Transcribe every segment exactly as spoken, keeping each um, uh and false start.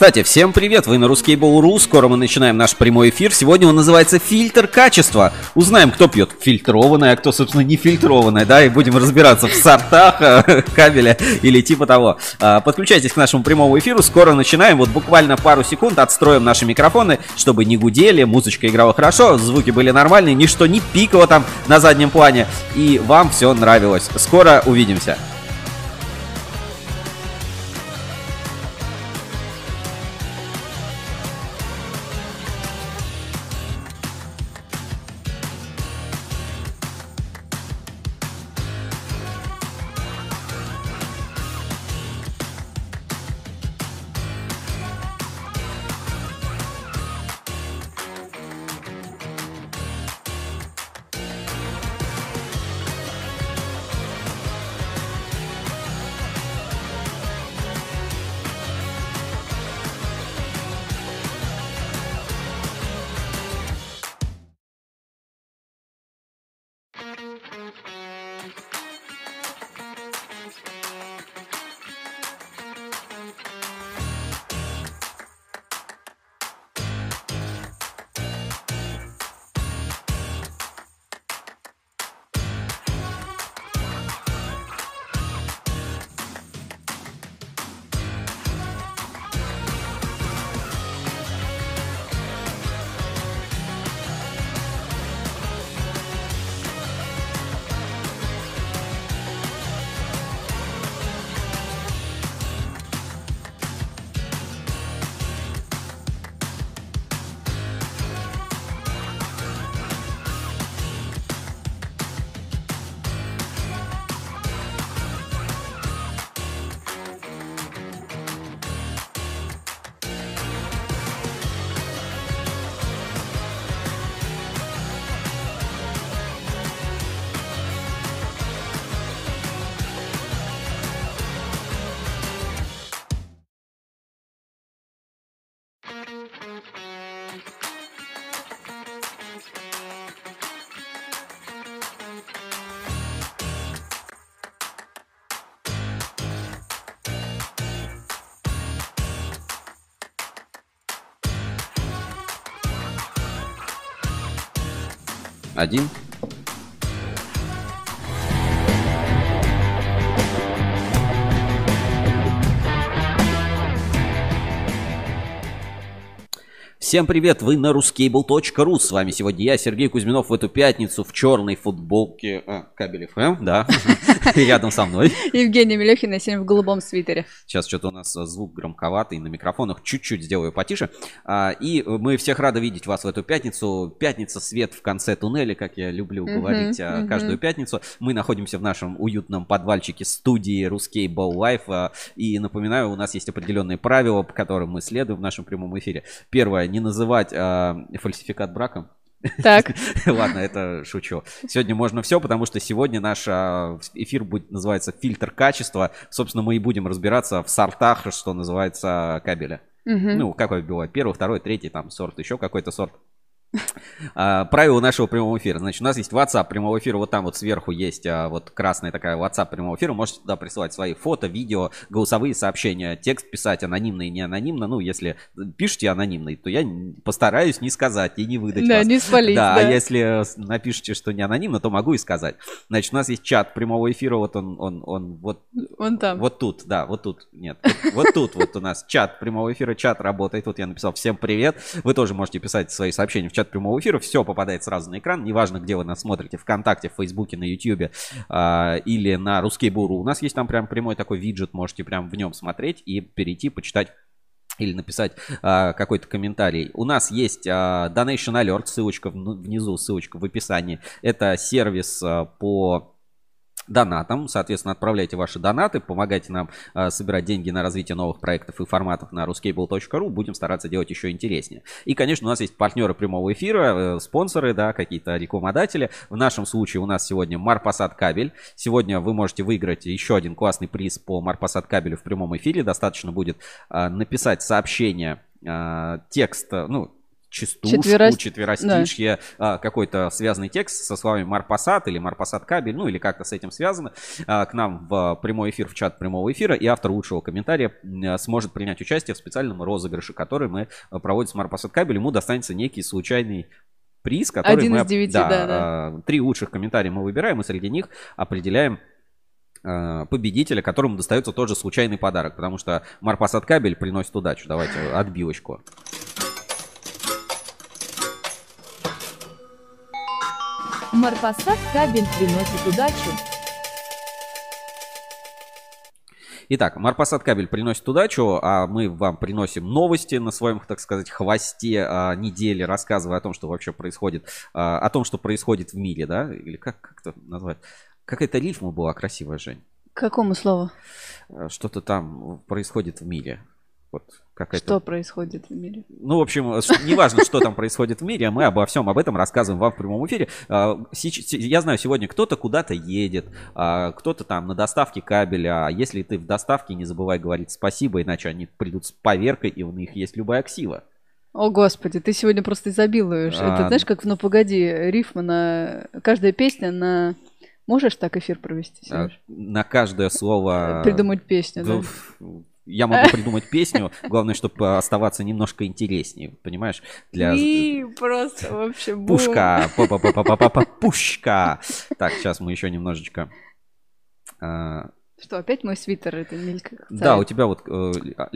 Кстати, всем привет, вы на Ruskable точка ру, скоро мы начинаем наш прямой эфир. Сегодня он называется «Фильтр качества». Узнаем, кто пьет фильтрованное, а кто, собственно, не фильтрованное, да, и будем разбираться в сортах кабеля или типа того. Подключайтесь к нашему прямому эфиру, скоро начинаем, вот буквально пару секунд отстроим наши микрофоны, чтобы не гудели, музычка играла хорошо, звуки были нормальные, ничто не пикало там на заднем плане, и вам все нравилось. Скоро увидимся. Один. Всем привет, вы на Ruskable точка ру. С вами сегодня я, Сергей Кузьминов, в эту пятницу в черной футболке а, Кабель эф эм, да, рядом со мной. Евгения Мелехина сегодня в голубом свитере. Сейчас что-то у нас звук громковатый, на микрофонах чуть-чуть сделаю потише. И мы всех рады видеть вас в эту пятницу. Пятница, свет в конце туннеля, как я люблю говорить uh-huh, каждую uh-huh. пятницу. Мы находимся в нашем уютном подвальчике студии Ruskable Live. И напоминаю, у нас есть определенные правила, по которым мы следуем в нашем прямом эфире. Первое, не называть э, фальсификат браком. Так. Ладно, это шучу. Сегодня можно все, потому что сегодня наш э, эфир будет называться «Фильтр качества». Собственно, мы и будем разбираться в сортах, что называется, кабеля. Угу. Ну, какой бывает? Первый, второй, третий, там, сорт, еще какой-то сорт. Uh, правила нашего прямого эфира. Значит, у нас есть WhatsApp прямого эфира. Вот там вот сверху есть uh, вот красная такая WhatsApp прямого эфира. Можете туда присылать свои фото, видео, голосовые сообщения, текст писать анонимно и не анонимно. Ну, если пишете анонимно, то я постараюсь не сказать и не выдать да, вас. Не спалить, да, да, а если напишите, что не анонимно, то могу и сказать. Значит, у нас есть чат прямого эфира. Вот он, он, он вот, он там. Вот тут, да, вот тут. Нет, вот, вот тут вот у нас чат прямого эфира. Чат работает. Вот я написал всем привет. Вы тоже можете писать свои сообщения в чат прямого эфира, все попадает сразу на экран, неважно, где вы нас смотрите, ВКонтакте, в Фейсбуке, на Ютьюбе э, или на Ruskable точка ру. У нас есть там прям прямой такой виджет, можете прям в нем смотреть и перейти, почитать или написать э, какой-то комментарий. У нас есть э, Donation Alert, ссылочка внизу, ссылочка в описании. Это сервис э, по донатам. Соответственно, отправляйте ваши донаты, помогайте нам э, собирать деньги на развитие новых проектов и форматов на Ruskable точка ру. Будем стараться делать еще интереснее. И, конечно, у нас есть партнеры прямого эфира, э, спонсоры, да, какие-то рекламодатели. В нашем случае у нас сегодня Марпасад кабель. Сегодня вы можете выиграть еще один классный приз по Марпасад кабелю в прямом эфире. Достаточно будет э, написать сообщение, э, текст, ну, частушку, Четверо... четверостишье, да. какой-то связанный текст со словами Марпасад или Марпасад кабель, ну или как-то с этим связано, к нам в прямой эфир, в чат прямого эфира, и автор лучшего комментария сможет принять участие в специальном розыгрыше, который мы проводим с Марпасад кабель. Ему достанется некий случайный приз, который Один мы... из девяти, да, да, да. Три лучших комментария мы выбираем, и среди них определяем победителя, которому достается тот же случайный подарок, потому что Марпасад кабель приносит удачу. Давайте отбивочку. Марпасад кабель приносит удачу. Итак, Марпасад кабель приносит удачу, а мы вам приносим новости на своем, так сказать, хвосте а, недели, рассказывая о том, что вообще происходит, а, о том, что происходит в мире, да? Или как, как это назвать? Какая-то рифма была красивая, Жень. К какому слову? Что-то там происходит в мире. Вот, что происходит в мире? Ну, в общем, неважно, что там происходит в мире, мы обо всем об этом рассказываем вам в прямом эфире. Я знаю, сегодня кто-то куда-то едет, кто-то там на доставке кабеля. А если ты в доставке, не забывай говорить спасибо, иначе они придут с поверкой, и у них есть любая ксива. О, Господи, ты сегодня просто изобилуешь. А... Это знаешь, как в «Ну, погоди», рифма на... Каждая песня на... Можешь так эфир провести, Сереж? На каждое слово... Придумать песню, да? Я могу придумать песню, главное, чтобы оставаться немножко интереснее, понимаешь? Для... И просто вообще бум. Пушка, па-па-па-па-па-па, пушка. Так, сейчас мы еще немножечко... Что, опять мой свитер? Это мелька. Да, у тебя вот э,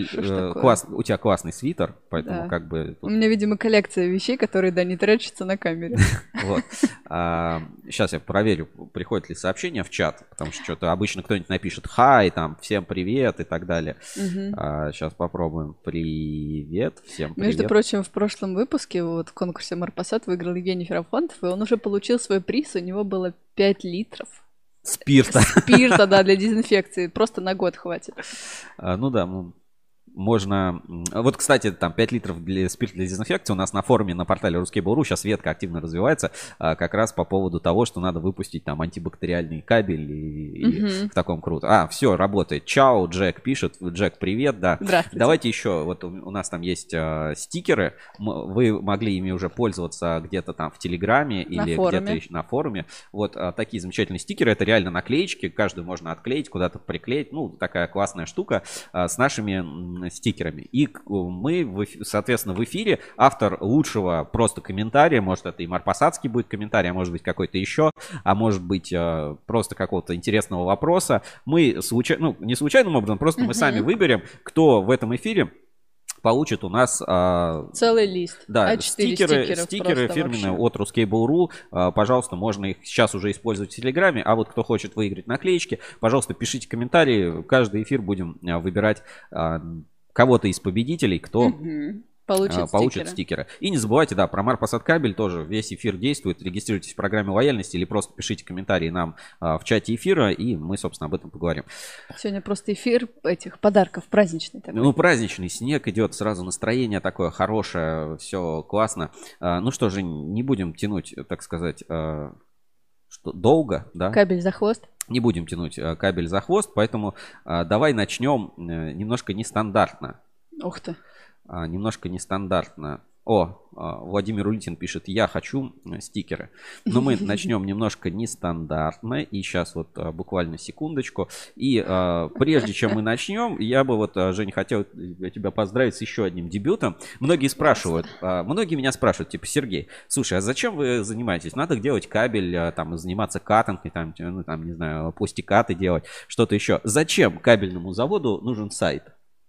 э, класс, у тебя классный свитер, поэтому да. как бы... Тут... У меня, видимо, коллекция вещей, которые, да, не трачатся на камере. Вот. Сейчас я проверю, приходит ли сообщение в чат, потому что что-то обычно кто-нибудь напишет «Хай», там, «Всем привет» и так далее. Сейчас попробуем. Привет, всем привет. Между прочим, в прошлом выпуске вот в конкурсе Марпасад выиграл Евгений Ферапонтов, и он уже получил свой приз, у него было пять литров. Спирта. Спирта, да, для дезинфекции. Просто на год хватит. А, ну да, ну, можно... Вот, кстати, там пять литров для спирта для дезинфекции у нас на форуме на портале Ruskable.ru сейчас ветка активно развивается а, как раз по поводу того, что надо выпустить там антибактериальный кабель и, и uh-huh. в таком круто. А, все, работает. Чао, Джек пишет. Джек, привет, да. Здравствуйте. Давайте еще, вот у, у нас там есть а, стикеры. Вы могли ими уже пользоваться где-то там в Телеграме на или форуме. где-то еще на форуме. Вот а, такие замечательные стикеры. Это реально наклеечки. Каждую можно отклеить, куда-то приклеить. Ну, такая классная штука а, с нашими стикерами. И мы, соответственно, в эфире автор лучшего просто комментария, может это и Марпасадский будет комментарий, а может быть какой-то еще, а может быть просто какого-то интересного вопроса. Мы случайно, ну не случайным образом, просто uh-huh. мы сами выберем, кто в этом эфире получит у нас а, целый лист. Да, а стикеры, стикеры фирменные от Ruskable.ru. А, пожалуйста, можно их сейчас уже использовать в Телеграме. А вот кто хочет выиграть наклеечки, пожалуйста, пишите комментарии. Каждый эфир будем а, выбирать а, кого-то из победителей, кто угу. получит, а, получит стикеры. стикеры. И не забывайте, да, про Марпасад кабель тоже весь эфир действует. Регистрируйтесь в программе лояльности или просто пишите комментарии нам а, в чате эфира, и мы, собственно, об этом поговорим. Сегодня просто эфир этих подарков праздничный такой. Ну, праздничный, снег идет, сразу настроение такое хорошее, все классно. А, ну что же, не будем тянуть, так сказать, а, что, долго, да? Кабель за хвост. Не будем тянуть а, кабель за хвост, поэтому а, давай начнем а, немножко нестандартно. Ух ты. А, немножко нестандартно. О, Владимир Улитин пишет, я хочу стикеры. Но мы начнем немножко нестандартно. И сейчас вот буквально секундочку. И а, прежде чем мы начнем, я бы вот, Жень, хотел тебя поздравить с еще одним дебютом. Многие спрашивают, а, многие меня спрашивают, типа, Сергей, слушай, а зачем вы занимаетесь? Надо делать кабель, там, заниматься катанкой, там, ну, там, не знаю, пластикаты делать, что-то еще. Зачем кабельному заводу нужен сайт?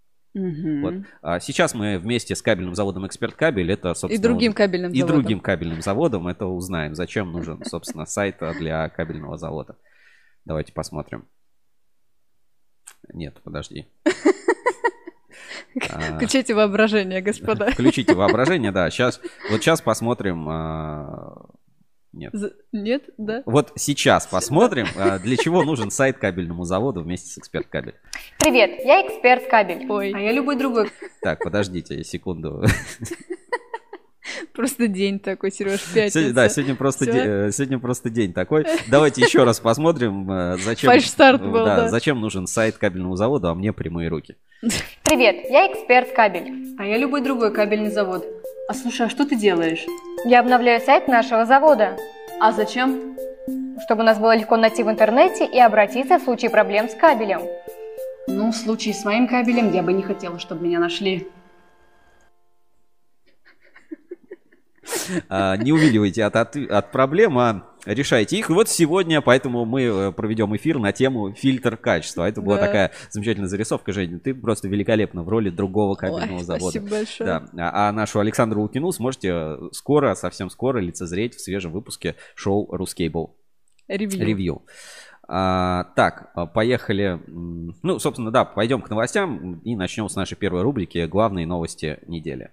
Угу. Вот. А сейчас мы вместе с кабельным заводом «Эксперт Кабель» это, собственно, и другим вот, кабельным и заводом. другим кабельным заводом это узнаем, зачем нужен, собственно, сайт для кабельного завода. Давайте посмотрим. Нет, подожди. Включите воображение, господа. Включите воображение, да. Сейчас, вот сейчас посмотрим. Нет. Нет, да. Вот сейчас посмотрим, для чего нужен сайт кабельному заводу вместе с «Эксперт Кабель». Привет, я «Эксперт Кабель». Ой. А я любой другой. Так, подождите секунду. Просто день такой, Сереж, пятница. Сегодня, да, сегодня просто, день, сегодня просто день такой. Давайте еще раз посмотрим, зачем, фальшстарт был, да, да. зачем нужен сайт кабельному заводу, а мне прямые руки. Привет, я «Эксперт Кабель». А я любой другой кабельный завод. А слушай, а что ты делаешь? Я обновляю сайт нашего завода, А зачем? чтобы нас было легко найти в интернете и обратиться в случае проблем с кабелем. Ну, в случае с моим кабелем я бы не хотела, чтобы меня нашли. А, не увиливайте от, от, от проблем, а решайте их. И вот сегодня, поэтому мы проведем эфир на тему фильтр качества. Это была Да. такая замечательная зарисовка, Женя. Ты просто великолепна в роли другого кабельного Ой, завода. спасибо большое. Да. А, а нашу Александру Лукину сможете скоро, совсем скоро лицезреть в свежем выпуске шоу «Рускейбл». Ревью. Ревью. А, так, а, поехали. М, Ну, собственно, да, пойдем к новостям и начнем с нашей первой рубрики «Главные новости недели».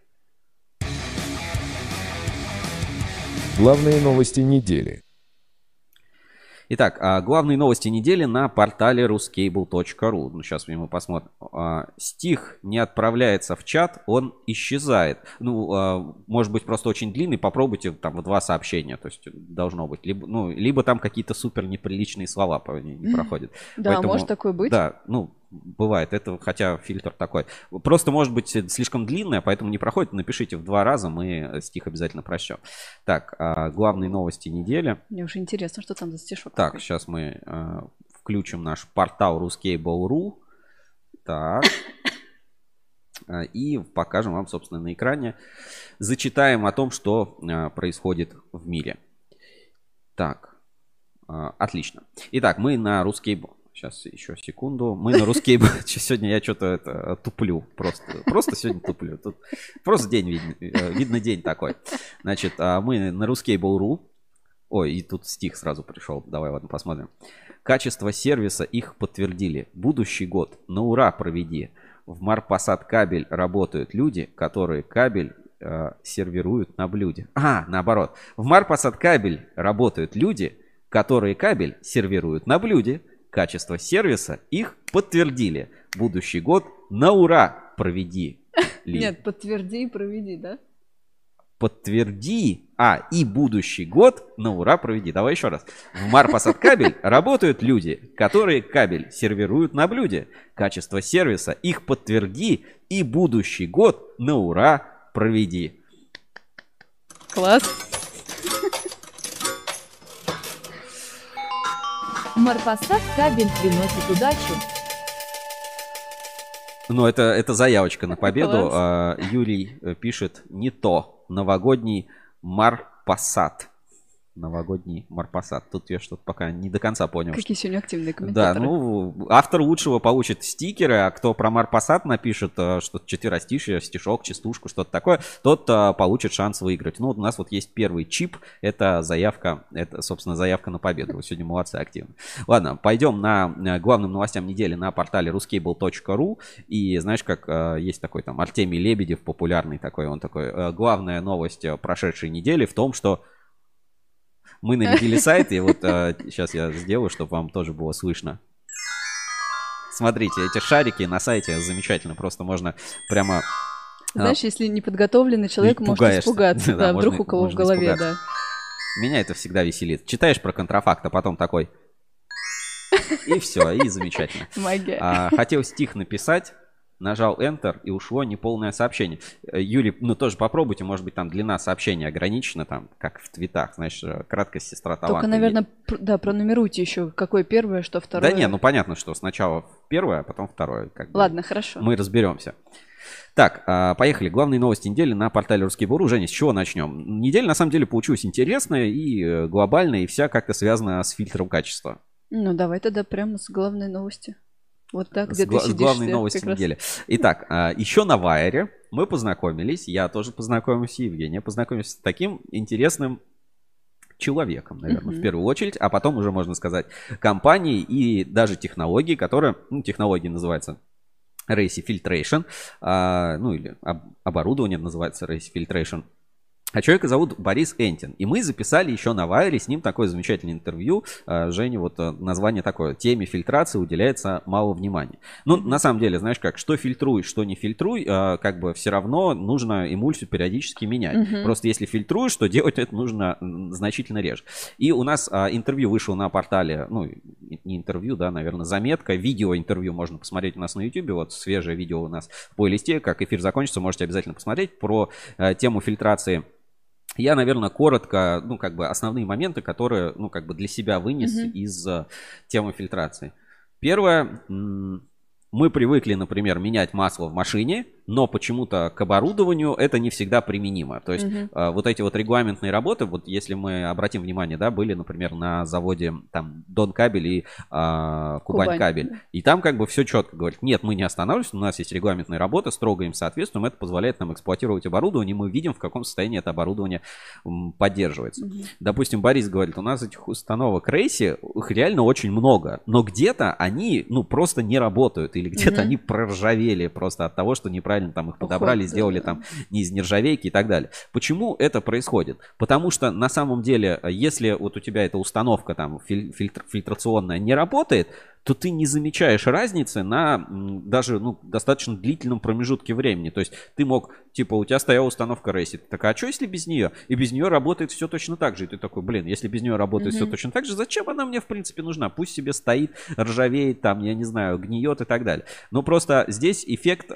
Главные новости недели. Итак, а, главные новости недели на портале ruskable точка ру. Ну, сейчас мы посмотрим. А, Стих не отправляется в чат, он исчезает. Ну, а, может быть, просто очень длинный. Попробуйте там в два сообщения. То есть должно быть. Либо, ну, либо там какие-то супер неприличные слова по- не, не проходят. Да, Поэтому- может такое быть. Да, ну, бывает. Это, хотя фильтр такой. Просто может быть слишком длинное, поэтому не проходит. Напишите в два раза, мы стих обязательно прощем. Так, а, главные новости недели. Мне уже интересно, что там за стишок. Так, такой. сейчас мы э, включим наш портал ruskable точка ру. Так. Э, И покажем вам, собственно, на экране. Зачитаем о том, что э, происходит в мире. Так. Э, Отлично. Итак, мы на Ruskable. Сейчас еще секунду. Мы на Ruskable. Сегодня я что-то это туплю. Просто, просто сегодня туплю. Тут просто день видно. э, Видно день такой. Значит, а мы на ruskable точка ру. Ой, и тут стих сразу пришел. Давай, ладно, посмотрим. Качество сервиса их подтвердили. Будущий год на ура проведи. В Марпасад кабель работают люди, которые кабель э, сервируют на блюде. А, наоборот. В Марпасад кабель работают люди, которые кабель сервируют на блюде. Качество сервиса их подтвердили. Будущий год на ура проведи. Ли. Нет, подтверди и проведи, да? Подтверди, а, и будущий год на ура проведи. Давай еще раз. В Марпасад кабель работают люди, которые кабель сервируют на блюде. Качество сервиса их подтверди, и будущий год на ура проведи. Класс. Марпасад кабель приносит удачу. Ну, это, это заявочка на победу. Класс. А, Юрий э, пишет не то. Новогодний Марпасад. Новогодний Марпасад. Тут я что-то пока не до конца понял. Какие сегодня активные Да, комментаторы. ну, автор лучшего получит стикеры, а кто про Марпасад напишет э, что-то четверостишие, стишок, частушку, что-то такое, тот э, получит шанс выиграть. Ну, вот у нас вот есть первый чип, это заявка, это, собственно, заявка на победу. Вы сегодня молодцы, активно. Ладно, пойдем на э, главным новостям недели на портале ruskable точка ру. И знаешь, как э, есть такой там Артемий Лебедев, популярный такой, он такой, э, главная новость э, прошедшей недели в том, что мы нарядили сайт, и вот э, сейчас я сделаю, чтобы вам тоже было слышно. Смотрите, эти шарики на сайте замечательно. Просто можно прямо... Знаешь, если неподготовленный человек и может пугаешься. испугаться. Да, Да, вдруг можно- у кого в можно голове, испугаться. да. Меня это всегда веселит. Читаешь про контрафакт, а потом такой... И все, и замечательно. Магия. А, хотел стих написать, нажал Enter, и ушло неполное сообщение. Э, Юлий, ну тоже попробуйте, может быть, там длина сообщения ограничена, там, как в твитах, знаешь, э, краткость сестра таланта. Только, наверное, пр- да, пронумеруйте еще, какое первое, что второе. Да не, ну понятно, что сначала первое, а потом второе. Как бы. Ладно, хорошо. Мы разберемся. Так, а, поехали. Главные новости недели на портале Ruskable точка ру. Женя, с чего начнем? Неделя, на самом деле, получилась интересная и э, глобальная, и вся как-то связана с фильтром качества. Ну, давай тогда прямо с главной новости. Вот так, С, где гла- ты с сидишь. главной Свет, новостью как раз. недели. Итак, а, еще на Вайере мы познакомились, я тоже познакомился, Евгения познакомился с таким интересным человеком, наверное, Мгм. в первую очередь, а потом уже, можно сказать, компании и даже технологии, которые, ну, технологии называются Racy Filtration, а, ну или об- оборудование называется Racy Filtration. А человека зовут Борис Энтин. И мы записали еще на Вайере с ним такое замечательное интервью. Женя, вот название такое. Теме фильтрации уделяется мало внимания. Ну, на самом деле, знаешь как, что фильтруй, что не фильтруй, как бы все равно нужно эмульсию периодически менять. Mm-hmm. Просто если фильтруешь, то делать это нужно значительно реже. И у нас интервью вышло на портале, ну, не интервью, да, наверное, заметка. Видео-интервью можно посмотреть у нас на YouTube. Вот свежее видео у нас в плейлисте. Как эфир закончится, можете обязательно посмотреть про тему фильтрации. Я, наверное, коротко, ну, как бы основные моменты, которые, ну, как бы для себя вынес mm-hmm. из uh, темы фильтрации. Первое, м- мы привыкли, например, менять масло в машине, но почему-то к оборудованию это не всегда применимо. То есть mm-hmm. э, вот эти вот регламентные работы, вот если мы обратим внимание, да, были, например, на заводе там Дон кабель и э, Кубань кабель. И там как бы все четко говорит, нет, мы не останавливаемся, у нас есть регламентные работы, строго им соответствуем, это позволяет нам эксплуатировать оборудование, и мы видим, в каком состоянии это оборудование м, поддерживается. Mm-hmm. Допустим, Борис говорит, у нас этих установок Рейси, их реально очень много, но где-то они, ну, просто не работают, или где-то mm-hmm. они проржавели просто от того, что неправильно там их подобрали, сделали там не из нержавейки и так далее. Почему это происходит? Потому что на самом деле, если вот у тебя эта установка там фильтр, фильтрационная не работает, то ты не замечаешь разницы на даже ну, достаточно длительном промежутке времени. То есть ты мог, типа, у тебя стояла установка Рейси, ты такая, а что если без нее? И без нее работает все точно так же. И ты такой, блин, если без нее работает mm-hmm. все точно так же, зачем она мне в принципе нужна? Пусть себе стоит, ржавеет, там, я не знаю, гниет и так далее. Но просто здесь эффект...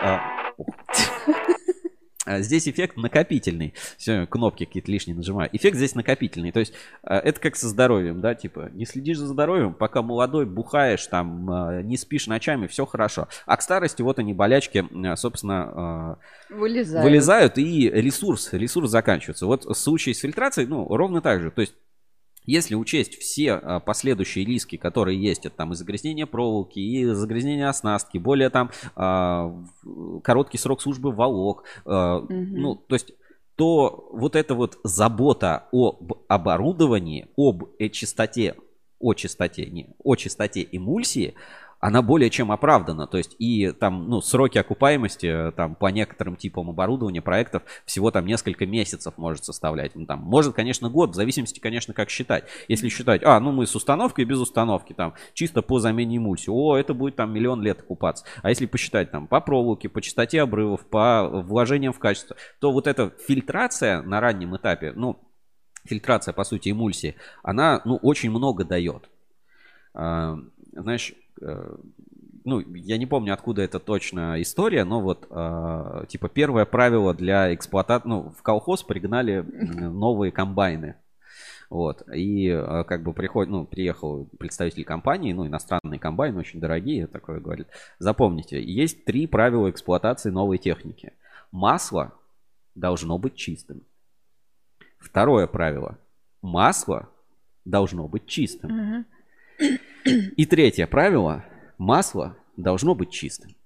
Здесь эффект накопительный. Все, кнопки какие-то лишние нажимаю. Эффект здесь накопительный. То есть это как со здоровьем, да, типа не следишь за здоровьем, пока молодой, бухаешь, там, не спишь ночами, все хорошо. А к старости вот они, болячки, собственно, вылезают, вылезают и ресурс, ресурс заканчивается. Вот случай с фильтрацией, ну, ровно так же. То есть если учесть все а, последующие риски, которые есть, это там и загрязнение проволоки, и загрязнение оснастки, более там а, короткий срок службы волок, а, mm-hmm. ну, то есть, то вот эта вот забота об оборудовании, об э, чистоте, о чистоте, не, о чистоте эмульсии, она более чем оправдана. То есть и там, ну, сроки окупаемости там по некоторым типам оборудования, проектов всего там несколько месяцев может составлять. Ну, там, может, конечно, год, в зависимости, конечно, как считать. Если считать, а, ну, мы с установкой, без установки, там, чисто по замене эмульсии, о, это будет там миллион лет окупаться. А если посчитать там по проволоке, по частоте обрывов, по вложениям в качество, то вот эта фильтрация на раннем этапе, ну, фильтрация, по сути, эмульсии, она, ну, очень много дает. А, знаешь, ну, я не помню, откуда это точно история, но вот, э, типа, первое правило для эксплуатации, ну, в колхоз пригнали новые комбайны, вот, и э, как бы приходит, ну, приехал представитель компании, ну, иностранные комбайны, очень дорогие, такое говорит, запомните, есть три правила эксплуатации новой техники. Масло должно быть чистым. Второе правило. Масло должно быть чистым. И третье правило. Масло должно быть чистым.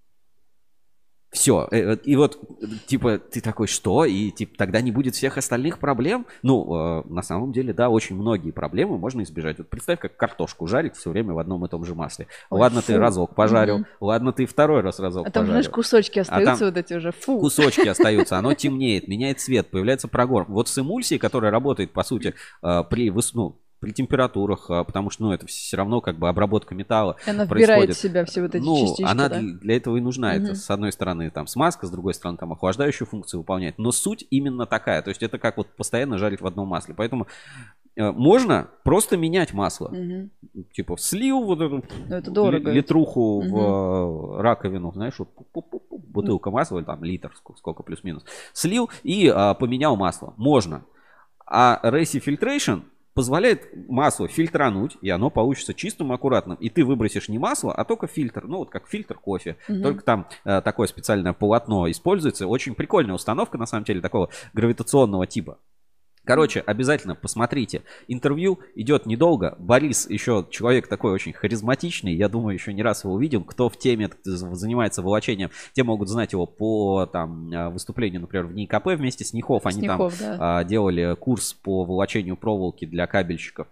Все. И вот, типа, ты такой, что? И, типа, тогда не будет всех остальных проблем? Ну, э, на самом деле, да, очень многие проблемы можно избежать. Вот представь, как картошку жарить все время в одном и том же масле. Ой, ладно, фу. Ты разок пожарил, mm-hmm. ладно, ты второй раз разок а там, пожарил. Знаешь, кусочки остаются, а там вот эти уже, фу. Кусочки остаются, оно темнеет, меняет цвет, появляется прогор. Вот с эмульсией, которая работает, по сути, э, при высну... при температурах, потому что, ну, это все равно как бы обработка металла она происходит. Вбирает в себя все вот эти ну, частички, она да? для, для этого и нужна. Угу. Это, с одной стороны, там, смазка, с другой стороны, там, охлаждающую функцию выполняет. Но суть именно такая. То есть это как вот постоянно жарить в одном масле. Поэтому э, можно просто менять масло. Угу. Типа слил вот эту это дорого. литруху угу. в раковину, знаешь, вот бутылка масла, там, литр, сколько плюс-минус. Слил и э, поменял масло. Можно. А Resi Filtration позволяет масло фильтрануть, и оно получится чистым, аккуратным. И ты выбросишь не масло, а только фильтр. Ну, вот как фильтр кофе. Угу. Только там э, такое специальное полотно используется. Очень прикольная установка, на самом деле, такого гравитационного типа. Короче, обязательно посмотрите. Интервью идет недолго. Борис еще человек такой очень харизматичный. Я думаю, еще не раз его увидим. Кто в теме занимается волочением, те могут знать его по там, выступлению, например, в НИИКП вместе с Нихов. Они Снихов, там да. делали курс по волочению проволоки для кабельщиков.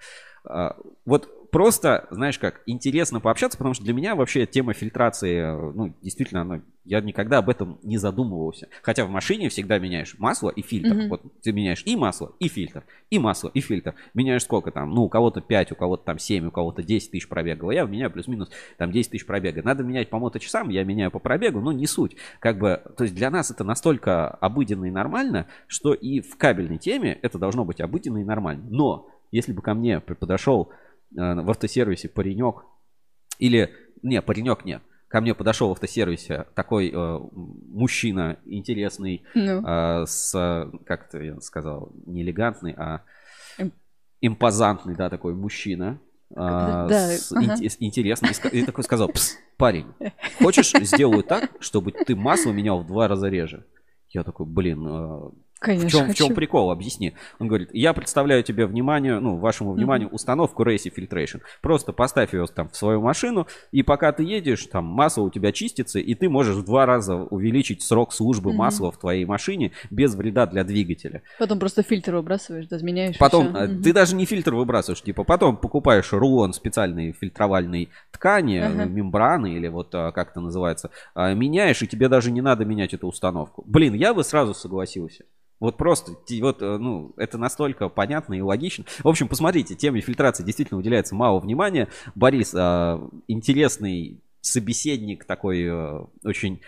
Вот просто, знаешь как, интересно пообщаться, потому что для меня вообще тема фильтрации, ну, действительно, она, я никогда об этом не задумывался. Хотя в машине всегда меняешь масло и фильтр. Mm-hmm. Вот ты меняешь и масло, и фильтр, и масло, и фильтр. Меняешь сколько там? Ну, у кого-то пять, у кого-то там семь, у кого-то десять тысяч пробега. Я меняю плюс-минус там десять тысяч пробега. Надо менять по моточасам, я меняю по пробегу, но не суть. Как бы, то есть для нас это настолько обыденно и нормально, что и в кабельной теме это должно быть обыденно и нормально. Но если бы ко мне подошел в автосервисе паренек, или, не, паренек нет, ко мне подошел в автосервисе такой э, мужчина интересный, no. э, с, как это я сказал, не элегантный, а импозантный, да, такой мужчина, э, да, с, ага. ин, интересный, и, и такой сказал: пс, парень, хочешь, сделаю так, чтобы ты масло менял в два раза реже? Я такой, блин... Э, Конечно, в чем, в хочу. чем прикол? Объясни. Он говорит: я представляю тебе внимание, ну, вашему вниманию mm-hmm. установку Racing Filtration. Просто поставь ее там в свою машину, и пока ты едешь, там масло у тебя чистится, и ты можешь в два раза увеличить срок службы mm-hmm. масла в твоей машине без вреда для двигателя. Потом просто фильтр выбрасываешь, да, изменяешь. Потом mm-hmm. ты даже не фильтр выбрасываешь, типа потом покупаешь рулон специальной фильтровальной ткани, uh-huh. мембраны или вот как это называется, меняешь, и тебе даже не надо менять эту установку. Блин, я бы сразу согласился. Вот просто, вот, ну, это настолько понятно и логично. В общем, посмотрите, теме фильтрации действительно уделяется мало внимания. Борис, э, интересный собеседник, такой э, очень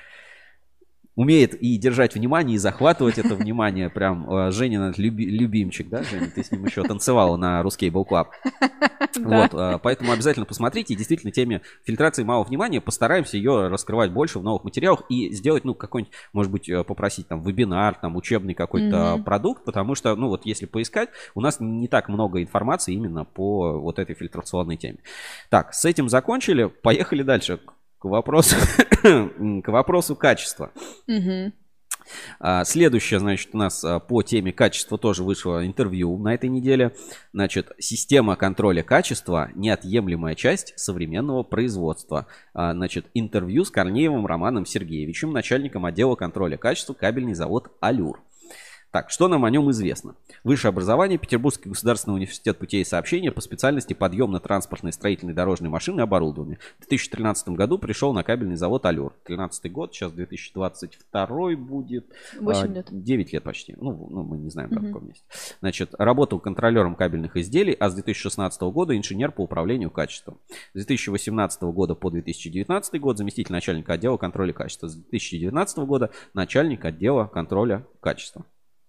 умеет и держать внимание, и захватывать это внимание. Прям э, Женин люби, любимчик, да, Женя? Ты с ним еще танцевала на Ruscable Club. Вот, э, поэтому обязательно посмотрите. Действительно, теме фильтрации мало внимания. Постараемся ее раскрывать больше в новых материалах и сделать, ну, какой-нибудь, может быть, попросить там вебинар, там, учебный какой-то mm-hmm. продукт, потому что, ну, вот если поискать, у нас не так много информации именно по вот этой фильтрационной теме. Так, с этим закончили. Поехали дальше. К вопросу, к вопросу качества. Угу. Следующее, значит, у нас по теме качества тоже вышло интервью на этой неделе. Значит, система контроля качества – неотъемлемая часть современного производства. Значит, интервью с Корнеевым Романом Сергеевичем, начальником отдела контроля качества, кабельный завод «Алюр». Так, что нам о нем известно? Высшее образование, Петербургский государственный университет путей сообщения по специальности подъемно-транспортной строительной дорожной машины и оборудования. В две тысячи тринадцатом году пришел на кабельный завод «Алюр». тринадцатый год, сейчас две тысячи двадцать второй будет. восемь лет. девять лет почти. Ну, ну мы не знаем, как в каком месте. Значит, работал контролером кабельных изделий, а с две тысячи шестнадцатого года инженер по управлению качеством. С две тысячи восемнадцатого года по две тысячи девятнадцатый год заместитель начальника отдела контроля качества. С две тысячи девятнадцатого года начальник отдела контроля качества.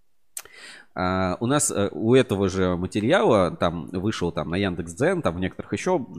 Uh, у нас uh, у этого же материала там вышел там на Яндекс.Дзен, там в некоторых еще uh,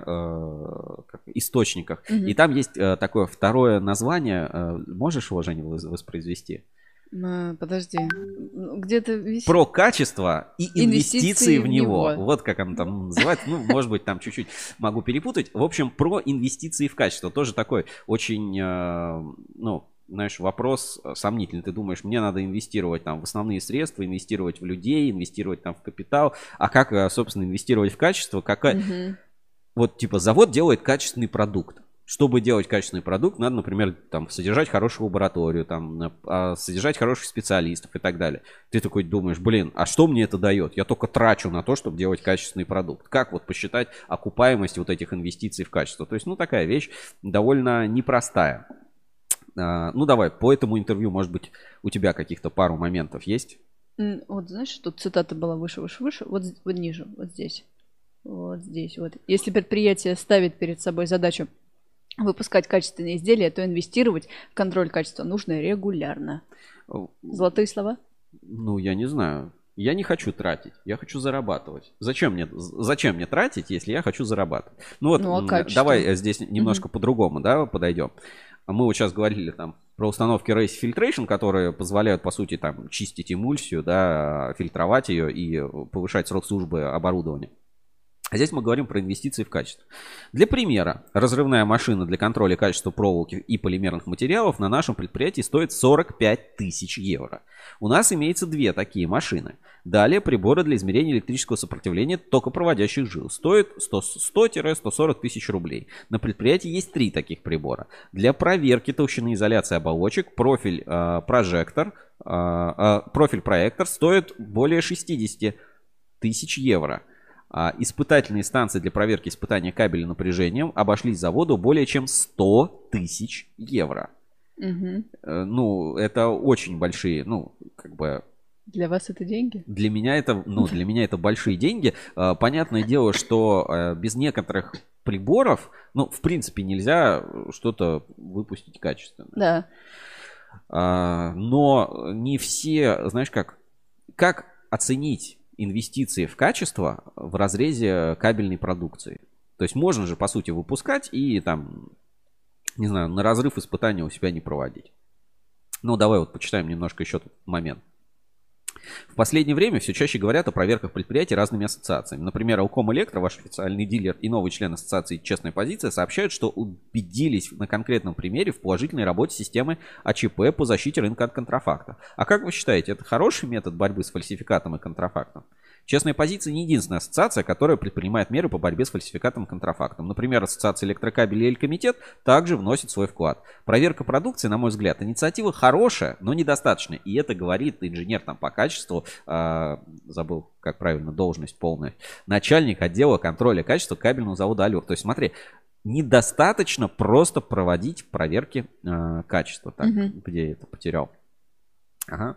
uh, как, источниках, mm-hmm. и там есть uh, такое второе название. Uh, можешь его, Женя, воспроизвести? Uh, подожди, где-то висит... Про качество и инвестиции, инвестиции в него. него. Вот как оно там называется. Ну, может быть, там чуть-чуть могу перепутать. В общем, про инвестиции в качество. Тоже такой очень, uh, ну, знаешь, вопрос сомнительный. Ты думаешь, мне надо инвестировать там в основные средства, инвестировать в людей, инвестировать там в капитал. А как, собственно, инвестировать в качество? Какая... Угу. Вот, типа, завод делает качественный продукт. Чтобы делать качественный продукт, надо, например, там, содержать хорошую лабораторию, там, содержать хороших специалистов и так далее. Ты такой думаешь, блин, а что мне это дает? Я только трачу на то, чтобы делать качественный продукт. Как вот посчитать окупаемость вот этих инвестиций в качество? То есть, ну, такая вещь довольно непростая. Uh, ну, давай, по этому интервью, может быть, у тебя каких-то пару моментов есть? Вот, знаешь, тут цитата была выше, выше, выше. Вот, вот ниже, вот здесь. Вот здесь, вот. Если предприятие ставит перед собой задачу выпускать качественные изделия, то инвестировать в контроль качества нужно регулярно. Золотые слова? Ну, я не знаю. Я не хочу тратить, я хочу зарабатывать. Зачем мне, зачем мне тратить, если я хочу зарабатывать? Ну вот, ну, а давай здесь немножко mm-hmm. по-другому, да, подойдем. Мы вот сейчас говорили там про установки Racing Filtration, которые позволяют, по сути, там чистить эмульсию, да, фильтровать ее и повышать срок службы оборудования. А здесь мы говорим про инвестиции в качество. Для примера, разрывная машина для контроля качества проволоки и полимерных материалов на нашем предприятии стоит сорок пять тысяч евро. У нас имеется две такие машины. Далее приборы для измерения электрического сопротивления токопроводящих жил. Стоит сто - сто сорок тысяч рублей. На предприятии есть три таких прибора. Для проверки толщины изоляции оболочек профиль э, прожектор, э, э, профиль проектор стоит более шестьдесят тысяч евро. А, испытательные станции для проверки испытания кабеля напряжением обошлись заводу более чем сто тысяч евро. Угу. Ну, это очень большие, ну, как бы... Для вас это деньги? Для меня это, ну, для меня это большие деньги. Понятное дело, что без некоторых приборов, ну, в принципе, нельзя что-то выпустить качественно. Да. Но не все, знаешь как, как оценить инвестиции в качество в разрезе кабельной продукции? То есть можно же, по сути, выпускать и там... не знаю, на разрыв испытания у себя не проводить. Ну, давай вот почитаем немножко еще тут момент. В последнее время все чаще говорят о проверках предприятий разными ассоциациями. Например, Алком Электро, ваш официальный дилер и новый член ассоциации «Честная позиция» сообщают, что убедились на конкретном примере в положительной работе системы АЧП по защите рынка от контрафакта. А как вы считаете, это хороший метод борьбы с фальсификатом и контрафактом? Честная позиция не единственная ассоциация, которая предпринимает меры по борьбе с фальсификатом и контрафактом. Например, ассоциация электрокабелей и Элькомитет также вносит свой вклад. Проверка продукции, на мой взгляд, инициатива хорошая, но недостаточная. И это говорит инженер там по качеству, э, забыл, как правильно, должность полная, начальник отдела контроля качества кабельного завода «Алюр». То есть смотри, недостаточно просто проводить проверки э, качества. Так, угу. Где я это потерял? Ага.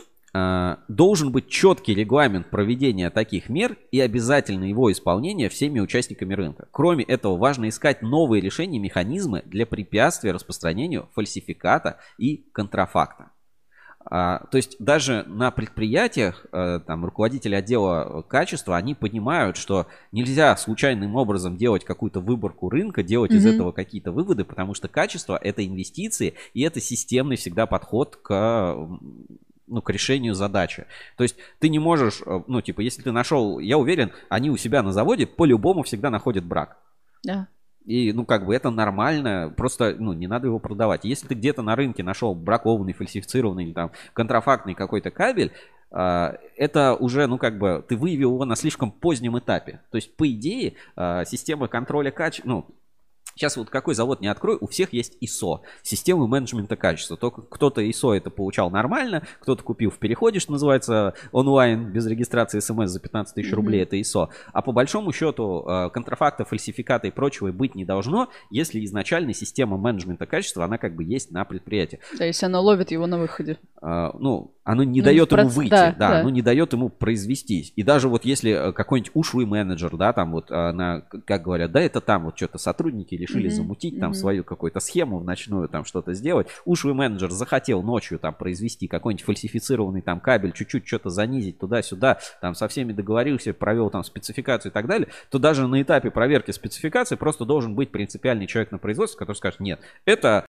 Должен быть четкий регламент проведения таких мер и обязательно его исполнение всеми участниками рынка. Кроме этого, важно искать новые решения, механизмы для препятствия распространению фальсификата и контрафакта. То есть даже на предприятиях там, руководители отдела качества, они понимают, что нельзя случайным образом делать какую-то выборку рынка, делать mm-hmm. из этого какие-то выводы, потому что качество — это инвестиции, и это системный всегда подход к... ну, к решению задачи. То есть ты не можешь, ну, типа, если ты нашел, я уверен, они у себя на заводе по-любому всегда находят брак. Да. И, ну, как бы это нормально, просто, ну, не надо его продавать. Если ты где-то на рынке нашел бракованный, фальсифицированный или там контрафактный какой-то кабель, это уже, ну, как бы, ты выявил его на слишком позднем этапе. То есть, по идее, система контроля качества, ну, сейчас вот какой завод не открой, у всех есть ай эс о, системы менеджмента качества. Только кто-то ай эс о это получал нормально, кто-то купил в переходе, что называется, онлайн, без регистрации смс за пятнадцать тысяч рублей, mm-hmm. это ай эс о. А по большому счету контрафакта, фальсификата и прочего быть не должно, если изначально система менеджмента качества, она как бы есть на предприятии. Да, если она ловит его на выходе. А, ну, оно не ну, дает проц... ему выйти, да, да, да, оно не дает ему произвестись. И даже вот если какой-нибудь ушлый менеджер, да, там вот, на, как говорят, да, это там вот что-то сотрудники решили mm-hmm. замутить mm-hmm. там свою какую-то схему в ночную, там что-то сделать. Ушлый менеджер захотел ночью там произвести какой-нибудь фальсифицированный там кабель, чуть-чуть что-то занизить туда-сюда, там со всеми договорился, провел там спецификацию и так далее, то даже на этапе проверки спецификации просто должен быть принципиальный человек на производстве, который скажет, нет, это...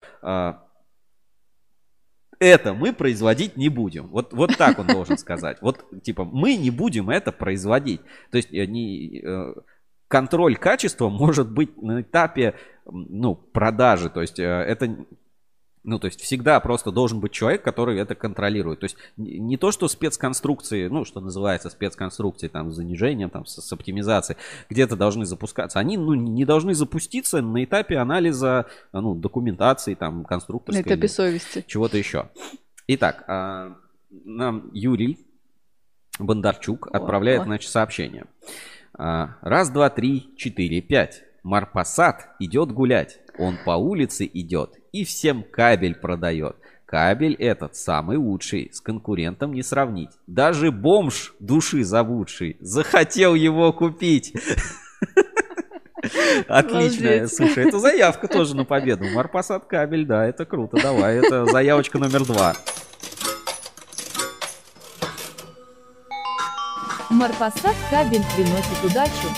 Это мы производить не будем. Вот, вот так он должен сказать. Вот, типа, мы не будем это производить. То есть не, контроль качества может быть на этапе, ну, продажи. То есть это... Ну, то есть всегда просто должен быть человек, который это контролирует. То есть не то, что спецконструкции, ну, что называется спецконструкции, там, с занижением, там, с, с оптимизацией, где-то должны запускаться. Они, ну, не должны запуститься на этапе анализа, ну, документации, там, конструкторской. На этапе совести. Чего-то еще. Итак, нам Юрий Бондарчук отправляет, значит, сообщение. Раз, два, три, четыре, пять. Марпасад идет гулять. Он по улице идет и всем кабель продает. Кабель этот самый лучший, с конкурентом не сравнить. Даже бомж души заблудший захотел его купить. Отлично. Слушай, это заявка тоже на победу. Марпасад кабель, да, это круто. Давай, это заявочка номер два. Марпасад кабель приносит удачу.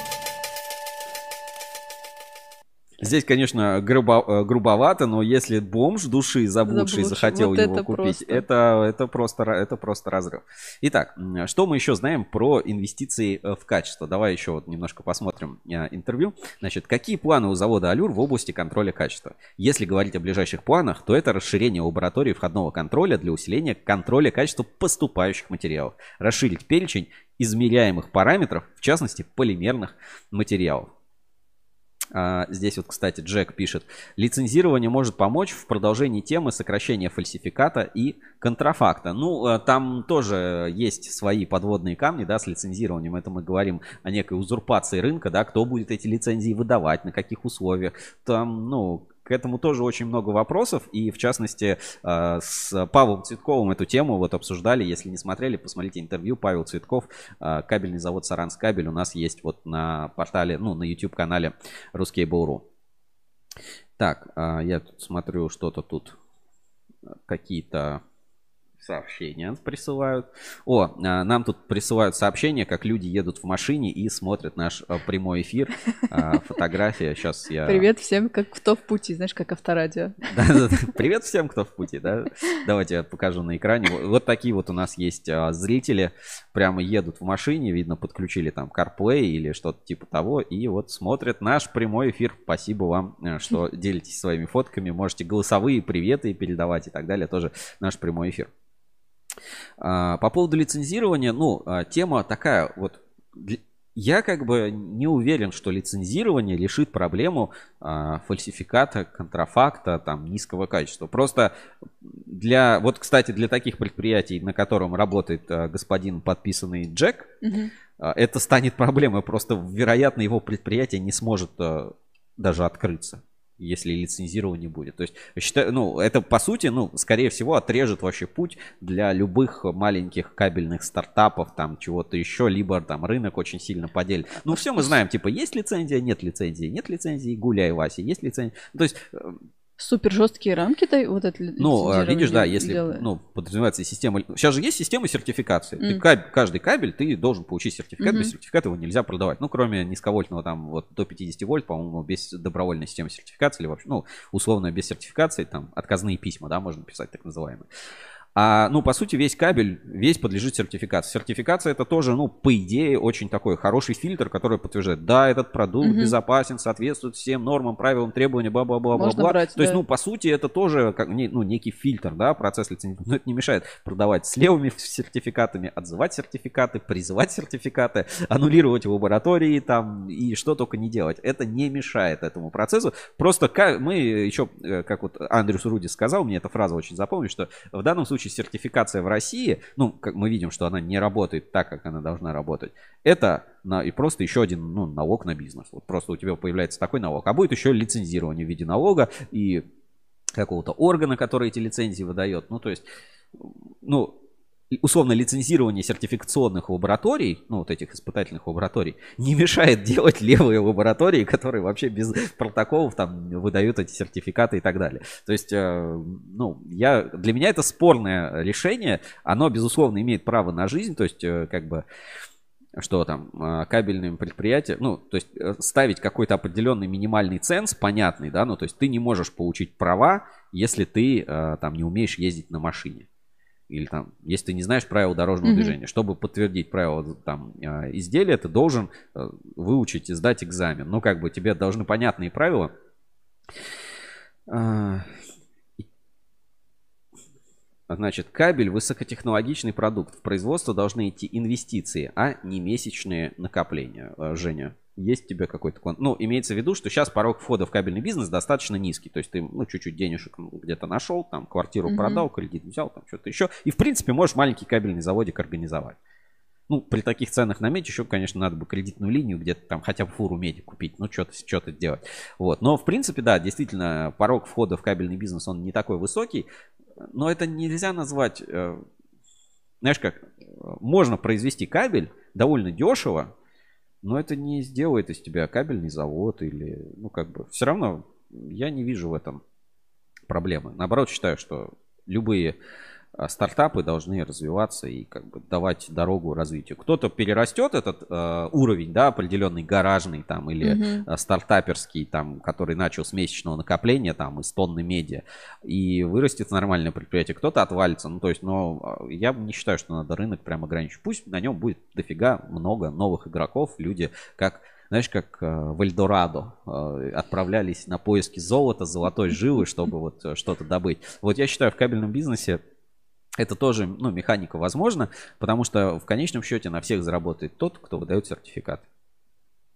Здесь, конечно, грубо, грубовато, но если бомж души заблудший захотел вот его это купить, просто. Это, это, просто, это просто разрыв. Итак, что мы еще знаем про инвестиции в качество? Давай еще вот немножко посмотрим интервью. Значит, какие планы у завода «Алюр» в области контроля качества? Если говорить о ближайших планах, то это расширение лаборатории входного контроля для усиления контроля качества поступающих материалов. Расширить перечень измеряемых параметров, в частности, полимерных материалов. А, здесь вот, кстати, Джек пишет: лицензирование может помочь в продолжении темы сокращения фальсификата и контрафакта. Ну, там тоже есть свои подводные камни, да, с лицензированием. Это мы говорим о некой узурпации рынка, да, кто будет эти лицензии выдавать, на каких условиях. Там, ну, к этому тоже очень много вопросов. И, в частности, с Павлом Цветковым эту тему вот обсуждали. Если не смотрели, посмотрите интервью. Павел Цветков, кабельный завод Саранскабель, у нас есть вот на портале, ну, на YouTube-канале Ruskable.ru. Так, я тут смотрю, что-то тут какие-то сообщения присылают. О, нам тут присылают сообщения, как люди едут в машине и смотрят наш прямой эфир. Фотография. Сейчас я... Привет всем, как кто в пути, знаешь, как авторадио. Привет всем, кто в пути, да? Давайте я покажу на экране. Вот такие вот у нас есть зрители. Прямо едут в машине, видно, подключили там CarPlay или что-то типа того, и вот смотрят наш прямой эфир. Спасибо вам, что делитесь своими фотками. Можете голосовые приветы передавать и так далее. Тоже наш прямой эфир. По поводу лицензирования, ну, тема такая, вот, я как бы не уверен, что лицензирование решит проблему фальсификата, контрафакта, там, низкого качества. Просто для, вот, кстати, для таких предприятий, на котором работает господин подписанный Джек, угу. это станет проблемой, просто, вероятно, его предприятие не сможет даже открыться, если лицензирования будет. То есть, считаю, ну, это по сути, ну, скорее всего, отрежет вообще путь для любых маленьких кабельных стартапов, там, чего-то еще, либо там рынок очень сильно поделит. Ну, все мы знаем, типа, есть лицензия, нет лицензии, нет лицензии, гуляй, Вася, есть лицензия. То есть... Супер жесткие рамки-то вот это. Ну, видишь, да, если, делает. ну, подразумевается система... Сейчас же есть система сертификации. Mm. Ты кабель, каждый кабель ты должен получить сертификат. Mm-hmm. Без сертификата его нельзя продавать. Ну, кроме низковольтного там вот до пятидесяти вольт, по-моему, без добровольной системы сертификации или вообще, ну, условно без сертификации, там, отказные письма, да, можно писать так называемые. А, ну, по сути, весь кабель, весь подлежит сертификации. Сертификация — это тоже, ну, по идее, очень такой хороший фильтр, который подтверждает, да, этот продукт угу. безопасен, соответствует всем нормам, правилам, требованиям, бла-бла-бла-бла-бла. То да. есть, ну, по сути, это тоже как, ну, некий фильтр, да, процесс лицензирования. Но это не мешает продавать с левыми сертификатами, отзывать сертификаты, призывать сертификаты, аннулировать в лаборатории там и что только не делать. Это не мешает этому процессу. Просто мы еще, как вот Андрюс Руди сказал, мне эта фраза очень запомнилась, что в данном случае сертификация в России, ну, как мы видим, что она не работает так, как она должна работать, это на, и просто еще один, ну, налог на бизнес. Вот просто у тебя появляется такой налог. А будет еще лицензирование в виде налога и какого-то органа, который эти лицензии выдает. Ну, то есть, ну, условно, лицензирование сертификационных лабораторий, ну, вот этих испытательных лабораторий, не мешает делать левые лаборатории, которые вообще без протоколов там выдают эти сертификаты и так далее. То есть, э, ну, я, для меня это спорное решение. Оно, безусловно, имеет право на жизнь. То есть, э, как бы, что там, э, кабельным предприятиям, ну, то есть, э, ставить какой-то определенный минимальный ценз, понятный, да, ну, то есть, ты не можешь получить права, если ты э, там не умеешь ездить на машине. Или там, если ты не знаешь правил дорожного mm-hmm. движения, чтобы подтвердить правила там, изделия, ты должен выучить и сдать экзамен. Ну, как бы тебе должны понятные правила. Значит, кабель — высокотехнологичный продукт. В производство должны идти инвестиции, а не месячные накопления. Женя, есть у тебя какой-то... Ну, имеется в виду, что сейчас порог входа в кабельный бизнес достаточно низкий. То есть ты, ну, чуть-чуть денежек где-то нашел, там, квартиру mm-hmm. продал, кредит взял, там, что-то еще. И, в принципе, можешь маленький кабельный заводик организовать. Ну, при таких ценах на медь еще, конечно, надо бы кредитную линию где-то там хотя бы фуру меди купить. Ну, что-то, что-то делать. Вот. Но, в принципе, да, действительно, порог входа в кабельный бизнес, он не такой высокий. Но это нельзя назвать... Э, знаешь как? Можно произвести кабель довольно дешево, но это не сделает из тебя кабельный завод или, ну, как бы, все равно я не вижу в этом проблемы. Наоборот, считаю, что любые стартапы должны развиваться и как бы давать дорогу развитию. Кто-то перерастет этот э, уровень, да, определенный гаражный там или mm-hmm. стартаперский, там, который начал с месячного накопления, там, из тонны меди, и вырастет в нормальное предприятие. Кто-то отвалится. Ну, то есть, но я не считаю, что надо рынок прям ограничивать. Пусть на нем будет дофига много новых игроков. Люди, как, знаешь, как э, в Эльдорадо э, отправлялись на поиски золота, золотой жилы, чтобы вот что-то добыть. Вот я считаю, в кабельном бизнесе это тоже, ну, механика возможна, потому что в конечном счете на всех заработает тот, кто выдает сертификат.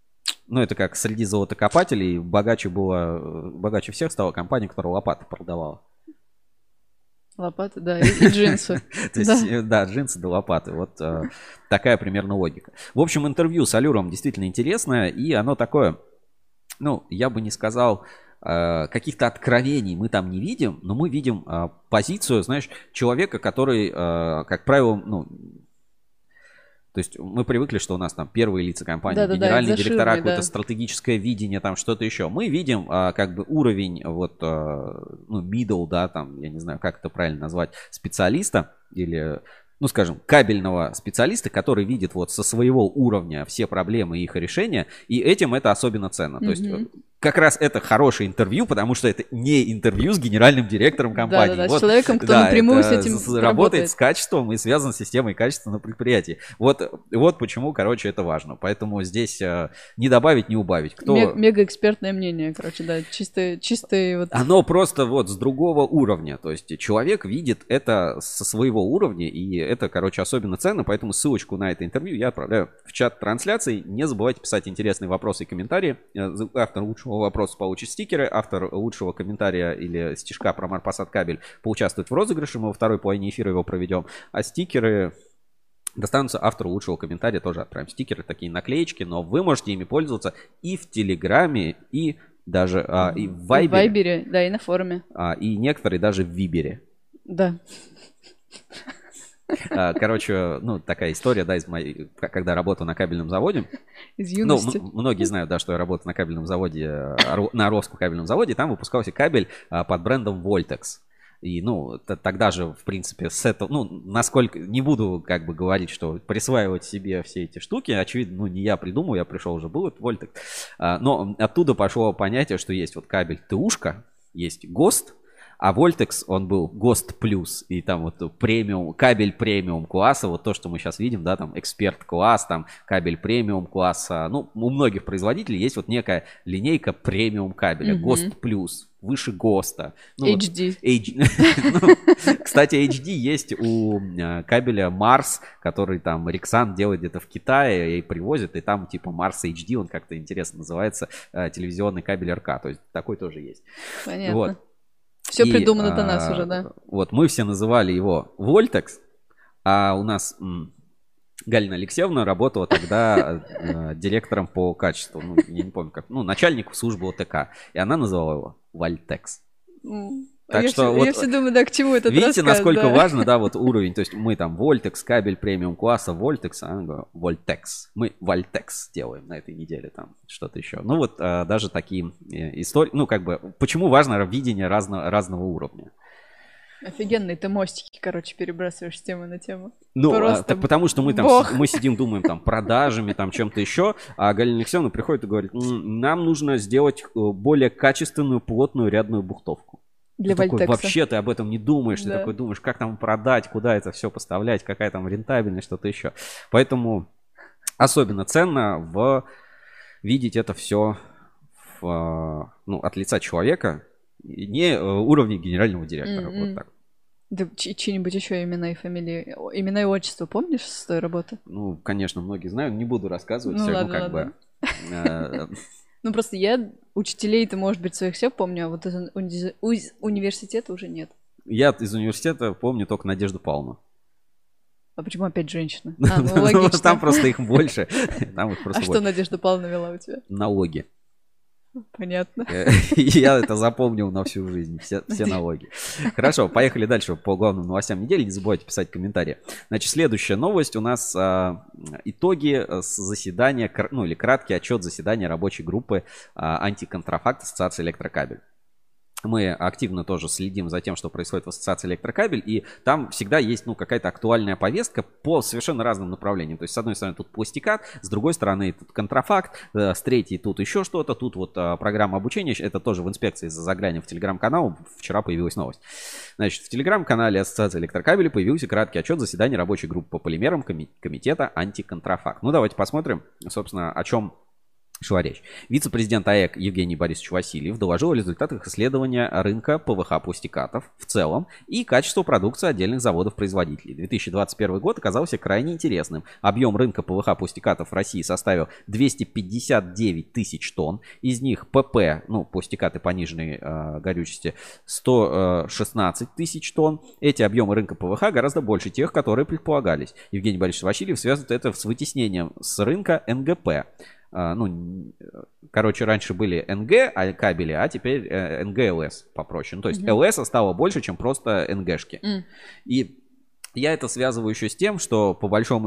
Ну, это как среди золотокопателей богаче было, богаче всех стала компания, которая лопаты продавала. Лопаты, да, и, и джинсы. То есть, да, джинсы да лопаты. Вот такая примерно логика. В общем, интервью с Алюром действительно интересное, и оно такое, ну, я бы не сказал, каких-то откровений мы там не видим, но мы видим позицию, знаешь, человека, который, как правило, ну, то есть мы привыкли, что у нас там первые лица компании, да, генеральные да, директора, ширмой, какое-то да. стратегическое видение, там что-то еще. Мы видим а, как бы уровень вот, а, ну, middle, да, там, я не знаю, как это правильно назвать, специалиста или, ну, скажем, кабельного специалиста, который видит вот со своего уровня все проблемы и их решения, и этим это особенно ценно. Mm-hmm. То есть как раз это хорошее интервью, потому что это не интервью с генеральным директором компании. Да, да, вот, с человеком, кто да, напрямую с этим работает. Работает с качеством и связан с системой качества на предприятии. Вот, вот почему, короче, это важно. Поэтому здесь э, не добавить, не убавить. Кто... Мегаэкспертное мнение, короче, да, чистое, чистое вот... Оно просто вот с другого уровня. То есть человек видит это со своего уровня, и это, короче, особенно ценно. Поэтому ссылочку на это интервью я отправляю в чат трансляции. Не забывайте писать интересные вопросы и комментарии. Автор лучшего вопроса получит стикеры, автор лучшего комментария или стишка про Марпасад кабель поучаствует в розыгрыше, мы во второй половине эфира его проведем, а стикеры достанутся автору лучшего комментария, тоже отправим стикеры, такие наклеечки, но вы можете ими пользоваться и в Телеграме, и даже а, и в Вайбере. И в Вайбере, да, и на форуме. А, и некоторые даже в Вибере. Да. Короче, ну, такая история, да, из моей, когда работал на кабельном заводе. Из юности. Ну, многие знают, да, что я работал на кабельном заводе, на Орловском кабельном заводе, там выпускался кабель под брендом Voltex. И, ну, тогда же, в принципе, с этого, ну, насколько, не буду, как бы, говорить, что присваивать себе все эти штуки, очевидно, ну, не я придумал, я пришел, уже был этот Voltex. Но оттуда пошло понятие, что есть вот кабель ТУшка, есть ГОСТ, а Voltex, он был ГОСТ плюс, и там вот премиум, кабель премиум класса, вот то, что мы сейчас видим, да, там эксперт класс, там кабель премиум класса, ну, у многих производителей есть вот некая линейка премиум кабеля, mm-hmm. ГОСТ плюс, выше ГОСТа. Ну, эйч ди. Вот, H... ну, кстати, эйч ди есть у кабеля Mars, который там Rexan делает где-то в Китае и привозит, и там типа Mars эйч ди, он как-то интересно называется, телевизионный кабель эр ка, то есть такой тоже есть. Понятно. Вот. Все и, придумано до а, нас уже, да? Вот мы все называли его Voltex, а у нас м, Галина Алексеевна работала тогда э, директором по качеству. Ну, я не помню как. Ну, начальник службы ОТК. И она называла его Voltex. Mm. Так я, что все, вот, я все думаю, да, к чему этот видите, рассказ, насколько да. важно, да, вот уровень. То есть мы там Voltex, кабель премиум класса, Voltex, а Voltex. Мы Voltex делаем на этой неделе, там что-то еще. Ну вот а, даже такие истории, ну как бы, почему важно видение разного, разного уровня. Офигенные ты мостики, короче, перебрасываешь с темы на тему. Ну, а, так потому что мы там Бог. мы сидим, думаем там продажами, там чем-то еще, а Галина Алексеевна приходит и говорит, нам нужно сделать более качественную, плотную рядную бухтовку. Для ты такой, Voltex. вообще ты об этом не думаешь, да. Ты такой думаешь, как там продать, куда это все поставлять, какая там рентабельность, что-то еще. Поэтому особенно ценно в видеть это все в, ну, от лица человека, не уровня генерального директора. Mm-hmm. Вот так. Да чьи-нибудь еще имена и фамилии, имена и отчество помнишь с той работы? Ну, конечно, многие знают, не буду рассказывать. Ну, все, ладно, ну, как ладно. бы... Ну, просто я учителей-то, может быть, своих всех помню, а вот из, уни- из университета уже нет. Я из университета помню только Надежду Павловну. А почему опять женщина? А, ну, логично. Там просто их больше. А что Надежда Павловна вела у тебя? Налоги. Понятно. Я это запомнил на всю жизнь. Все, все налоги. Хорошо, поехали дальше по главным новостям недели. Не забывайте писать комментарии. Значит, следующая новость у нас а, итоги заседания, ну или краткий отчет заседания рабочей группы а, антиконтрафакт Ассоциации Электрокабель. Мы активно тоже следим за тем, что происходит в Ассоциации Электрокабель, и там всегда есть, ну, какая-то актуальная повестка по совершенно разным направлениям. То есть, с одной стороны, тут пластикат, с другой стороны, тут контрафакт, с третьей тут еще что-то, тут вот а, программа обучения, это тоже в инспекции за заглянем в Телеграм-канал, вчера появилась новость. Значит, в Телеграм-канале Ассоциации Электрокабеля появился краткий отчет заседания рабочей группы по полимерам комитета антиконтрафакт. Ну, давайте посмотрим, собственно, о чем Шла речь. Вице-президент АЭК Евгений Борисович Васильев доложил о результатах исследования рынка ПВХ-пустикатов в целом и качества продукции отдельных заводов-производителей. две тысячи двадцать первый год оказался крайне интересным. Объем рынка ПВХ-пустикатов в России составил двести пятьдесят девять тысяч тонн. Из них ПП, ну, пустикаты пониженной э, горючести, сто шестнадцать тысяч тонн. Эти объемы рынка ПВХ гораздо больше тех, которые предполагались. Евгений Борисович Васильев связывает это с вытеснением с рынка эн гэ пэ. Ну, короче, раньше были эн гэ кабели, а теперь эн гэ эл эс попроще. Ну, то есть mm-hmm. эл эс стало больше, чем просто эн гэшки. Mm. И я это связываю еще с тем, что по большому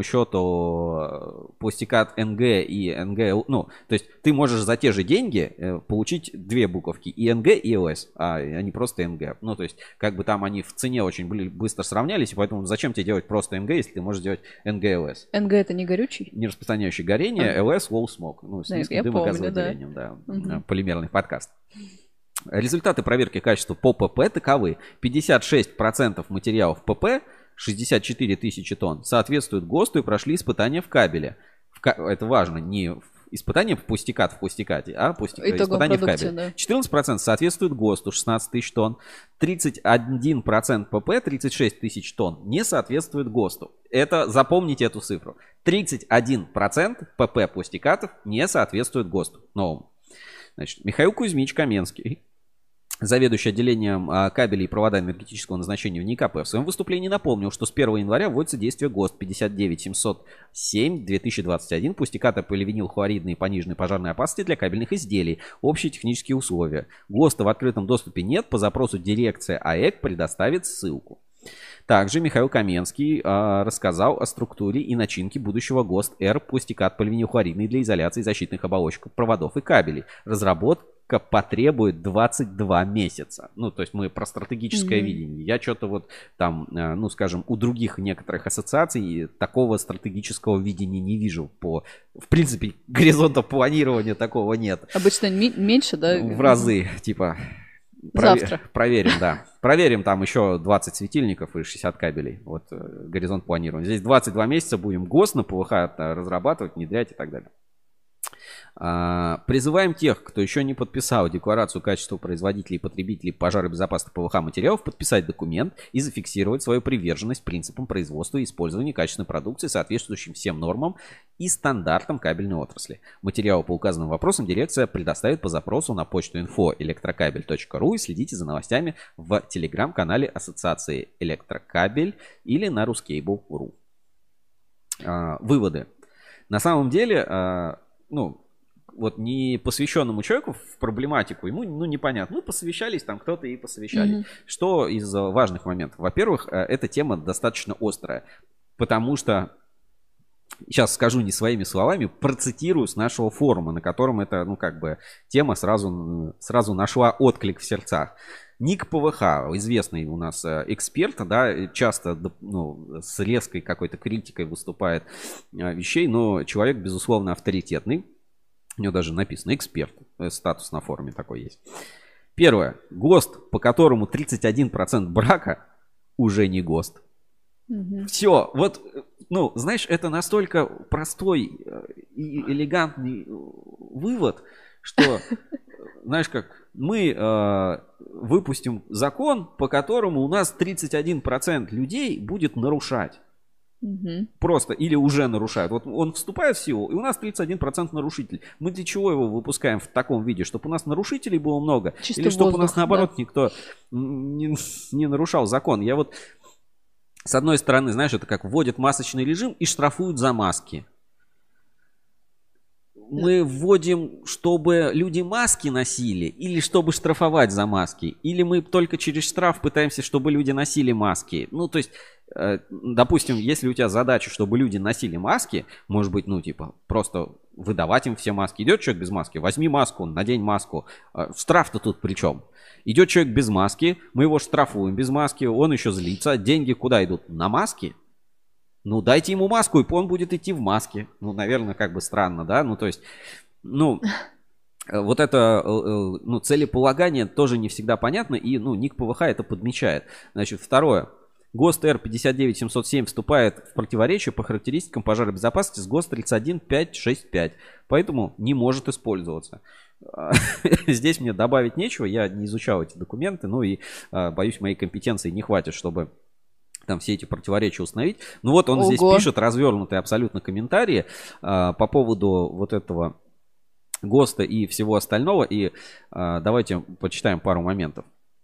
счету пустикат эн гэ и эн гэ, ну, то есть ты можешь за те же деньги получить две буковки, и эн гэ, и эл эс, а не просто эн гэ. Ну, то есть как бы там они в цене очень быстро сравнялись, и поэтому зачем тебе делать просто эн гэ, если ты можешь делать эн гэ эл эс? эн гэ это не горючий? Не распространяющий горение, эл эс low smoke, ну, с низким дымогазовыделением, да, да. Угу. Полимерный подкаст. Результаты проверки качества по ПП таковы. пятьдесят шесть процентов материалов ПП, шестьдесят четыре тысячи тонн, соответствуют ГОСТу и прошли испытания в кабеле. В ка... Это важно, не испытания в пустикат в пустикате, а пустик... испытания в кабеле. Да. четырнадцать процентов соответствуют ГОСТу, шестнадцать тысяч тонн. тридцать один процент ПП, тридцать шесть тысяч тонн, не соответствует ГОСТу. Это, запомните эту цифру. тридцать один процент ПП пустикатов не соответствует ГОСТу новому. Значит, Михаил Кузьмич Каменский, заведующий отделением кабелей и провода энергетического назначения в НИКП, в своем выступлении напомнил, что с первого января вводится действие ГОСТ пятьдесят девять семьсот семь две тысячи двадцать один, пустикаты поливинилхлоридные пониженной пожарной опасности для кабельных изделий, общие технические условия. ГОСТа в открытом доступе нет, по запросу дирекция АЭК предоставит ссылку. Также Михаил Каменский э, рассказал о структуре и начинке будущего ГОСТ-Р пустикат поливинилхлоридный для изоляции защитных оболочек проводов и кабелей. Разработка потребует двадцать два месяца. Ну, то есть мы про стратегическое mm-hmm. видение. Я что-то вот там, э, ну, скажем, у других некоторых ассоциаций такого стратегического видения не вижу. По, в принципе, горизонта планирования такого нет. Обычно ми- меньше, да? В разы, типа... Завтра. Проверим, да. Проверим там еще двадцать светильников и шестьдесят кабелей. Вот э, горизонт планирования. Здесь двадцать два месяца будем ГОСТ на ПВХ разрабатывать, внедрять и так далее. А, призываем тех, кто еще не подписал декларацию качества производителей и потребителей пожаробезопасных ПВХ материалов, подписать документ и зафиксировать свою приверженность принципам производства и использования качественной продукции, соответствующим всем нормам и стандартам кабельной отрасли. Материалы по указанным вопросам дирекция предоставит по запросу на почту инфо электрокабель точка ру и следите за новостями в телеграм-канале Ассоциации Электрокабель или на ruskable точка ру. А, выводы. На самом деле, а, ну, вот не посвященному человеку в проблематику, ему, ну, непонятно. Ну, посовещались, там кто-то и посовещали. Mm-hmm. Что из важных моментов? Во-первых, эта тема достаточно острая, потому что, сейчас скажу не своими словами, процитирую с нашего форума, на котором эта, ну, как бы, тема сразу, сразу нашла отклик в сердцах. Ник ПВХ, известный у нас эксперт, да, часто, ну, с резкой какой-то критикой выступает вещей, но человек, безусловно, авторитетный. У него даже написано эксперт, статус на форуме такой есть. Первое. ГОСТ, по которому тридцать один процент брака, уже не ГОСТ. Угу. Все, вот, ну, знаешь, это настолько простой и элегантный вывод, что, знаешь как, мы э, выпустим закон, по которому у нас тридцать один процент людей будет нарушать. Угу. Просто или уже нарушают. Вот он вступает в силу, и у нас тридцать один процент нарушителей. Мы для чего его выпускаем в таком виде? Чтобы у нас нарушителей было много? Чистый или чтобы воздух, у нас наоборот, да, никто не, не нарушал закон? Я вот, с одной стороны, знаешь, это как вводят масочный режим и штрафуют за маски. Мы вводим, чтобы люди маски носили, или чтобы штрафовать за маски? Или мы только через штраф пытаемся, чтобы люди носили маски? Ну, то есть, э, допустим, если у тебя задача, чтобы люди носили маски, может быть, ну, типа, просто выдавать им все маски. Идет человек без маски, возьми маску, надень маску. Э, штраф-то тут при чем? Идет человек без маски, мы его штрафуем без маски, он еще злится. Деньги куда идут? На маски? Ну, дайте ему маску, и он будет идти в маске. Ну, наверное, как бы странно, да? Ну, то есть, ну, вот это, ну, целеполагание тоже не всегда понятно, и, ну, ник ПВХ это подмечает. Значит, второе. ГОСТ Р пятьдесят девять семьсот семь вступает в противоречие по характеристикам пожаробезопасности с ГОСТ тридцать один пятьсот шестьдесят пять, поэтому не может использоваться. Здесь мне добавить нечего, я не изучал эти документы, ну и боюсь, моей компетенции не хватит, чтобы там все эти противоречия установить. Ну вот он Ого. Здесь пишет развернутые абсолютно комментарии по поводу вот этого ГОСТа и всего остального, и давайте почитаем пару моментов.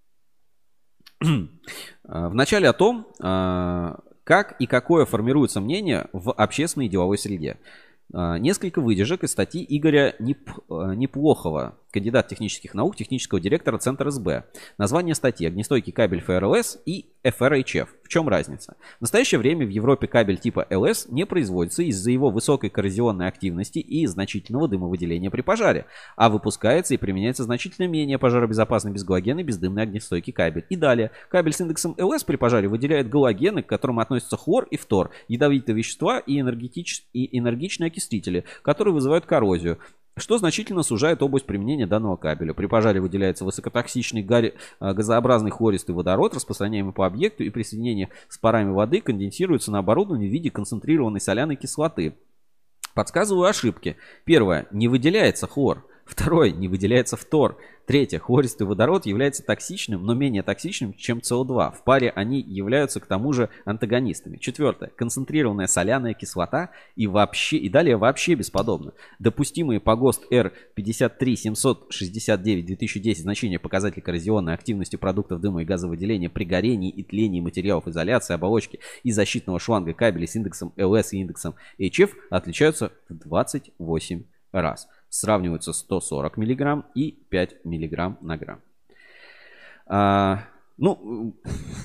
Вначале о том, как и какое формируется мнение в общественной и деловой среде. Несколько выдержек из статьи Игоря Неп... Неплохова, кандидат технических наук, технического директора Центра СБ. Название статьи: огнестойкий кабель эф эр эл эс и эф эр эйч эф. В чем разница? В настоящее время в Европе кабель типа эл эс не производится из-за его высокой коррозионной активности и значительного дымовыделения при пожаре, а выпускается и применяется значительно менее пожаробезопасный безгалогенный бездымный огнестойкий кабель. И далее, кабель с индексом эл эс при пожаре выделяет галогены, к которым относятся хлор и фтор, ядовитые вещества и, энергетич... и энергичные окислители, которые вызывают коррозию, что значительно сужает область применения данного кабеля. При пожаре выделяется высокотоксичный гари... газообразный хлористый водород, распространяемый по объекту, и при соединении с парами воды конденсируется на оборудовании в виде концентрированной соляной кислоты. Подсказываю ошибки. Первое. Не выделяется хлор. Второе. Не выделяется фтор. Третье. Хлористый водород является токсичным, но менее токсичным, чем цэ о два. В паре они являются к тому же антагонистами. Четвертое. Концентрированная соляная кислота и вообще и далее вообще бесподобно. Допустимые по ГОСТ Р пятьдесят три семьсот шестьдесят девять две тысячи десять значения показателей коррозионной активности продуктов дыма и газовыделения при горении и тлении материалов изоляции, оболочки и защитного шланга кабелей с индексом эл эс и индексом эйч эф отличаются в двадцать восемь раз. Сравниваются сто сорок миллиграмм и пять миллиграмм на грамм. А, ну,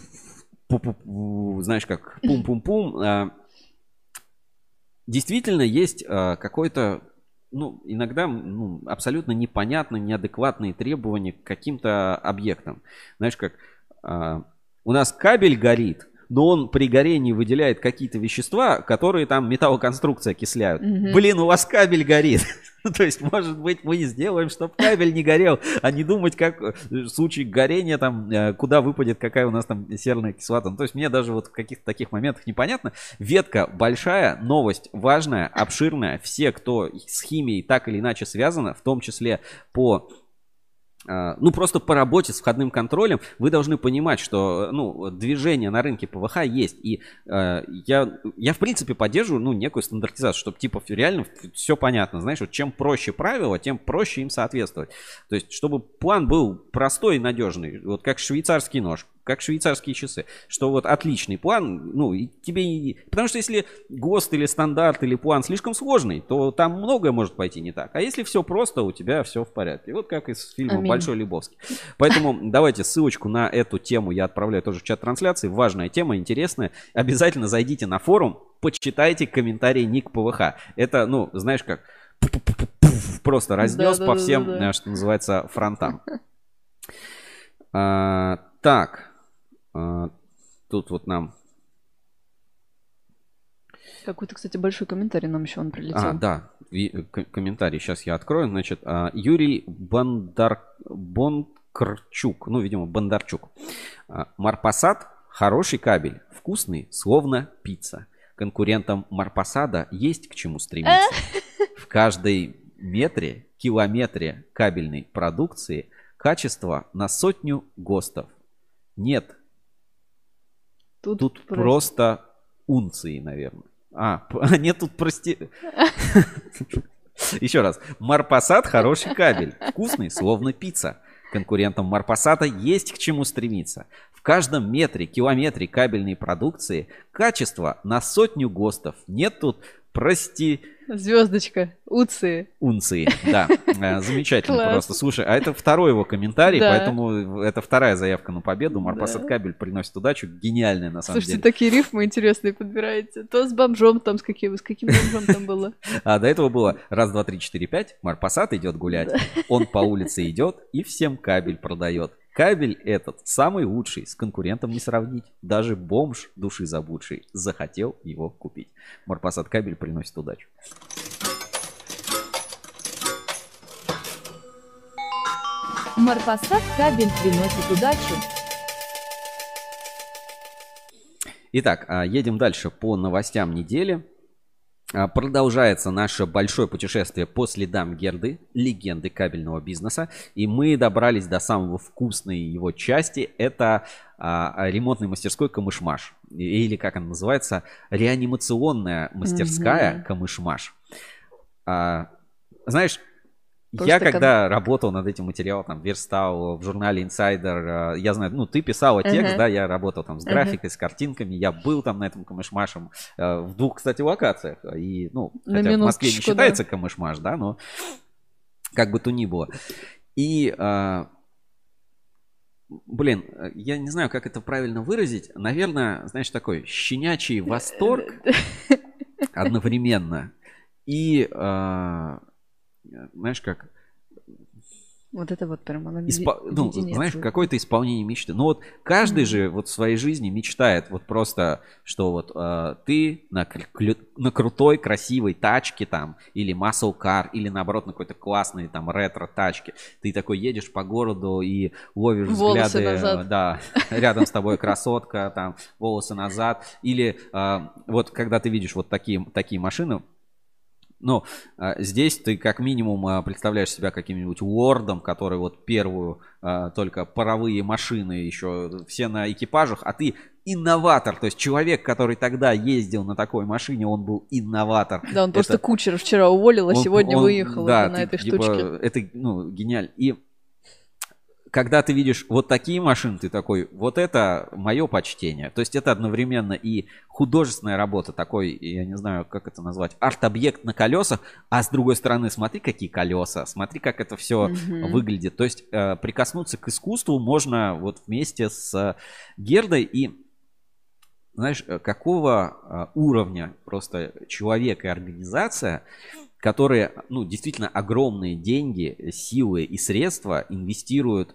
знаешь как, пум-пум-пум. А, действительно есть а, какой-то, ну, иногда ну, абсолютно непонятные, неадекватные требования к каким-то объектам. Знаешь как, а, у нас кабель горит, но он при горении выделяет какие-то вещества, которые там металлоконструкции окисляют. Mm-hmm. Блин, у вас кабель горит. То есть, может быть, мы сделаем, чтобы кабель не горел, а не думать, как в случае горения, там, куда выпадет, какая у нас там серная кислота. Ну, то есть, мне даже вот в каких-то таких моментах непонятно. Ветка большая, новость важная, обширная. Все, кто с химией так или иначе связано, в том числе по... Ну, просто по работе с входным контролем вы должны понимать, что, ну, движение на рынке ПВХ есть. И э, я, я, в принципе, поддерживаю, ну, некую стандартизацию, чтобы, типа, реально все понятно. Знаешь, вот чем проще правила, тем проще им соответствовать. То есть, чтобы план был простой и надежный, вот как швейцарский нож, как швейцарские часы, что вот отличный план, ну, и тебе не... Потому что если ГОСТ или стандарт или план слишком сложный, то там многое может пойти не так. А если все просто, у тебя все в порядке. Вот как из фильма Аминь. «Большой Лебовский». Поэтому давайте ссылочку на эту тему я отправляю тоже в чат трансляции. Важная тема, интересная. Обязательно зайдите на форум, почитайте комментарии ник ПВХ. Это, ну, знаешь как, просто разнес да, по да, всем, да, да. что называется, фронтам. А, так. Тут вот нам... Какой-то, кстати, большой комментарий нам еще он прилетел. А, да, комментарий сейчас я открою. Значит, Юрий Бондар... Бондарчук, ну, видимо, Бондарчук. Марпасад – хороший кабель, вкусный, словно пицца. Конкурентам Марпасада есть к чему стремиться. В каждой метре, километре кабельной продукции качество на сотню ГОСТов. Нет. Тут, тут просто... просто унции, наверное. А, нет, тут прости... Еще раз. Марпасад хороший кабель. Вкусный, словно пицца. Конкурентам Марпасада есть к чему стремиться. В каждом метре, километре кабельной продукции качество на сотню ГОСТов. Нет тут, прости... Звездочка. Унции. Унции, да. Замечательно просто. Слушай, а это второй его комментарий, да. Поэтому это вторая заявка на победу. Марпасад да. кабель приносит удачу. Гениальная на самом Слушайте, деле. Слушайте, такие рифмы интересные подбираете. То с бомжом там, с каким, с каким бомжом там было. А до этого было раз, два, три, четыре, пять. Марпасад идет гулять. Да. Он по улице идет и всем кабель продает. Кабель этот самый лучший, с конкурентом не сравнить. Даже бомж души заблудший захотел его купить. Марпасад кабель приносит удачу. Марпасад кабель приносит удачу. Итак, а, едем дальше по новостям недели. А, Продолжается наше большое путешествие по следам Герды, легенды кабельного бизнеса. И мы добрались до самого вкусной его части. Это а, ремонтной мастерской Камыш-Маш. Или, как она называется, реанимационная мастерская Мгм. Камыш-Маш. А, знаешь, Просто я кон- когда работал над этим материалом, там, верстал в журнале Insider, э, я знаю, ну, ты писала текст, Ага. да, я работал там с Ага. графикой, с картинками, я был там на этом Камыш-Машем э, в двух, кстати, локациях, и, ну, На хотя в Москве не минуточку, да. считается Камыш-Маш, да, но как бы то ни было. И, э, блин, э, я не знаю, как это правильно выразить, наверное, знаешь, такой щенячий восторг одновременно и, э, знаешь, как... Вот это вот прям она Испо- ле- ну, леденец знаешь, вот. какое-то исполнение мечты. Ну вот каждый Мгм. же вот в своей жизни мечтает вот просто, что вот э, ты на, кр- клю- на крутой, красивой тачке там, или muscle car, или наоборот на какой-то классной там ретро-тачке. Ты такой едешь по городу и ловишь Волосы взгляды, назад. э, да, рядом с тобой красотка, там, волосы назад. Или э, вот когда ты видишь вот такие, такие машины, ну, а, здесь ты как минимум а, представляешь себя каким-нибудь лордом, который вот первую а, только паровые машины еще все на экипажах, а ты инноватор, то есть человек, который тогда ездил на такой машине, он был инноватор. Да, он Это- просто кучер вчера уволил, а он- сегодня он- выехал да, уже на ты, этой типа, штучке. это, ну, гениально. И когда ты видишь вот такие машины, ты такой, вот это мое почтение. То есть это одновременно и художественная работа, такой, я не знаю, как это назвать, арт-объект на колесах, а с другой стороны, смотри, какие колеса, смотри, как это все Мгм. выглядит. То есть э, прикоснуться к искусству можно вот вместе с Гердой. И знаешь, э, какого э, уровня просто человек и организация, которые, ну, действительно огромные деньги, силы и средства инвестируют.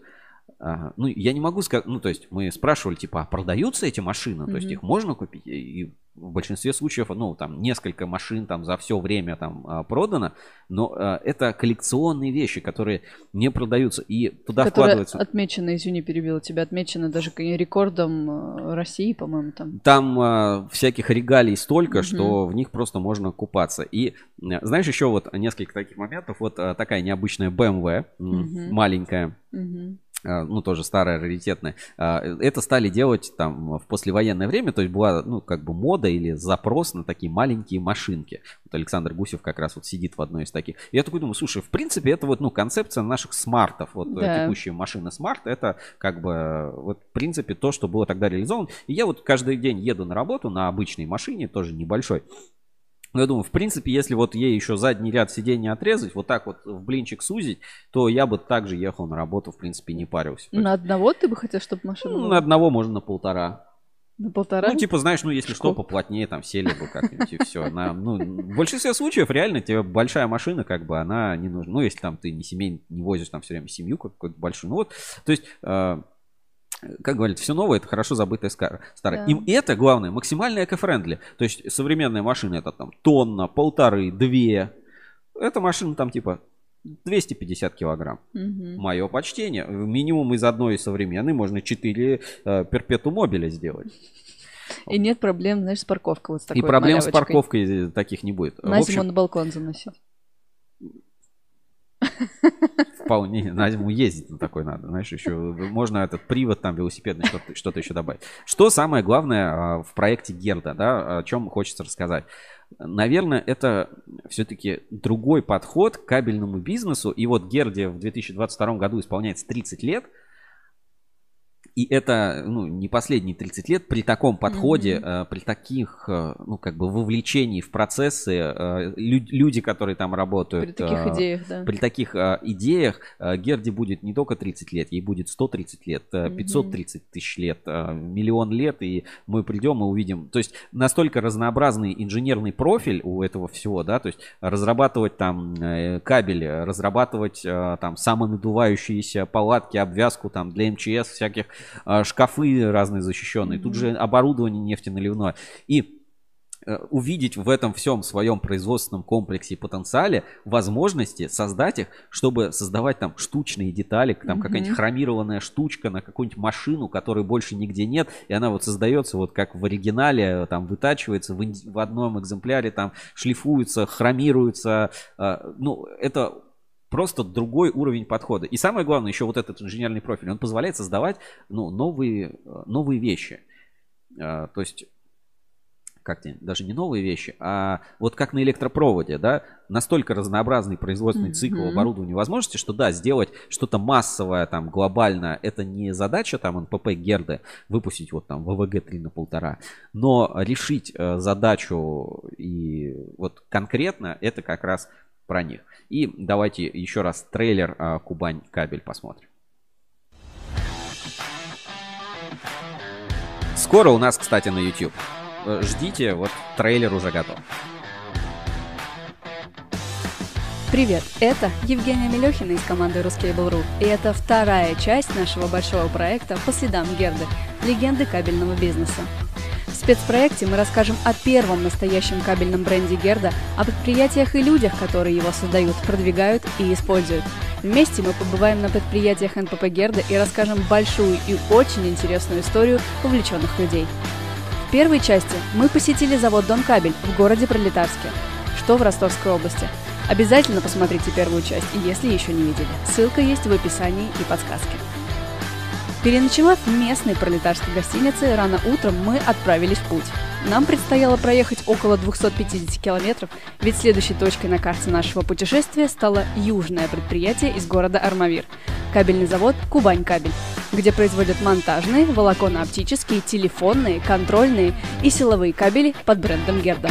а, Ну, я не могу сказать, ну, то есть мы спрашивали, типа, а продаются эти машины? То есть Мгм. их можно купить? И в большинстве случаев, ну, там, несколько машин там за все время там а, продано, но а, это коллекционные вещи, которые не продаются, и туда Которая вкладываются... отмечена, извини, перебила тебя, отмечена даже к- рекордом э, России, по-моему, там. Там а, всяких регалий столько, Мгм. что в них просто можно купаться. И а, знаешь, еще вот несколько таких моментов. Вот а, такая необычная бэ эм вэ, м, Мгм. маленькая, Мгм. а, ну тоже старая, раритетная. А, Это стали делать там в послевоенное время, то есть была, ну, как бы мода или запрос на такие маленькие машинки. Вот Александр Гусев как раз вот сидит в одной из таких. И я такой думаю, слушай, в принципе, это вот, ну, концепция наших смартов. Вот э, Да. текущие машины смарт, это как бы, э, вот, в принципе, то, что было тогда реализовано. И я вот каждый день еду на работу на обычной машине, тоже небольшой. Но я думаю, в принципе, если вот ей еще задний ряд сидений отрезать, вот так вот в блинчик сузить, то я бы также ехал на работу, в принципе, не парился. То есть, На одного ты бы хотел, чтобы машина ну, была? на одного можно на полтора. На полтора? Ну, типа, знаешь, ну, если что, Школа. поплотнее там сели бы как-нибудь и все. На, ну, в большинстве случаев реально тебе большая машина, как бы, она не нужна. Ну, если там ты не семейный, не возишь там все время семью какую-то большую. Ну, вот, то есть... э, как говорят, все новое — это хорошо забытое ска- старое. Да. И это, главное, максимально эко-френдли. То есть современная машина — это там тонна, полторы, две. Эта машина там типа двести пятьдесят килограмм. Мгм. Мое почтение. Минимум из одной современной можно четыре э, перпету мобиля сделать. И нет проблем, знаешь, с парковкой вот с такой И вот проблем с малявочкой. парковкой таких не будет. На В зиму общем, на балкон заносить. вполне на зиму ездить на такой надо. Знаешь, еще можно этот привод там велосипедный, что-то, что-то еще добавить. Что самое главное а, в проекте Герда, да, о чем хочется рассказать? Наверное, это все-таки другой подход к кабельному бизнесу. И вот Герде в две тысячи двадцать втором году исполняется тридцать лет. И это, ну, не последние тридцать лет при таком подходе, Мгм. э, при таких, э, ну, как бы вовлечении в процессы, э, лю- люди, которые там работают. При таких э, идеях, да. При таких э, идеях э, Герде будет не только тридцать лет, ей будет сто тридцать лет, э, пятьсот тридцать тысяч лет, э, миллион лет, и мы придем и увидим. То есть настолько разнообразный инженерный профиль у этого всего, да, то есть разрабатывать там э, кабель, разрабатывать э, там самонадувающиеся палатки, обвязку там для эм че эс, всяких э, шкафы разные защищенные, тут же оборудование нефтеналивное. И увидеть в этом всем своем производственном комплексе и потенциале возможности создать их, чтобы создавать там штучные детали, там mm-hmm. какая-нибудь хромированная штучка на какую-нибудь машину, которой больше нигде нет, и она вот создается вот как в оригинале, там вытачивается в, в одном экземпляре, там шлифуется, хромируется, э, ну, это просто другой уровень подхода. И самое главное, еще вот этот инженерный профиль, он позволяет создавать, ну, новые, новые вещи. Э, то есть как даже не новые вещи, а вот как на электропроводе, да, настолько разнообразный производственный mm-hmm. цикл оборудования возможности, что да, сделать что-то массовое, там, глобально, это не задача, там, эн пэ пэ Герды, выпустить вот там вэ вэ гэ три на полтора, но решить э, задачу и вот конкретно это как раз про них. И давайте еще раз трейлер э, Кубань кабель посмотрим. Скоро у нас, кстати, на YouTube. Ждите, вот трейлер уже готов. Привет, это Евгения Мелехина из команды Ruskable.ru, и это вторая часть нашего большого проекта «По следам Герды. Легенды кабельного бизнеса». В спецпроекте мы расскажем о первом настоящем кабельном бренде Герда, о предприятиях и людях, которые его создают, продвигают и используют. Вместе мы побываем на предприятиях эн пэ пэ Герда и расскажем большую и очень интересную историю увлеченных людей. В первой части мы посетили завод Донкабель в городе Пролетарске, что в Ростовской области. Обязательно посмотрите первую часть, если еще не видели. Ссылка есть в описании и подсказке. Переночевав в местной пролетарской гостинице, рано утром мы отправились в путь. Нам предстояло проехать около двухсот пятидесяти километров, ведь следующей точкой на карте нашего путешествия стало южное предприятие из города Армавир – кабельный завод «Кубань кабель», где производят монтажные, волоконно-оптические, телефонные, контрольные и силовые кабели под брендом Герда.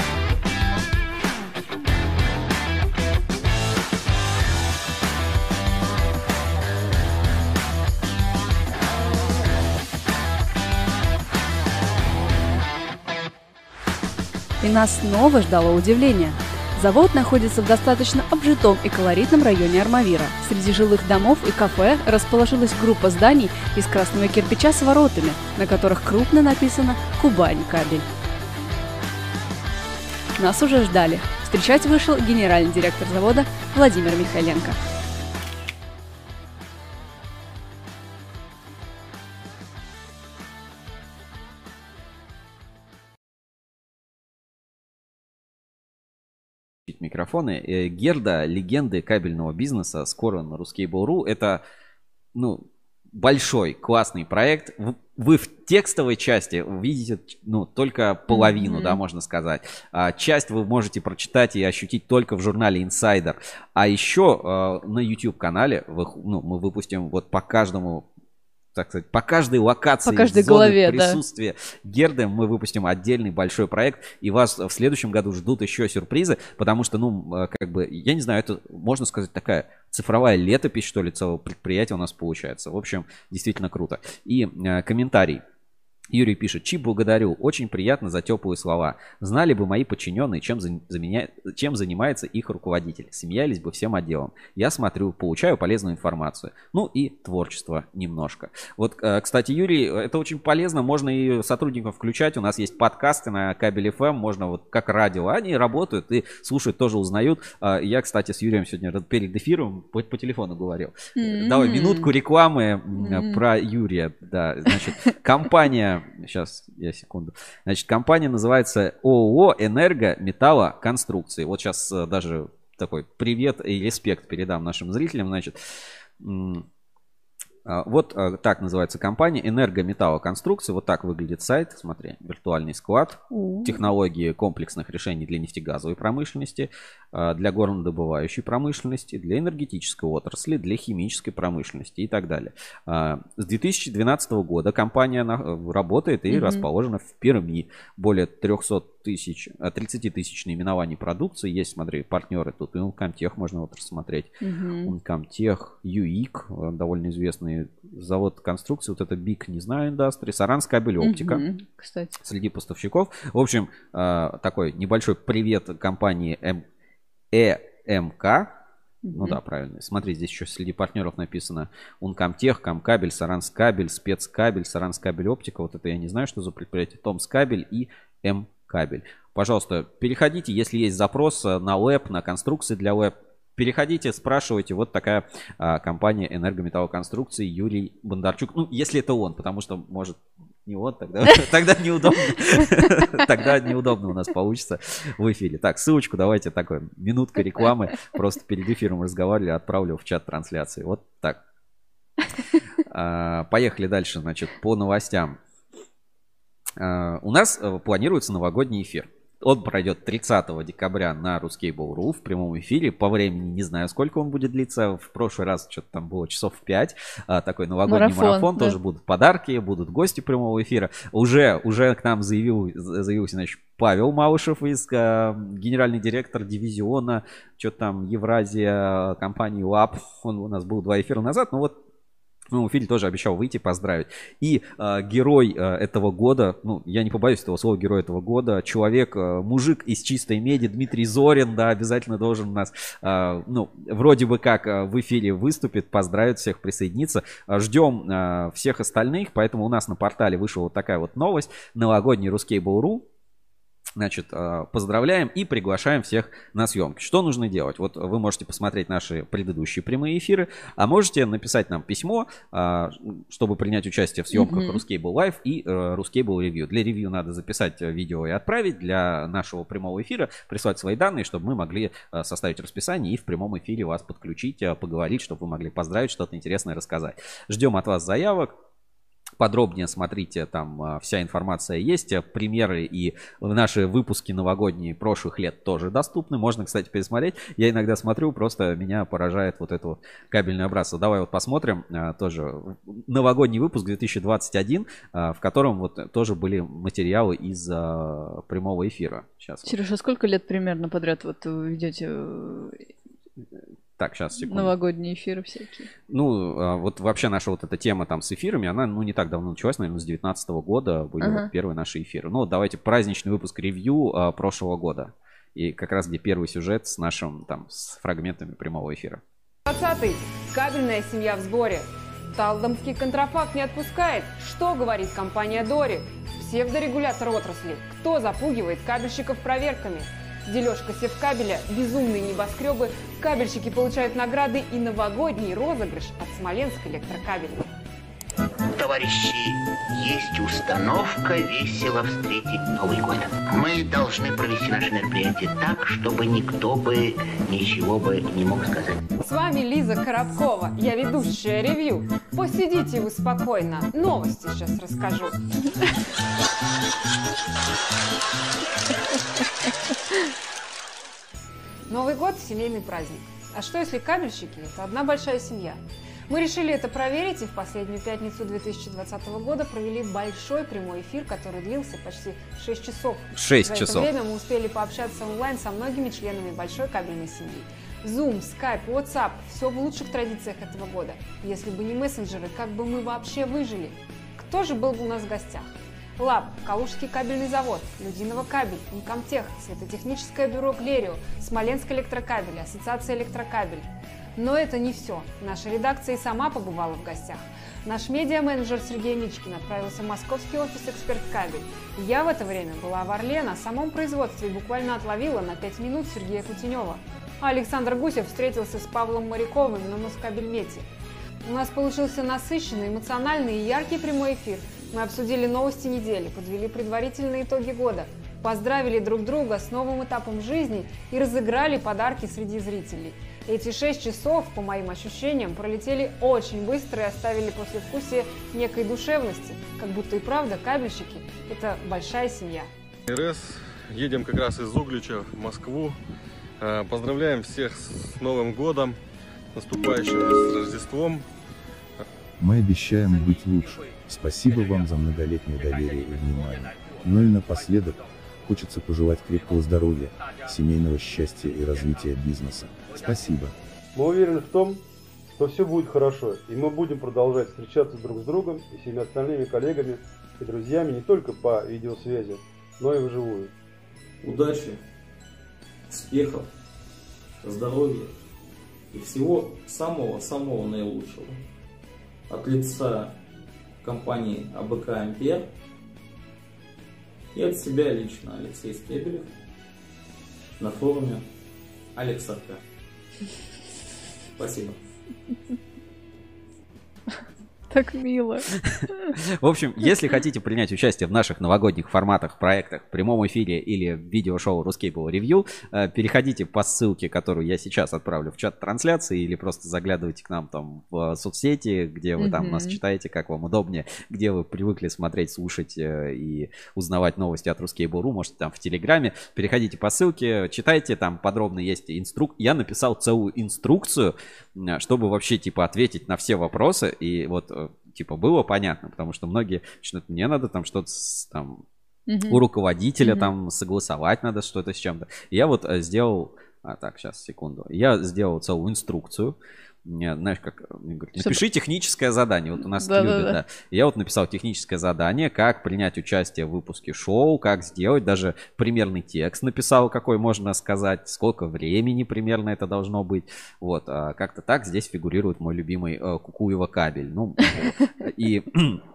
И нас снова ждало удивление. Завод находится в достаточно обжитом и колоритном районе Армавира. Среди жилых домов и кафе расположилась группа зданий из красного кирпича с воротами, на которых крупно написано «Кубань кабель». Нас уже ждали. Встречать вышел генеральный директор завода Владимир Михайленко. Микрофоны. Герда, легенды кабельного бизнеса, скоро на Ruskable.ru. Это, ну, большой, классный проект. Вы в текстовой части увидите, ну, только половину, mm-hmm. да, можно сказать. А часть вы можете прочитать и ощутить только в журнале Insider. А еще э, на YouTube-канале вы, ну, мы выпустим вот по каждому, так сказать, по каждой локации, по каждой главе, присутствия да. Герды мы выпустим отдельный большой проект, и вас в следующем году ждут еще сюрпризы, потому что, ну, как бы, я не знаю, это, можно сказать, такая цифровая летопись, что ли, целого предприятия у нас получается. В общем, действительно круто. И э, комментарий. Юрий пишет: Чип, благодарю, очень приятно за теплые слова. Знали бы мои подчиненные, чем, за, за меня, чем занимается их руководитель. Смеялись бы всем отделом. Я смотрю, получаю полезную информацию. Ну и творчество немножко. Вот, кстати, Юрий, это очень полезно. Можно и сотрудников включать. У нас есть подкасты на Кабель эф эм. Можно вот как радио. Они работают и слушают, тоже узнают. Я, кстати, с Юрием сегодня перед эфиром по, по телефону говорил. Mm-hmm. Давай минутку рекламы mm-hmm. про Юрия. Да, значит, компания... Сейчас, я секунду. Значит, компания называется ООО «Энергометаллоконструкции». Вот сейчас даже такой привет и респект передам нашим зрителям. Значит, вот так называется компания «Энергометаллоконструкции». Вот так выглядит сайт. Смотри, виртуальный склад. У-у-у. Технологии комплексных решений для нефтегазовой промышленности, для горнодобывающей промышленности, для энергетической отрасли, для химической промышленности и так далее. С две тысячи двенадцатого года компания работает и mm-hmm. расположена в Перми. Более трехсот тысяч, тридцать тысяч наименований продукции. Есть, смотри, партнеры тут. И Uncomtech можно вот рассмотреть. Mm-hmm. Uncomtech, ЮИК, довольно известный завод конструкции. Вот это Big, не знаю, Industry. Саранская кабель оптика. Mm-hmm. Кстати. Среди поставщиков. В общем, такой небольшой привет компании М. Э М К. Mm-hmm. Ну да, правильно. Смотри, здесь еще среди партнеров написано Uncomtech, Комкабель, Саранскабель, Спецкабель, Саранскабель оптика. Вот это я не знаю, что за предприятие. Томскабель и М-кабель. пожалуйста, переходите, если есть запрос на веб, на конструкции для веб, переходите, спрашивайте. Вот такая а, компания энергометаллоконструкции, Юрий Бондарчук. Ну, если это он, потому что, может, не он, тогда, тогда неудобно. Тогда неудобно у нас получится в эфире. Так, ссылочку давайте такой, минутка рекламы. Просто перед эфиром разговаривали, отправлю в чат трансляции. Вот так. А, поехали дальше, значит, по новостям. А, у нас планируется новогодний эфир. Он пройдет тридцатого декабря на Ruskable точка ру в прямом эфире. По времени не знаю, сколько он будет длиться. В прошлый раз что-то там было часов пять. А, такой новогодний марафон. марафон. Да. Тоже будут подарки, будут гости прямого эфира. Уже, уже к нам заявил, заявился, значит, Павел Малышев, из, а, генеральный директор дивизиона, что-то там Евразия, компании ЛАБ. Он у нас был два эфира назад. Но вот ну, Филь тоже обещал выйти, поздравить. И э, герой э, этого года, ну, я не побоюсь этого слова, герой этого года, человек, э, мужик из чистой меди, Дмитрий Зорин, да, обязательно должен у нас, э, ну, вроде бы как э, в эфире выступит, поздравит всех, присоединиться. Э, ждем э, всех остальных, поэтому у нас на портале вышла вот такая вот новость. Новогодний Ruskable точка ру. Значит, поздравляем и приглашаем всех на съемки. Что нужно делать? Вот вы можете посмотреть наши предыдущие прямые эфиры, а можете написать нам письмо, чтобы принять участие в съемках mm-hmm. Ruskable Live и Ruskable Review. Для ревью надо записать видео и отправить. Для нашего прямого эфира прислать свои данные, чтобы мы могли составить расписание и в прямом эфире вас подключить, поговорить, чтобы вы могли поздравить, что-то интересное рассказать. Ждем от вас заявок. Подробнее смотрите, там вся информация есть, примеры и наши выпуски новогодние прошлых лет тоже доступны. Можно, кстати, пересмотреть. Я иногда смотрю, просто меня поражает вот это вот кабельное братство. Давай вот посмотрим тоже новогодний выпуск две тысячи двадцать один, в котором вот тоже были материалы из прямого эфира. Сейчас. Сережа, сколько лет примерно подряд вот вы ведете? Так, сейчас, секунду. Новогодние эфиры всякие. Ну, вот вообще наша вот эта тема там с эфирами, она, ну, не так давно началась, наверное, с девятнадцатого года были ага. вот первые наши эфиры. Ну, давайте праздничный выпуск ревью а, прошлого года. И как раз где первый сюжет с нашим, там, с фрагментами прямого эфира. двадцатый. Кабельная семья в сборе. Талдомский контрафакт не отпускает. Что говорит компания Дори? Псевдорегулятор отрасли. Кто запугивает кабельщиков проверками? Дележка севкабеля, безумные небоскребы, кабельщики получают награды и новогодний розыгрыш от Смоленской электрокабеля. Товарищи, есть установка весело встретить Новый год. Мы должны провести наше мероприятие так, чтобы никто бы ничего бы не мог сказать. С вами Лиза Коробкова, я ведущая ревью. Посидите вы спокойно, новости сейчас расскажу. Новый год – семейный праздник. А что если кабельщики – это одна большая семья? Мы решили это проверить и в последнюю пятницу две тысячи двадцатого года провели большой прямой эфир, который длился почти шесть часов. шесть часов. За это время мы успели пообщаться онлайн со многими членами большой кабельной семьи. Zoom, Skype, WhatsApp – все в лучших традициях этого года. Если бы не мессенджеры, как бы мы вообще выжили? Кто же был бы у нас в гостях? ЛАБ, Калужский кабельный завод, Людиново кабель, Инкомтех, Светотехническое бюро Глерио, Смоленская электрокабель, Ассоциация электрокабель. Но это не все. Наша редакция и сама побывала в гостях. Наш медиа-менеджер Сергей Мичкин отправился в московский офис «Эксперт Кабель». Я в это время была в Орле на самом производстве и буквально отловила на пять минут Сергея Кутенева. А Александр Гусев встретился с Павлом Моряковым на Москабельмете. У нас получился насыщенный, эмоциональный и яркий прямой эфир. Мы обсудили новости недели, подвели предварительные итоги года, поздравили друг друга с новым этапом жизни и разыграли подарки среди зрителей. Эти шесть часов, по моим ощущениям, пролетели очень быстро и оставили послевкусие некой душевности, как будто и правда кабельщики – это большая семья. РС, едем как раз из Углича в Москву. Поздравляем всех с Новым годом, наступающим с Рождеством. Мы обещаем быть лучше. Спасибо вам за многолетнее доверие и внимание. Ну и напоследок, хочется пожелать крепкого здоровья, семейного счастья и развития бизнеса. Спасибо. Мы уверены в том, что все будет хорошо, и мы будем продолжать встречаться друг с другом и всеми остальными коллегами и друзьями не только по видеосвязи, но и вживую. Удачи, успехов, здоровья и всего самого-самого наилучшего. От лица компании АБК «Ампер» И от себя лично Алексей Стебелев на форуме Алексарка. Спасибо. Так мило. В общем, если хотите принять участие в наших новогодних форматах, проектах, в прямом эфире или в видеошоу Ruscable Review, переходите по ссылке, которую я сейчас отправлю в чат трансляции, или просто заглядывайте к нам там в соцсети, где вы там нас читаете, как вам удобнее, где вы привыкли смотреть, слушать и узнавать новости от Ruscable.ru, можете там в Телеграме. Переходите по ссылке, читайте, там подробно есть инструк. Я написал целую инструкцию, чтобы вообще типа ответить на все вопросы, и вот типа было понятно, потому что многие что мне надо там что-то там uh-huh. у руководителя uh-huh. там согласовать надо что-то с чем-то. Я вот сделал, а так сейчас секунду, я сделал целую инструкцию. Мне, знаешь, как говорят, напиши техническое задание. Вот у нас да, любят, да, да. Я вот написал техническое задание, как принять участие в выпуске шоу, как сделать, даже примерный текст написал, какой можно сказать, сколько времени примерно это должно быть. Вот, а как-то так здесь фигурирует мой любимый э, Кукуева кабель. Ну, и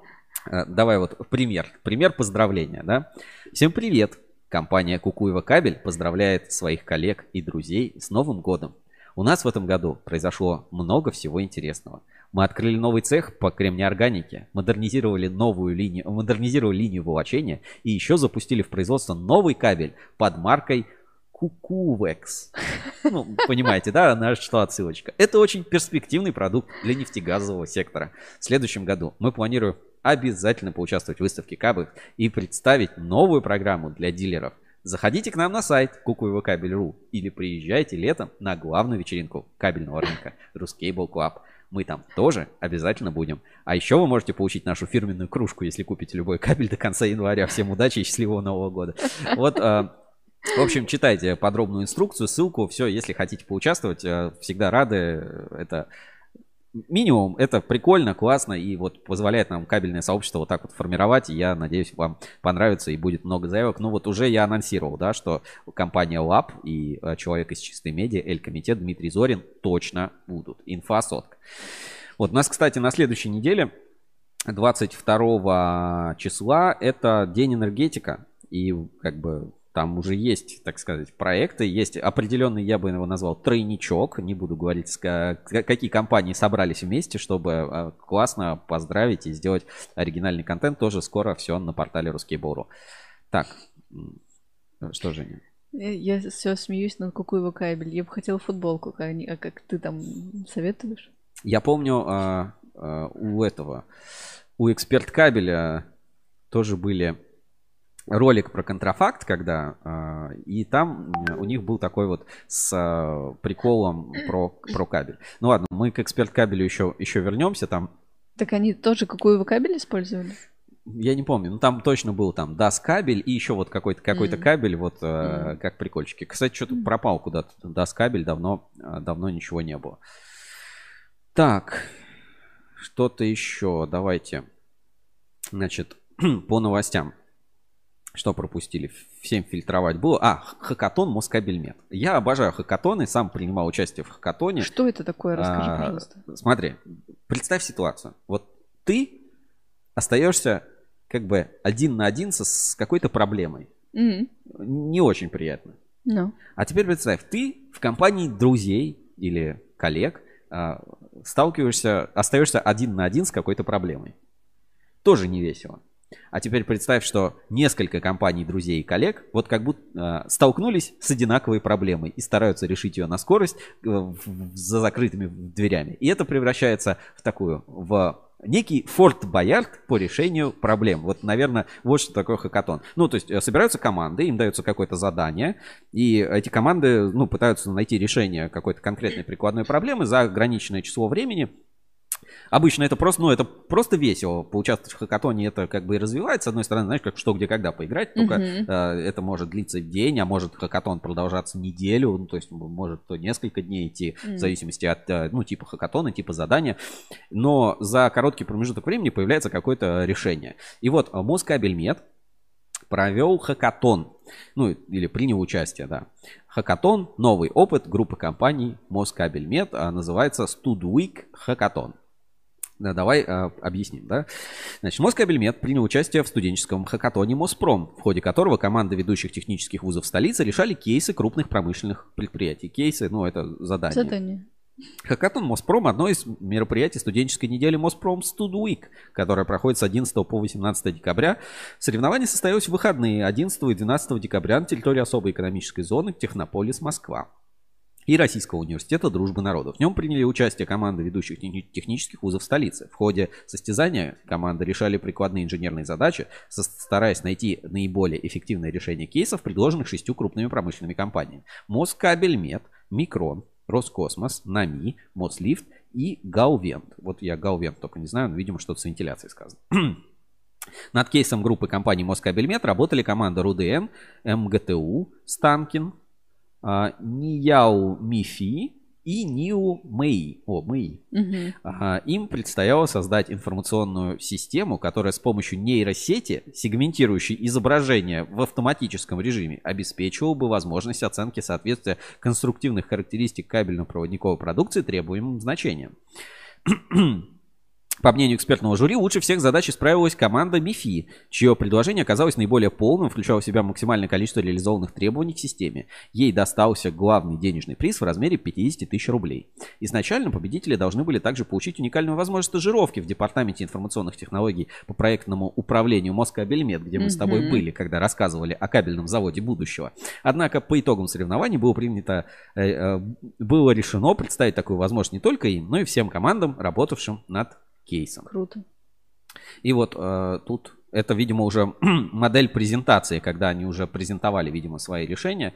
давай вот пример. Пример поздравления, да. Всем привет! Компания Кукуева кабель поздравляет своих коллег и друзей с Новым годом. У нас в этом году произошло много всего интересного. Мы открыли новый цех по кремнеорганике, модернизировали новую линию, модернизировали линию волочения и еще запустили в производство новый кабель под маркой Кукувекс. Ну, понимаете, да, на что отсылочка. Это очень перспективный продукт для нефтегазового сектора. В следующем году мы планируем обязательно поучаствовать в выставке кабель и представить новую программу для дилеров. Заходите к нам на сайт кукуева кабель точка ру или приезжайте летом на главную вечеринку кабельного рынка Ruscable Club. Мы там тоже обязательно будем. А еще вы можете получить нашу фирменную кружку, если купите любой кабель до конца января. Всем удачи и счастливого Нового года. Вот, в общем, читайте подробную инструкцию, ссылку. Все, если хотите поучаствовать, всегда рады. Это минимум, это прикольно, классно и вот позволяет нам кабельное сообщество вот так вот формировать. И я надеюсь, вам понравится и будет много заявок. Ну вот уже я анонсировал, да, что компания лаб и человек из чистой медиа, Эль-Комитет Дмитрий Зорин точно будут. Инфа сотка. Вот у нас, кстати, на следующей неделе, двадцать второго числа, это День энергетика. И как бы там уже есть, так сказать, проекты, есть определенный, я бы его назвал, тройничок. Не буду говорить, какие компании собрались вместе, чтобы классно поздравить и сделать оригинальный контент. Тоже скоро все на портале Ruscable точка ру. Так, что, Женя? Я, я все смеюсь над Кукуева кабель. Я бы хотела футболку, как, они, а как ты там советуешь? Я помню, а, а, у этого, у Эксперт Кабеля тоже были ролик про контрафакт, когда э, и там у них был такой вот с э, приколом про, про кабель. Ну ладно, мы к Эксперт Кабелю еще, еще вернемся там. Так они тоже Кукуева кабель использовали? Я не помню, но там точно был там дас кабель и еще вот какой-то какой-то mm. кабель, вот э, mm. как прикольчики. Кстати, что-то mm. пропал куда-то дас кабель, давно, давно ничего не было. Так, что-то еще, давайте, значит, по новостям. Что пропустили? Всем фильтровать было. А, хакатон Москабельмет. Я обожаю хакатоны, сам принимал участие в хакатоне. Что это такое? Расскажи, а, пожалуйста. Смотри, представь ситуацию. Вот ты остаешься как бы один на один со, с какой-то проблемой. Mm-hmm. Не очень приятно. No. А теперь представь, ты в компании друзей или коллег а, сталкиваешься, остаешься один на один с какой-то проблемой. Тоже не весело. А теперь представь, что несколько компаний, друзей и коллег вот как будто э, столкнулись с одинаковой проблемой и стараются решить ее на скорость э, в, в, за закрытыми дверями. И это превращается в такую, в некий Форт Боярд по решению проблем. Вот, наверное, вот что такое хакатон. Ну, то есть собираются команды, им дается какое-то задание, и эти команды, ну, пытаются найти решение какой-то конкретной прикладной проблемы за ограниченное число времени. Обычно это просто, ну, это просто весело. Поучаствовать в хакатоне это как бы и развивается. С одной стороны, знаешь, как что, где, когда поиграть. Только uh-huh. э, это может длиться день, а может хакатон продолжаться неделю. Ну, то есть может то несколько дней идти, uh-huh. в зависимости от, э, ну, типа хакатона, типа задания. Но за короткий промежуток времени появляется какое-то решение. И вот Москабельмет провел хакатон. Ну, или принял участие, да. Хакатон, новый опыт группы компаний Москабельмет, называется Studweek Хакатон. Да, давай а, объясним, да. Значит, Москабельмет принял участие в студенческом хакатоне Моспром, в ходе которого команды ведущих технических вузов столицы решали кейсы крупных промышленных предприятий. Кейсы, ну, это задание. Задание. Хакатон Моспром – одно из мероприятий студенческой недели Моспром Студуик, которая проходит с одиннадцатого по восемнадцатое декабря. Соревнования состоялись в выходные одиннадцатого и двенадцатого декабря на территории особой экономической зоны Технополис, Москва и Российского университета Дружбы народов. В нем приняли участие команды ведущих технических вузов столицы. В ходе состязания команды решали прикладные инженерные задачи, стараясь найти наиболее эффективное решение кейсов, предложенных шестью крупными промышленными компаниями. Москабельмет, Микрон, Роскосмос, НАМИ, Мослифт и Гаувент. Вот я Гаувент только не знаю, но, видимо, что-то с вентиляцией сказано. Над кейсом группы компаний Москабельмет работали команда РУДН, МГТУ, Станкин, Нияу Мифи и Ниу Мэй. О, Мэй. Угу. Ага, им предстояло создать информационную систему, которая с помощью нейросети, сегментирующей изображение в автоматическом режиме, обеспечивала бы возможность оценки соответствия конструктивных характеристик кабельно-проводниковой продукции требуемым значениям. По мнению экспертного жюри, лучше всех задач справилась команда МИФИ, чье предложение оказалось наиболее полным, включало в себя максимальное количество реализованных требований к системе. Ей достался главный денежный приз в размере пятьдесят тысяч рублей. Изначально победители должны были также получить уникальную возможность стажировки в Департаменте информационных технологий по проектному управлению Москабельмет, где мы mm-hmm. с тобой были, когда рассказывали о кабельном заводе будущего. Однако по итогам соревнований было принято, э, э, было решено представить такую возможность не только им, но и всем командам, работавшим над кейсом. Круто. И вот э, тут это, видимо, уже модель презентации, когда они уже презентовали, видимо, свои решения.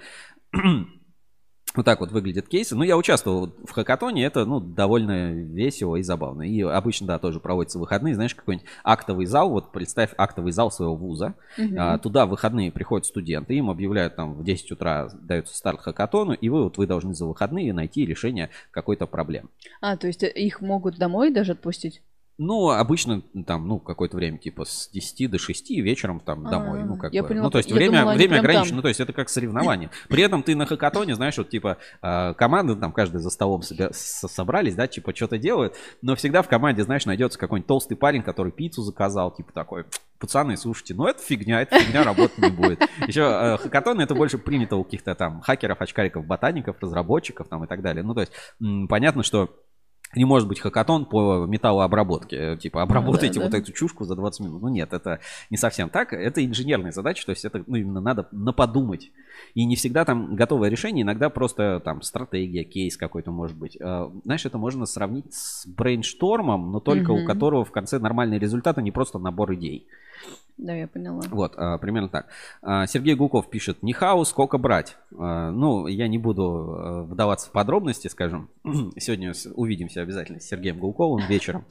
Вот так вот выглядят кейсы. Ну, я участвовал в хакатоне, это, ну, довольно весело и забавно. И обычно, да, тоже проводятся выходные. Знаешь, какой-нибудь актовый зал, вот представь актовый зал своего вуза. Uh-huh. А, туда в выходные приходят студенты, им объявляют там в десять утра дается старт хакатону, и вы вот вы должны за выходные найти решение какой-то проблемы. А, то есть их могут домой даже отпустить? Ну, обычно там, ну, какое-то время, типа с десяти до шести вечером там домой. А-а-а. Ну, как Я бы. поняла, Ну, то есть я время, думала, время прям ограничено, там. ну, то есть это как соревнование. При этом ты на хакатоне, знаешь, вот типа команды там каждый за столом себя собрались, да, типа что-то делают, но всегда в команде, знаешь, найдется какой-нибудь толстый парень, который пиццу заказал, типа такой: пацаны, слушайте, ну это фигня, это фигня, работать не будет. Еще хакатоны это больше принято у каких-то там хакеров, очкариков, ботаников, разработчиков там и так далее. Ну, то есть м, понятно, что не может быть хакатон по металлообработке. Типа, обработайте ну, да, вот да. эту чушку за двадцать минут. Ну нет, это не совсем так. Это инженерная задача, то есть это, ну, именно надо наподумать. И не всегда там готовое решение, иногда просто там стратегия, кейс какой-то может быть. Знаешь, это можно сравнить с брейнштормом, но только угу. у которого в конце нормальный результат, а не просто набор идей. Да, я поняла. Вот, а, примерно так. А, Сергей Гулков пишет: Нихау, сколько брать? А, ну, я не буду вдаваться в подробности, скажем. Сегодня увидимся обязательно с Сергеем Гулковым вечером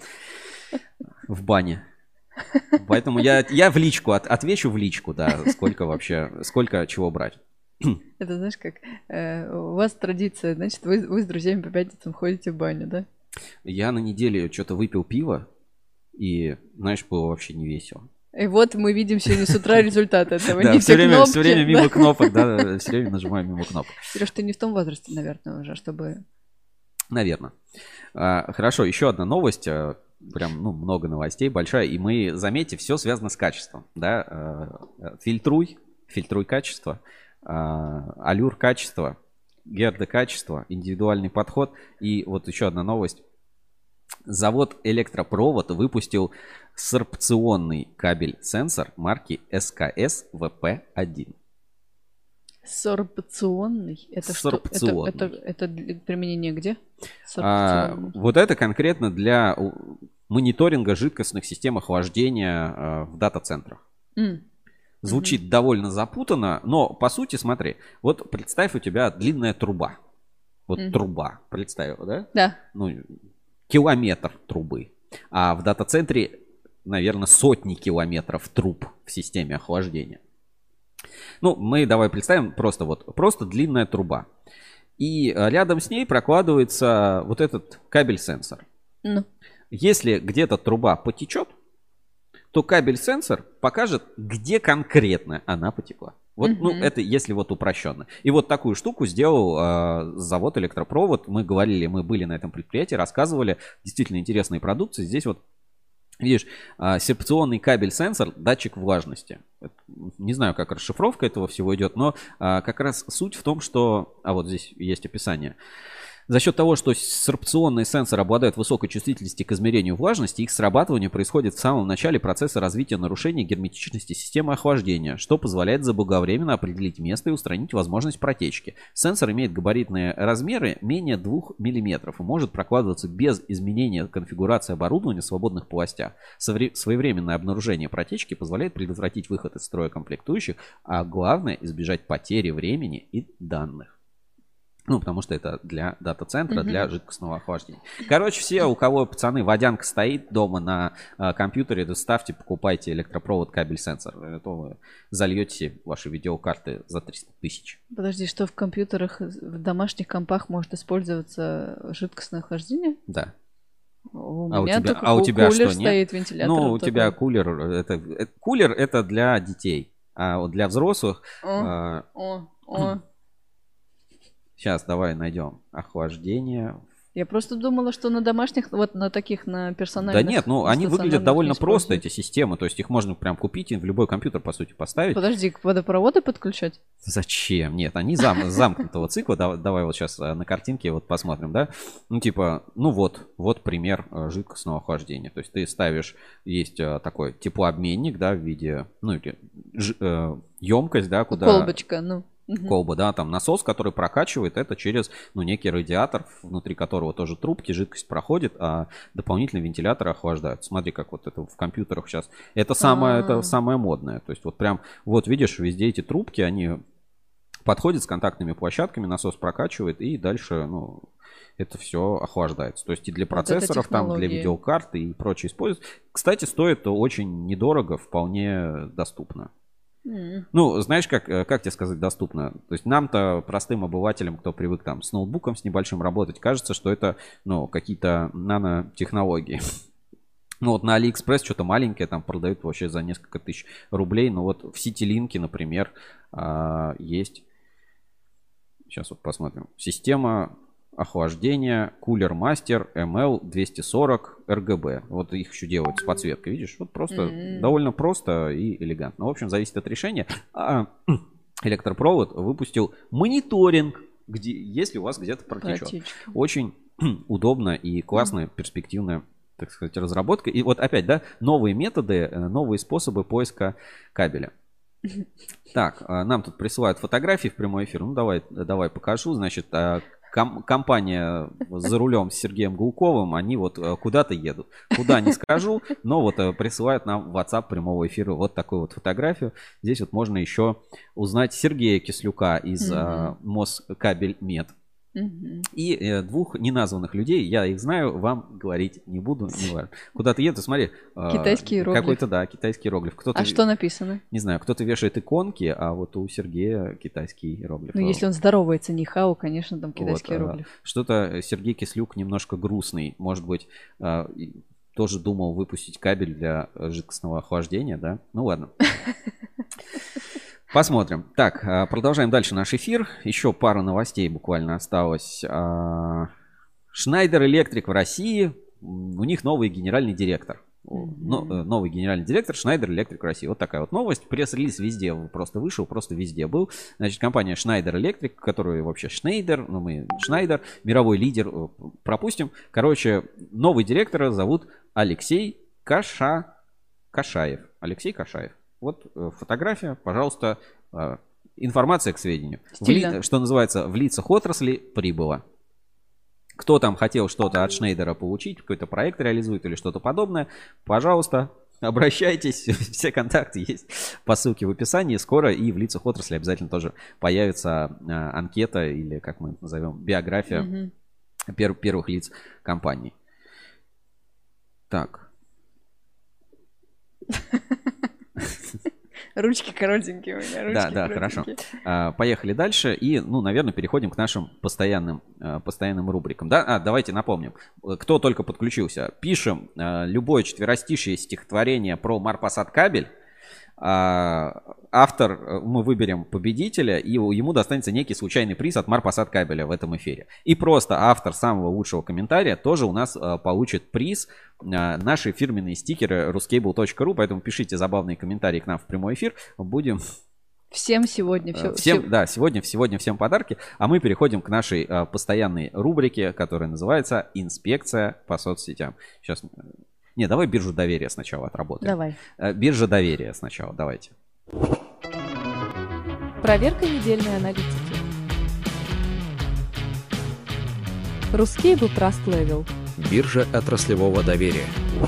в бане. Поэтому я, я в личку, от, отвечу в личку, да, сколько вообще, сколько чего брать. Это знаешь, как э, у вас традиция, значит, вы, вы с друзьями по пятницам ходите в баню, да? Я на неделе что-то выпил пиво, и, знаешь, было вообще не весело. И вот мы видим сегодня с утра результат этого. Да, все время, все время мимо кнопок, да, все время нажимаю мимо кнопок. Сереж, ты не в том возрасте, наверное, уже, чтобы... Наверное. Хорошо, еще одна новость. Прям, ну, много новостей, большая. И мы, заметьте, все связано с качеством. Да? Фильтруй, фильтруй качество, аллюр качество, герда качество, индивидуальный подход. И вот еще одна новость. Завод Электропровод выпустил сорбционный кабель-сенсор марки эс ка эс вэ пэ один. Сорбционный? Это Сорбционный. что? Это, это, это применение где? А, вот это конкретно для мониторинга жидкостных систем охлаждения а, в дата-центрах. Mm. Звучит mm-hmm. довольно запутанно, но по сути, смотри, вот представь, у тебя длинная труба. Вот mm. труба, представила, да? Да. Ну, километр трубы. А в дата-центре, наверное, сотни километров труб в системе охлаждения. Ну, мы давай представим просто вот, просто длинная труба. И рядом с ней прокладывается вот этот кабель-сенсор. Ну. Если где-то труба потечет, то кабель-сенсор покажет, где конкретно она потекла. Вот, Мгм. ну, это если вот упрощенно. И вот такую штуку сделал э, завод Электропровод. Мы говорили, мы были на этом предприятии, рассказывали действительно интересные продукции. Здесь вот видишь, э, серпционный кабель-сенсор, датчик влажности. Это, не знаю, как расшифровка этого всего идет, но э, как раз суть в том, что... А вот здесь есть описание. За счет того, что сорбционные сенсоры обладают высокой чувствительностью к измерению влажности, их срабатывание происходит в самом начале процесса развития нарушения герметичности системы охлаждения, что позволяет заблаговременно определить место и устранить возможность протечки. Сенсор имеет габаритные размеры менее двух миллиметров и может прокладываться без изменения конфигурации оборудования в свободных полостях. Совре- Своевременное обнаружение протечки позволяет предотвратить выход из строя комплектующих, а главное избежать потери времени и данных. Ну, потому что это для дата-центра, Мгм. для жидкостного охлаждения. Короче, все, у кого, пацаны, водянка стоит дома на э, компьютере, то ставьте, покупайте электропровод, кабель-сенсор. А то вы зальете ваши видеокарты за триста тысяч. Подожди, что в компьютерах, в домашних компах может использоваться жидкостное охлаждение? Да. У А у меня тебя, только а у ку- тебя кулер что, нет? стоит, вентилятор. Ну, у вот тебя такой. кулер, это, это- кулер это для детей, а вот для взрослых... О, э, о, о. Сейчас, давай найдем охлаждение. Я просто думала, что на домашних, вот на таких, на Да персональных... нет, ну они выглядят стационарных довольно не просто, используют. эти системы. То есть их можно прям купить и в любой компьютер, по сути, поставить. Подожди, к водопроводу подключать? Зачем? Нет, они зам, замкнутого цикла. Давай, давай вот сейчас на картинке вот посмотрим, да? Ну, типа, ну вот, вот пример э, жидкостного охлаждения. То есть ты ставишь, есть э, такой теплообменник, да, в виде, ну, или ж- э, емкость, да, куда... Колбочка, ну. Мгм. Колба, да, там насос, который прокачивает это через, ну, некий радиатор, внутри которого тоже трубки, жидкость проходит, а дополнительные вентиляторы охлаждают. Смотри, как вот это в компьютерах сейчас. Это самое, это А. самое модное. То есть вот прям, вот видишь, везде эти трубки, они подходят с контактными площадками, насос прокачивает, и дальше, ну, это все охлаждается. То есть и для Вот это процессоров, там, для технологии. видеокарт и прочее используют. Кстати, стоит очень недорого, вполне доступно. М. Ну, знаешь, как, э, как тебе сказать доступно? То есть нам-то, простым обывателям, кто привык там с ноутбуком, с небольшим работать, кажется, что это, ну, какие-то нанотехнологии. Ну, вот на Алиэкспресс что-то маленькое там продают вообще за несколько тысяч рублей. Но вот в Ситилинке, например, а, есть... Сейчас вот посмотрим. Система охлаждения Cooler Master эм эл двести сорок эр джи би. Вот их еще делают с подсветкой, видишь? Вот просто М. довольно просто и элегантно. В общем, зависит от решения. А, Электропровод выпустил мониторинг, где, если у вас где-то протечет. Протечка. Очень удобно и классная, перспективная, так сказать, разработка. И вот опять, да, новые методы, э, новые способы поиска кабеля. Так, а, нам тут присылают фотографии в прямой эфир. Ну, давай, давай покажу. Значит, а, ком- компания за рулем с Сергеем Гулковым, они вот а, куда-то едут. Куда не скажу, но вот а, присылают нам в WhatsApp прямого эфира вот такую вот фотографию. Здесь вот можно еще узнать Сергея Кислюка из а, Москабельмет. Мгм. И э, двух неназванных людей, я их знаю, вам говорить не буду, не важно. Куда ты едешь, смотри. э, Китайский иероглиф. Какой-то, да, китайский иероглиф. Кто-то, А что написано? не знаю, кто-то вешает иконки, а вот у Сергея китайский иероглиф. Ну, если он здоровается нихао, конечно, там китайский Вот, а, иероглиф. Что-то Сергей Кислюк немножко грустный. Может быть, а, и тоже думал выпустить кабель для э, жидкостного охлаждения, да? Ну ладно. Посмотрим. Так, а, продолжаем дальше наш эфир. Еще пара новостей буквально осталось. А, Schneider Electric в России. М, У них новый генеральный директор. Но- э, новый генеральный директор Schneider Electric в России. Вот такая вот новость. Пресс-релиз везде просто вышел, просто везде был. Значит, компания Schneider Electric, которую вообще Schneider, ну мы Schneider, мировой лидер, э, пропустим. Короче, новый директора зовут Алексей Каша... Кашаев. Алексей Кашаев. Вот э, фотография, пожалуйста, э, информация к сведению. В ли- Стильно. что называется, в лицах отрасли прибыло. Кто там хотел что-то от Шнейдера получить, какой-то проект реализует или что-то подобное, пожалуйста, обращайтесь. Все контакты есть по ссылке в описании. Скоро и в лицах отрасли обязательно тоже появится э, анкета или, как мы это назовем, биография Мгм. пер- первых лиц компании. Так. Ручки коротенькие у меня, ручки Да, да, хорошо. коротенькие. А, Поехали дальше. И, ну, наверное, переходим к нашим постоянным, а, постоянным рубрикам. Да? А, давайте напомним. Кто только подключился. Пишем а, любое четверостишее стихотворение про Марпасад кабель. автор, мы выберем победителя, и ему достанется некий случайный приз от Марпасад кабеля в этом эфире. И просто автор самого лучшего комментария тоже у нас получит приз, наши фирменные стикеры ruskable точка ру, поэтому пишите забавные комментарии к нам в прямой эфир, будем... Всем сегодня все. Всем, да, сегодня, сегодня всем подарки. А мы переходим к нашей а, постоянной рубрике, которая называется «Инспекция по соцсетям». Сейчас... Не, давай биржу доверия сначала отработаем. Давай. А, биржа доверия сначала, давайте. Проверка недельной аналитики. Ruskable Trust Level. Биржа отраслевого доверия.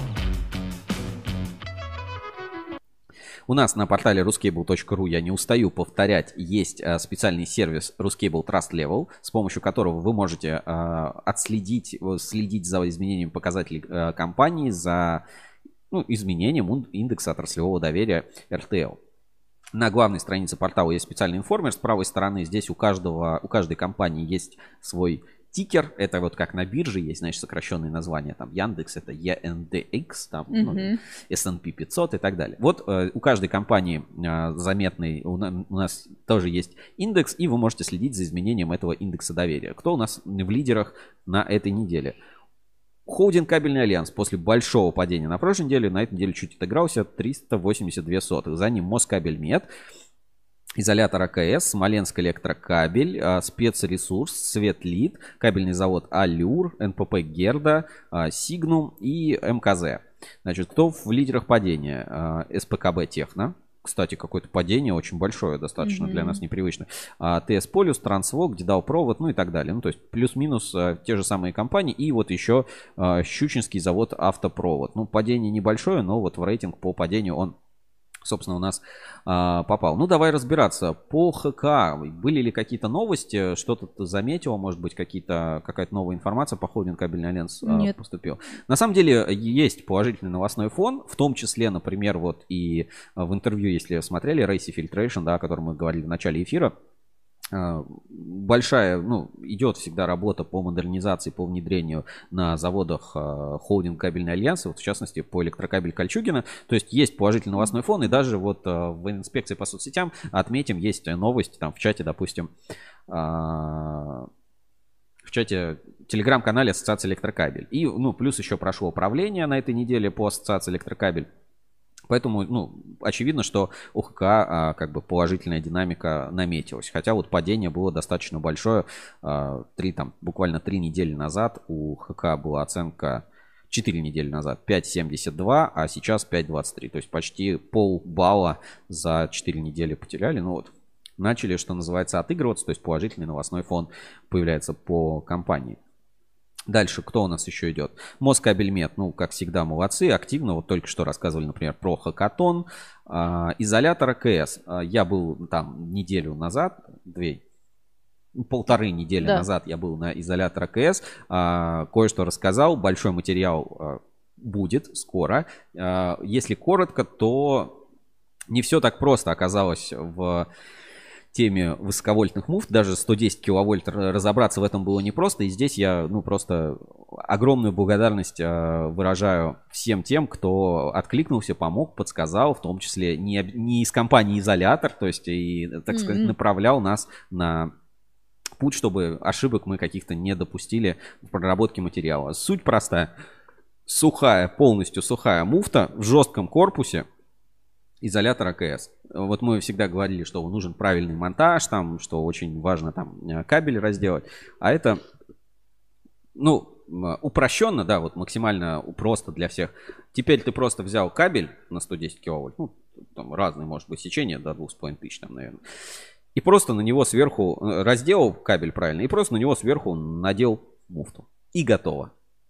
У нас на портале ruskable точка ру, я не устаю повторять, есть а, специальный сервис Ruskable Trust Level, с помощью которого вы можете а, отследить, следить за изменением показателей а, компании, за ну, изменением индекса отраслевого доверия эр тэ эл. На главной странице портала есть специальный информер. С правой стороны здесь у, каждого, у каждой компании есть свой тикер. Это вот как на бирже есть, значит, сокращенные названия. Там Яндекс это и эн ди экс, там mm-hmm. ну, эс энд пи пятьсот и так далее. Вот э, у каждой компании э, заметный, у, на, у нас тоже есть индекс, и вы можете следить за изменением этого индекса доверия. Кто у нас в лидерах на этой неделе? Холдинг Кабельный Альянс после большого падения на прошлой неделе, на этой неделе чуть отыгрался, триста восемьдесят две сотых. За ним Москабельмет, Изолятор а ка эс, Смоленск Электрокабель, Спецресурс, Светлит, Кабельный завод Алюр, эн пэ пэ Герда, Сигнум и эм ка зэ. Значит, кто в лидерах падения? эс пэ ка бэ Техно. Кстати, какое-то падение очень большое, достаточно mm-hmm. для нас непривычно. тэ эс Полюс, Трансвок, Дедал Провод, ну и так далее. Ну, то есть плюс-минус те же самые компании. И вот еще Щучинский завод Автопровод. Ну, падение небольшое, но вот в рейтинг по падению он, собственно, у нас а, попал. Ну, давай разбираться. По ха ка были ли какие-то новости? Что-то ты заметила? Может быть, какие-то, какая-то новая информация по холдингу Кабельный Альянс а, поступила? На самом деле, есть положительный новостной фон. В том числе, например, вот и в интервью, если смотрели, Racy Filtration, да, о котором мы говорили в начале эфира, большая, ну, идет всегда работа по модернизации, по внедрению на заводах э, холдинг Кабельный Альянс, вот в частности по электрокабель Кольчугина. То есть есть положительный новостной фон, и даже вот э, в инспекции по соцсетям отметим, есть новость там в чате, допустим, э, в чате телеграм-канале Ассоциации Электрокабель. И, ну, плюс еще прошло управление на этой неделе по Ассоциации Электрокабель. Поэтому, ну, очевидно, что у ха ка а, как бы положительная динамика наметилась. Хотя вот падение было достаточно большое. А, три, там, буквально три недели назад у ха ка была оценка, четыре недели назад, пять семьдесят два, а сейчас пять двадцать три. То есть почти полбалла за четыре недели потеряли. Ну вот, начали, что называется, отыгрываться. То есть положительный новостной фон появляется по компании. Дальше, кто у нас еще идет? Москабельмет, ну, как всегда, молодцы, активно. Вот только что рассказывали, например, про Хакатон. А, изолятор а ка эс. А, я был там неделю назад, две, полторы недели да. назад я был на изолятор а ка эс. А, кое-что рассказал. Большой материал а, будет скоро. А, если коротко, то не все так просто оказалось в теме высоковольтных муфт, даже сто десять киловольт, разобраться в этом было непросто. И здесь я, ну, просто огромную благодарность э, выражаю всем тем, кто откликнулся, помог, подсказал, в том числе не, не из компании «Изолятор», то есть и, так сказать, mm-hmm. направлял нас на путь, чтобы ошибок мы каких-то не допустили в проработке материала. Суть простая. Сухая, полностью сухая муфта в жестком корпусе, изолятор а ка эс. Вот мы всегда говорили, что нужен правильный монтаж, там, что очень важно там кабель разделать. А это, ну, упрощенно, да, вот максимально просто для всех. Теперь ты просто взял кабель на сто десять киловольт, ну, там разные, может быть, сечения до двух с половиной тысяч, там, наверное. И просто на него сверху разделал кабель правильно, и просто на него сверху надел муфту. И готово.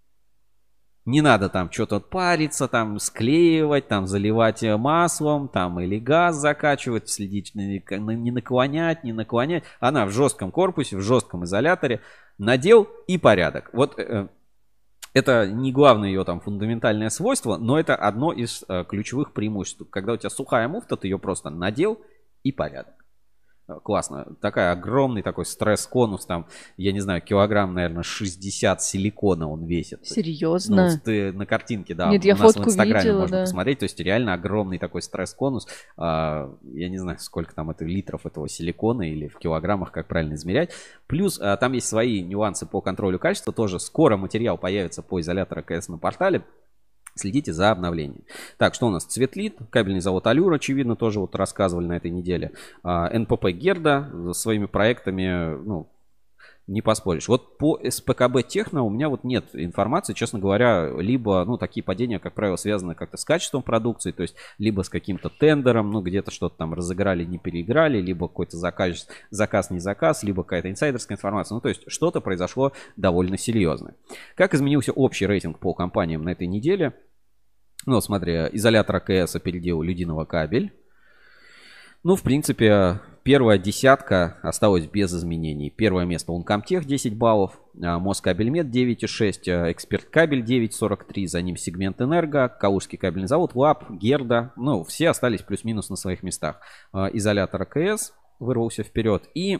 Не надо там что-то париться, там склеивать, там заливать маслом, там или газ закачивать, следить, не наклонять, не наклонять. Она в жестком корпусе, в жестком изоляторе. Надел и порядок. Вот э, это не главное ее там фундаментальное свойство, но это одно из э, ключевых преимуществ. Когда у тебя сухая муфта, ты ее просто надел и порядок. классно. Такая огромный такой стресс-конус, там, я не знаю, килограмм, наверное, шестьдесят силикона он весит. Серьезно? Ну, ты на картинке, да. Нет, я у нас фотку в Инстаграме видела, можно да. посмотреть. То есть реально огромный такой стресс-конус. А, я не знаю, сколько там это литров этого силикона или в килограммах, как правильно измерять. Плюс а, там есть свои нюансы по контролю качества. Тоже скоро материал появится по изолятору АКС на портале. Следите за обновлением. Так, что у нас? Цветлит, кабельный завод Алюр, очевидно, тоже вот рассказывали на этой неделе. эн пэ пэ Герда своими проектами, ну, не поспоришь. Вот по эс пэ ка бэ Техно у меня вот нет информации, честно говоря, либо, ну, такие падения, как правило, связаны как-то с качеством продукции, то есть либо с каким-то тендером, ну, где-то что-то там разыграли, не переиграли, либо какой-то заказ, заказ, не заказ, либо какая-то инсайдерская информация. Ну, то есть что-то произошло довольно серьезное. Как изменился общий рейтинг по компаниям на этой неделе? Ну, смотри, изолятор АКС опередил Людиново кабель. Ну, в принципе, первая десятка осталась без изменений. Первое место Uncomtech десять баллов, Москабельмет девять и шесть, Эксперт Кабель девять сорок три, за ним Сегмент Энерго, Калужский кабельный завод, ЛАП, Герда. Ну, все остались плюс-минус на своих местах. Изолятор АКС вырвался вперед. И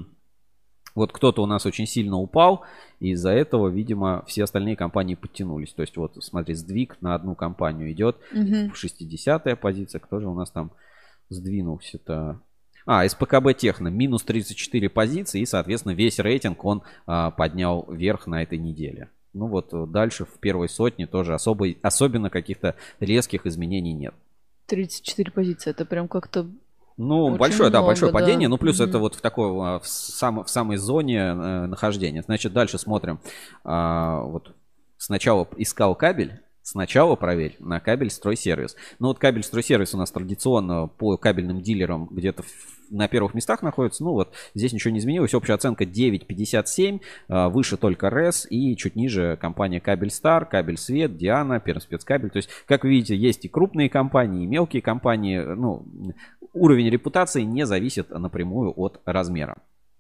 вот кто-то у нас очень сильно упал, и из-за этого, видимо, все остальные компании подтянулись. То есть вот, смотри, сдвиг на одну компанию идет. Угу. шестидесятая позиция. Кто же у нас там сдвинулся-то? А, эс пэ ка бэ Техно минус тридцать четыре позиции, и, соответственно, весь рейтинг он а, поднял вверх на этой неделе. Ну вот дальше в первой сотне тоже особо, особенно каких-то резких изменений нет. тридцать четыре позиции, это прям как-то... Ну, очень большое, да, много, большое да. падение. Ну, плюс Мгм. это вот в такой, а, в, сам, в самой зоне э, нахождения. Значит, дальше смотрим. А, вот сначала искал кабель. Сначала проверь на кабель стройсервис. Ну вот кабель стройсервис у нас традиционно по кабельным дилерам где-то в- на первых местах находится. Ну вот здесь ничего не изменилось. Общая оценка девять пятьдесят семь. а, Выше только РЭС и чуть ниже компания Кабель Стар, Кабель Свет, Диана, Пермспецкабель. То есть, как вы видите, есть и крупные компании, и мелкие компании. Ну, уровень репутации не зависит напрямую от размера.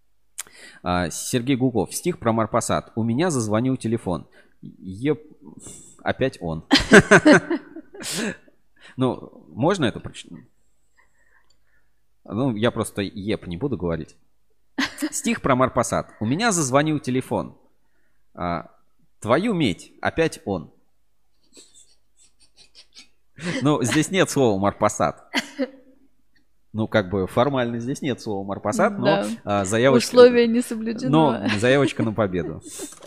А, Сергей Гуков. Стих про Марпасад. У меня зазвонил телефон. Еп... Опять он. Ну, можно это прочитать? Ну, я просто еп не буду говорить. Стих про Марпасад. У меня зазвонил телефон. А, твою медь, опять он. Ну, здесь нет слова Марпасад. Ну, как бы формально здесь нет слова Марпасад, но Да. а, заявочка... Условие не соблюдено. Но заявочка на победу.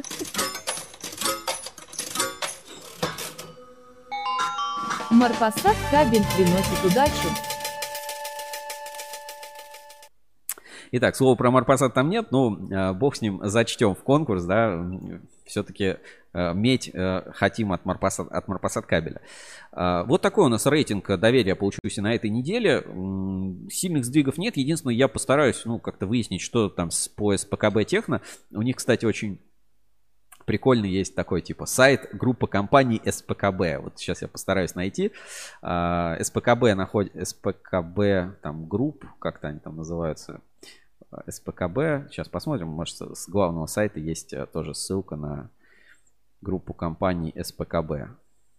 Марпасад кабель приносит удачу. Итак, слова про Марпасад там нет, но э, бог с ним, зачтем в конкурс, да, все-таки э, медь э, хотим от Марпасад, от Марпасад кабеля. Э, вот такой у нас рейтинг доверия получился на этой неделе. М, Сильных сдвигов нет, единственное, я постараюсь, ну, как-то выяснить, что там с, по эс пэ ка бэ Техно. У них, кстати, очень прикольный есть такой типа сайт, группа компаний эс пэ ка бэ. Вот сейчас я постараюсь найти. Э, эс пэ ка бэ находит, эс пэ ка бэ там групп, как-то они там называются. эс пэ ка бэ. Сейчас посмотрим. Может, с главного сайта есть э, тоже ссылка на группу компаний эс пэ ка бэ.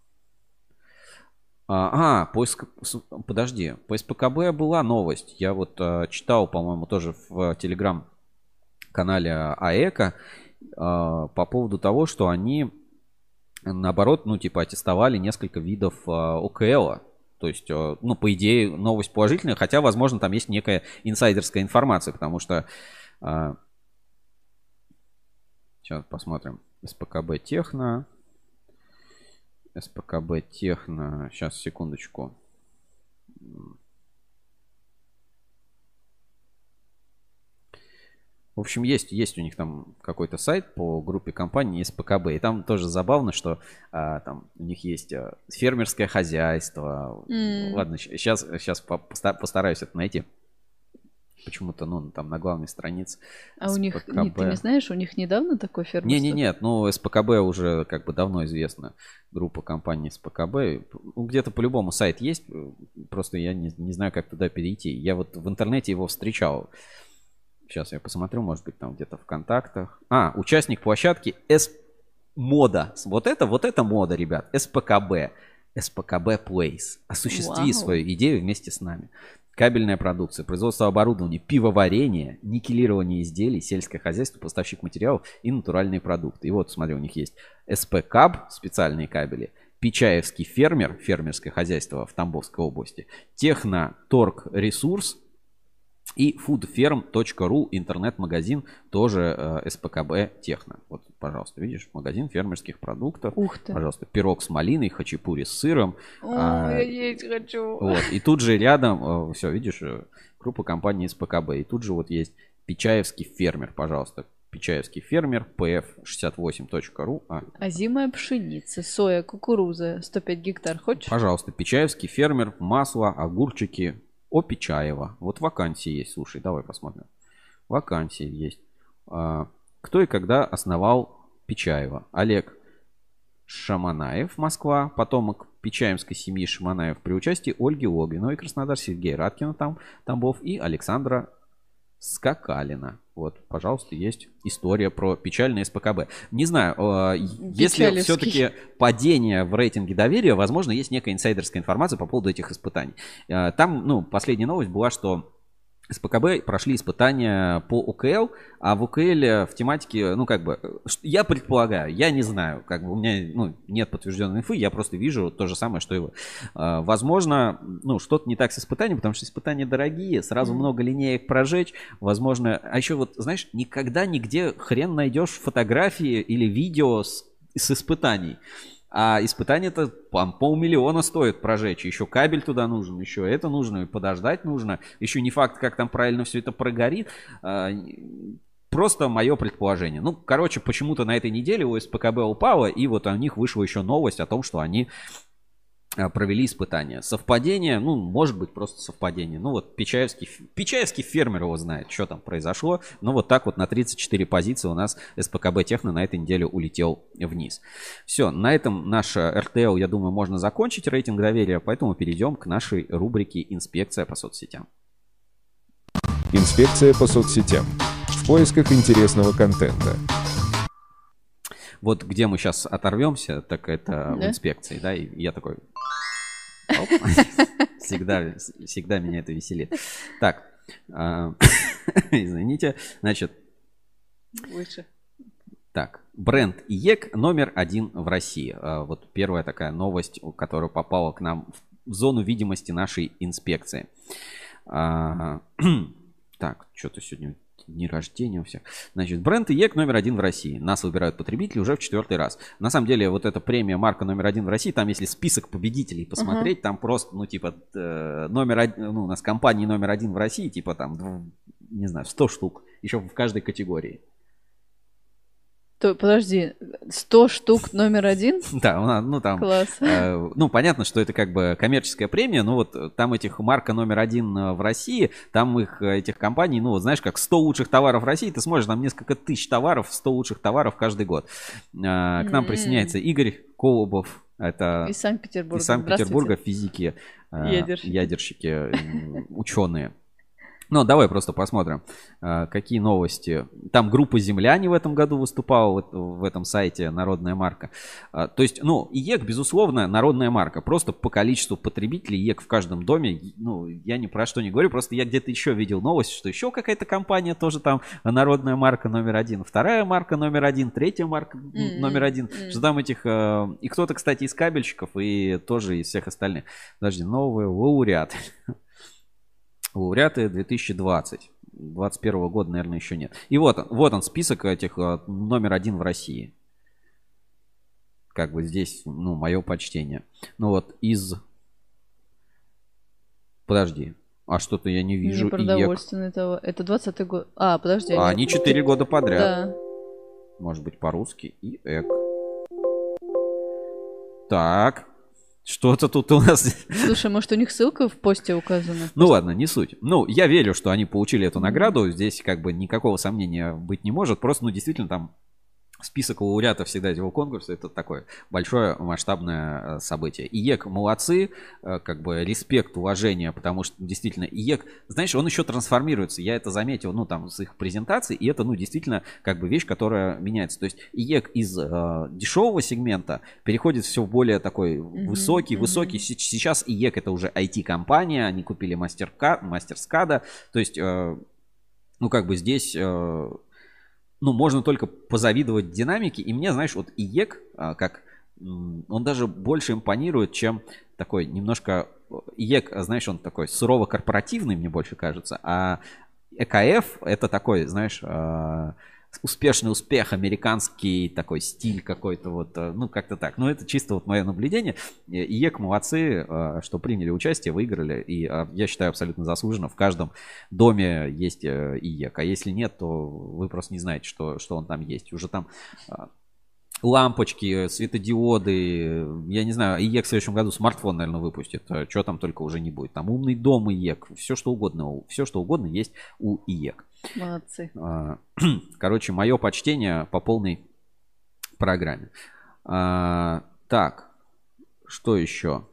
А, а поиск... подожди. По эс пэ ка бэ была новость. Я вот э, читал, по-моему, тоже в телеграм-канале АЭКО э, по поводу того, что они, наоборот, ну, типа, аттестовали несколько видов э, о ка эл. То есть, ну, по идее, новость положительная, хотя, возможно, там есть некая инсайдерская информация, потому что... А... Сейчас посмотрим. эс пэ ка бэ Техно. эс пэ ка бэ Техно. Сейчас, секундочку. В общем, есть, есть у них там какой-то сайт по группе компаний эс пэ ка бэ. И там тоже забавно, что а, там у них есть а, фермерское хозяйство. Mm. Ладно, сейчас, сейчас постараюсь это найти. Почему-то, ну, там на главной странице. А у них, не, ты не знаешь, у них недавно такой фермерство? Не-не-нет, ну, эс пэ ка бэ уже как бы давно известна. Группа компаний эс пэ ка бэ. Ну, где-то по-любому сайт есть. Просто я не, не знаю, как туда перейти. Я вот в интернете его встречал. Сейчас я посмотрю, может быть, там где-то в контактах. А, участник площадки S-мода. Вот это, вот это мода, ребят. эс пэ ка бэ. эс пэ ка бэ Place. Осуществи Вау. свою идею вместе с нами. Кабельная продукция, производство оборудования, пивоварение, никелирование изделий, сельское хозяйство, поставщик материалов и натуральные продукты. И вот, смотри, у них есть СПКАБ, специальные кабели, Пичаевский фермер, фермерское хозяйство в Тамбовской области, Техноторг-ресурс и фудферм точка ру, интернет-магазин, тоже э, СПКБ Техно. Вот, пожалуйста, видишь, магазин фермерских продуктов. Ух ты. Пожалуйста, пирог с малиной, хачапури с сыром. О, а, я есть хочу. Вот, и тут же рядом, э, все, видишь, группа компании СПКБ. И тут же вот есть Пичаевский фермер, пожалуйста. Пичаевский фермер, пэ эф шестьдесят восемь точка ру. А. Озимая пшеница, соя, кукуруза, сто пять гектар. Хочешь? Пожалуйста, Пичаевский фермер, масло, огурчики. О, Пичаева. Вот вакансии есть. Слушай, давай посмотрим. Вакансии есть. А, кто и когда основал Пичаева? Олег Шаманаев, Москва. Потомок пичаевской семьи Шаманаев при участии Ольги Логиновой, Краснодар, Сергея Радкина, там, Тамбов и Александра Скакалина. Вот, пожалуйста, есть история про печальное СПКБ. Не знаю, э, если все-таки падение в рейтинге доверия, возможно, есть некая инсайдерская информация по поводу этих испытаний. Э, там, ну, последняя новость была, что СПКБ прошли испытания по УКЛ, а в УКЛ в тематике, ну, как бы, я предполагаю, я не знаю, как бы у меня, ну, нет подтвержденной инфы, я просто вижу то же самое, что и вы. Возможно, ну, что-то не так с испытанием, потому что испытания дорогие, сразу mm-hmm. много линеек прожечь, возможно, а еще вот, знаешь, никогда нигде хрен найдешь фотографии или видео с, с испытаний. А испытание-то полмиллиона стоит прожечь. Еще кабель туда нужен, еще это нужно, подождать нужно. Еще не факт, как там правильно все это прогорит. Просто мое предположение. Ну, короче, почему-то на этой неделе у СПКБ упало, и вот у них вышла еще новость о том, что они провели испытания. Совпадение, ну, может быть, просто совпадение. Ну, вот Пичаевский, Пичаевский фермер его знает, что там произошло. Но вот так вот на тридцать четыре позиции у нас СПКБ Техно на этой неделе улетел вниз. Все, на этом наш эр тэ эл, я думаю, можно закончить рейтинг доверия. Поэтому перейдем к нашей рубрике «Инспекция по соцсетям». Инспекция по соцсетям. В поисках интересного контента. Вот где мы сейчас оторвемся, так это да? в инспекции, да, и я такой... Всегда, всегда меня это веселит. Так, извините, значит... Выше. Так, бренд ИЕК номер один в России. Вот первая такая новость, которая попала к нам в зону видимости нашей инспекции. Так, что-то сегодня... Дни рождения у всех. Значит, бренд ИЕК номер один в России. Нас выбирают потребители уже в четвертый раз. На самом деле, вот эта премия марка номер один в России, там, если список победителей посмотреть, uh-huh. там просто, ну, типа, номер один, ну, у нас компании номер один в России, типа, там, не знаю, сто штук. Еще в каждой категории. То, подожди, сто штук номер один? Да, ну там, класс. Э, ну понятно, что это как бы коммерческая премия, но вот там этих марка номер один в России, там их, этих компаний, ну вот знаешь, как сто лучших товаров в России, ты сможешь там несколько тысяч товаров, сто лучших товаров каждый год. Э, к нам mm-hmm. присоединяется Игорь Колобов, это из Санкт-Петербурга, из Санкт-Петербурга физики, э, ядерщики, ядерщики ученые. Ну, давай просто посмотрим, какие новости. Там группа «Земляне» в этом году выступала вот в этом сайте «Народная марка». То есть, ну, ИЕК, безусловно, народная марка. Просто по количеству потребителей ИЕК в каждом доме, ну, я ни про что не говорю. Просто я где-то еще видел новость, что еще какая-то компания тоже там народная марка номер один, вторая марка номер один, третья марка mm-hmm. номер один. Mm-hmm. Что там этих... И кто-то, кстати, из кабельщиков, и тоже из всех остальных. Подожди, новые лауреаты. Лауреаты две тысячи двадцать. двадцать первого года, наверное, еще нет. И вот он, вот он список этих номер один в России. Как бы здесь, ну, мое почтение. Ну вот из... Подожди. А что-то я не вижу. Непродовольственный того. Это двадцатый год. А, подожди. А, они четыре года подряд. Да. Может быть, по-русски. ИЭК. Так. Что-то тут у нас... Слушай, может, у них ссылка в посте указана? Ну ладно, не суть. Ну, я верю, что они получили эту награду. Здесь как бы никакого сомнения быть не может. Просто, ну, действительно, там список лауреатов всегда этого конкурса — это такое большое масштабное событие. ИЕК молодцы, как бы респект, уважение, потому что действительно ИЕК, знаешь, он еще трансформируется. Я это заметил, ну, там, с их презентаций, и это, ну, действительно, как бы вещь, которая меняется. То есть ИЕК из э, дешевого сегмента переходит все в более такой mm-hmm. высокий, mm-hmm. высокий. Сейчас ИЕК — это уже ай ти-компания, они купили мастерка, мастерскада, то есть, э, ну, как бы здесь... Э, Ну, можно только позавидовать динамике. И мне, знаешь, вот ИЕК, как он даже больше импонирует, чем такой немножко... ИЕК, знаешь, он такой сурово-корпоративный, мне больше кажется. А ЭКФ — это такой, знаешь, успешный успех, американский такой стиль какой-то вот, ну, как-то так. Но это чисто вот мое наблюдение. ИЕК молодцы, что приняли участие, выиграли. И я считаю, абсолютно заслуженно. В каждом доме есть ИЕК. А если нет, то вы просто не знаете, что, что он там есть. Уже там лампочки, светодиоды. Я не знаю, ИЕК в следующем году смартфон, наверное, выпустит. Что там только уже не будет. Там умный дом ИЕК. Все, что угодно. Все, что угодно есть у ИЕК. Молодцы. Короче, мое почтение по полной программе. А, так, что еще?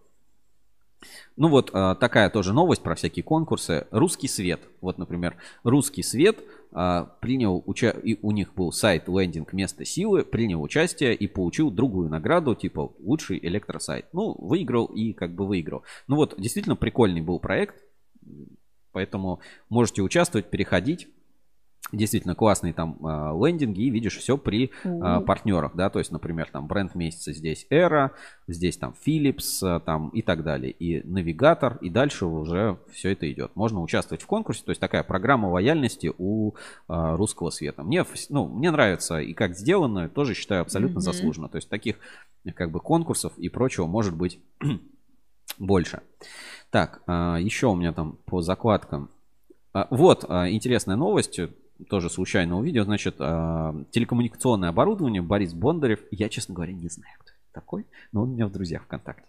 Ну вот а, такая тоже новость про всякие конкурсы. Русский свет. Вот, например, Русский свет а, принял уча... и у них был сайт лендинг «Место силы», принял участие и получил другую награду, типа лучший электросайт. Ну, выиграл и как бы выиграл. Ну вот, действительно прикольный был проект. Поэтому можете участвовать, переходить. Действительно классные там э, лендинги, и видишь все при э, партнерах, да, то есть, например, там бренд месяца здесь Эра, здесь там Philips, э, там и так далее, и навигатор, и дальше уже все это идет. Можно участвовать в конкурсе, то есть такая программа лояльности у э, Русского света. Мне, ну, мне нравится и как сделано, тоже считаю абсолютно mm-hmm. заслуженно. То есть таких как бы конкурсов и прочего может быть больше. Так, э, еще у меня там по закладкам. Э, вот э, интересная новость. Тоже случайно увидел, значит, э, телекоммуникационное оборудование, Борис Бондарев. Я, честно говоря, не знаю, кто это такой, но он у меня в друзьях ВКонтакте.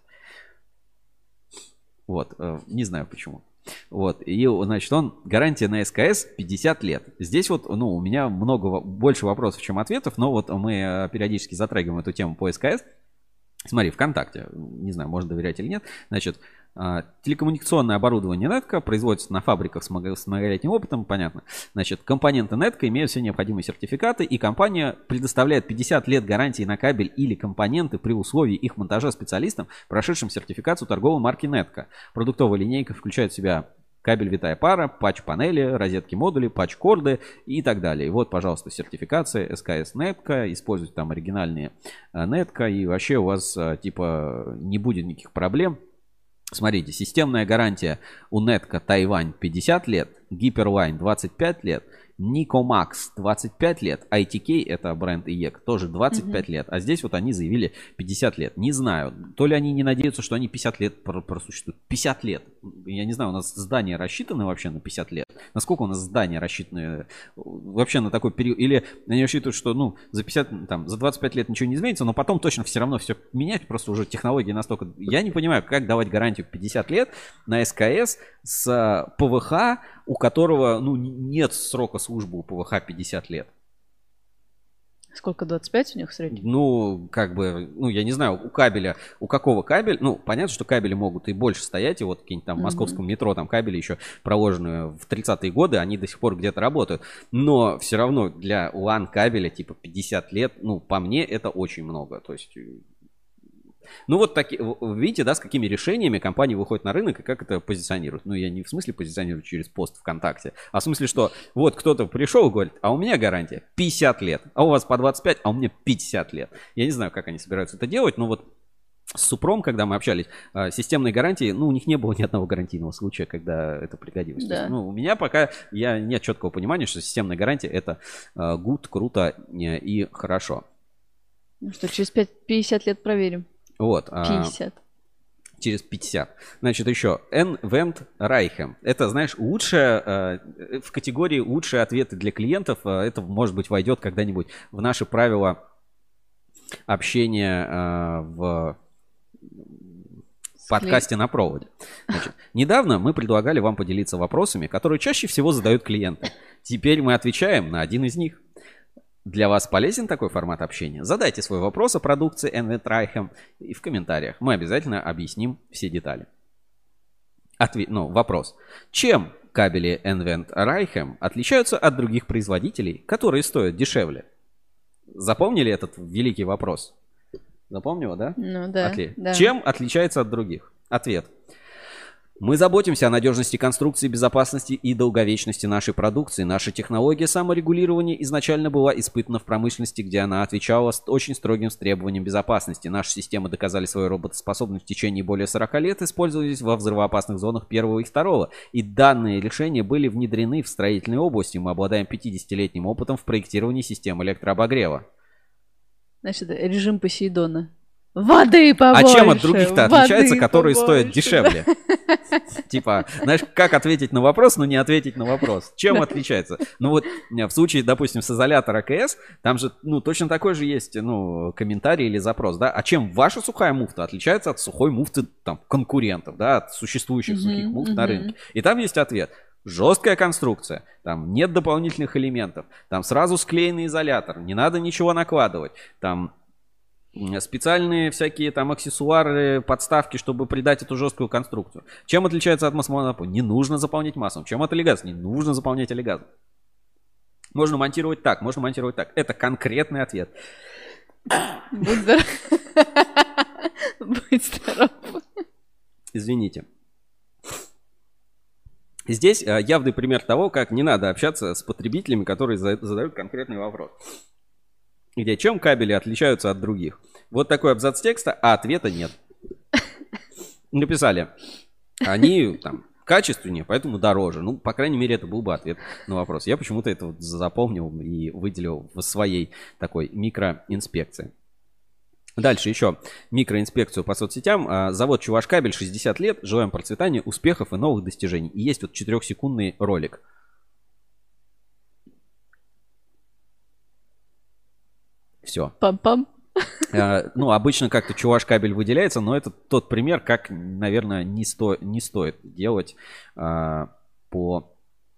Вот, э, не знаю почему. Вот, и, значит, он, гарантия на СКС пятьдесят лет. Здесь вот, ну, у меня много, больше вопросов, чем ответов, но вот мы периодически затрагиваем эту тему по СКС. Смотри, ВКонтакте, не знаю, можно доверять или нет, значит, телекоммуникационное оборудование Нетко производится на фабриках с многолетним опытом, понятно. Значит, компоненты Нетко имеют все необходимые сертификаты, и компания предоставляет пятьдесят лет гарантии на кабель или компоненты при условии их монтажа специалистам, прошедшим сертификацию торговой марки Нетко. Продуктовая линейка включает в себя кабель витая пара, патч-панели, розетки модули, патч-корды и так далее. И вот, пожалуйста, сертификация СКС Нетко. Используйте там оригинальные Нетко, и вообще у вас типа не будет никаких проблем. Смотрите, системная гарантия у Нетко Тайвань пятьдесят лет, Гиперлайн двадцать пять лет, Никомакс двадцать пять лет, ай ти кей, это бренд ИЕК, тоже двадцать пять mm-hmm. лет. А здесь вот они заявили пятьдесят лет. Не знаю, то ли они не надеются, что они пятьдесят лет просуществуют. пятьдесят лет. Я не знаю, у нас здания рассчитаны вообще на пятьдесят лет. Насколько у нас здания рассчитаны вообще на такой период? Или они рассчитывают, что ну за пятьдесят, там, за двадцать пять лет ничего не изменится, но потом точно все равно все менять. Просто уже технологии настолько... Я не понимаю, как давать гарантию пятьдесят лет на СКС с ПВХ, у которого ну, нет срока службы у ПВХ пятьдесят лет. Сколько, двадцать пять у них в среднем? Ну, как бы, ну, я не знаю, у кабеля, у какого кабеля, ну, понятно, что кабели могут и больше стоять, и вот какие-нибудь там в московском метро, там кабели еще проложенные в тридцатые годы, они до сих пор где-то работают, но все равно для лан кабеля типа пятьдесят лет, ну, по мне это очень много, то есть... Ну вот такие, видите, да, с какими решениями компания выходит на рынок и как это позиционирует. Ну я не в смысле позиционирую через пост ВКонтакте, а в смысле, что вот кто-то пришел и говорит, а у меня гарантия пятьдесят лет, а у вас по двадцать пять, а у меня пятьдесят лет. Я не знаю, как они собираются это делать, но вот с Супром, когда мы общались, системной гарантии, ну у них не было ни одного гарантийного случая, когда это пригодилось. Да. То есть, ну у меня пока я, нет четкого понимания, что системная гарантия это good, круто и хорошо. Ну что, через пятьдесят лет проверим. Вот. пятьдесят. А, через пятьдесят. Значит, еще N-Vent Reichen. Это, знаешь, лучшее, э, в категории лучшие ответы для клиентов. Э, это, может быть, войдет когда-нибудь в наши правила общения э, в подкасте на проводе. Значит, недавно мы предлагали вам поделиться вопросами, которые чаще всего задают клиенты. Теперь мы отвечаем на один из них. Для вас полезен такой формат общения? Задайте свой вопрос о продукции nVent Raychem и в комментариях. Мы обязательно объясним все детали. Ответ, ну, вопрос. Чем кабели nVent Raychem отличаются от других производителей, которые стоят дешевле? Запомнили этот великий вопрос? Запомнила, да? Ну да, Отли... да. Чем отличается от других? Ответ. Мы заботимся о надежности конструкции, безопасности и долговечности нашей продукции. Наша технология саморегулирования изначально была испытана в промышленности, где она отвечала очень строгим требованиям безопасности. Наши системы доказали свою работоспособность в течение более сорока лет, использовались во взрывоопасных зонах первого и второго. И данные решения были внедрены в строительной области. Мы обладаем пятидесятилетним опытом в проектировании систем электрообогрева. Значит, режим Посейдона. Воды побольше. А чем от других-то отличается, которые побольше, стоят дешевле? Типа, знаешь, как ответить на вопрос, но не ответить на вопрос. Чем отличается? Ну вот в случае, допустим, с изолятора АКС, там же, ну, точно такой же есть, ну, комментарий или запрос, да? А чем ваша сухая муфта отличается от сухой муфты, там, конкурентов, да, от существующих Мгм, сухих муфт на мгм. рынке? И там есть ответ. Жесткая конструкция, там нет дополнительных элементов, там сразу склеенный изолятор, не надо ничего накладывать, там специальные всякие там аксессуары, подставки, чтобы придать эту жесткую конструкцию. Чем отличается от масломонопа? Не нужно заполнять маслом. Чем от олигаза? Не нужно заполнять олигазом. Можно монтировать так, можно монтировать так. Это конкретный ответ. Будь здоров. Будь здоров. Извините. Здесь э, явный пример того, как не надо общаться с потребителями, которые за- задают конкретный вопрос. Где чем кабели отличаются от других? Вот такой абзац текста, а ответа нет. Написали. Они там качественнее, поэтому дороже. Ну, по крайней мере, это был бы ответ на вопрос. Я почему-то это вот запомнил и выделил в своей такой микроинспекции. Дальше еще микроинспекцию по соцсетям. А, Завод Чувашкабель, шестьдесят лет. Желаем процветания, успехов и новых достижений. И есть вот четырехсекундный ролик. Все. Пам-пам. А, Ну, обычно как-то Чувашкабель выделяется, но это тот пример, как, наверное, не, сто... не стоит делать а, по...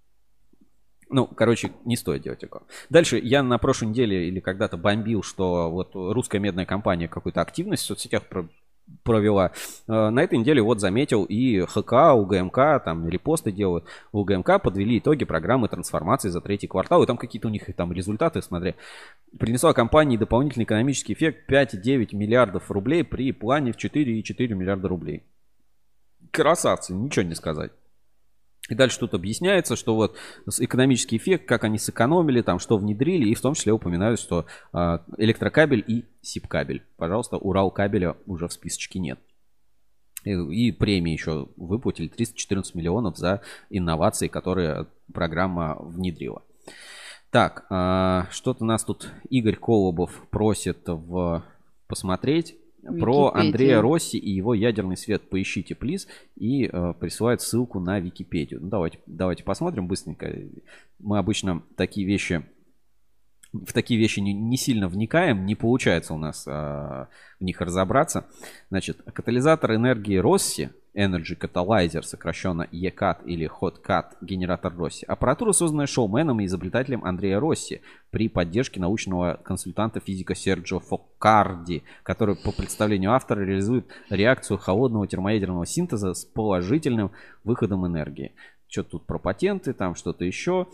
Ну, короче, не стоит делать такого. Дальше я на прошлой неделе или когда-то бомбил, что вот русская медная компания какую-то активность в соцсетях про- провела. Э, На этой неделе вот заметил и ХК, УГМК, там репосты делают. УГМК подвели итоги программы трансформации за третий квартал. И там какие-то у них там результаты, смотри. Принесла компании дополнительный экономический эффект пять и девять миллиардов рублей при плане в четыре и четыре миллиарда рублей. Красавцы, ничего не сказать. И дальше тут объясняется, что вот экономический эффект, как они сэкономили, там что внедрили, и в том числе упоминают, что э, электрокабель и сибкабель. Пожалуйста, Уралкабеля уже в списочке нет. И, и премии еще выплатили триста четырнадцать миллионов за инновации, которые программа внедрила. Так, э, что-то нас тут Игорь Колобов просит в... посмотреть. Про Википедия. Андрея Росси и его ядерный свет поищите, плиз, и э, присылает ссылку на Википедию. Ну, давайте, давайте посмотрим быстренько. Мы обычно такие вещи, в такие вещи не, не сильно вникаем, не получается у нас э, в них разобраться. Значит, катализатор энергии Росси, Energy Catalyzer, сокращенно и кат или Hot Cat, генератор Росси. Аппаратура, созданная шоуменом и изобретателем Андреа Росси при поддержке научного консультанта физика Серджио Фоккарди, который по представлению автора реализует реакцию холодного термоядерного синтеза с положительным выходом энергии. Что-то тут про патенты, там что-то еще.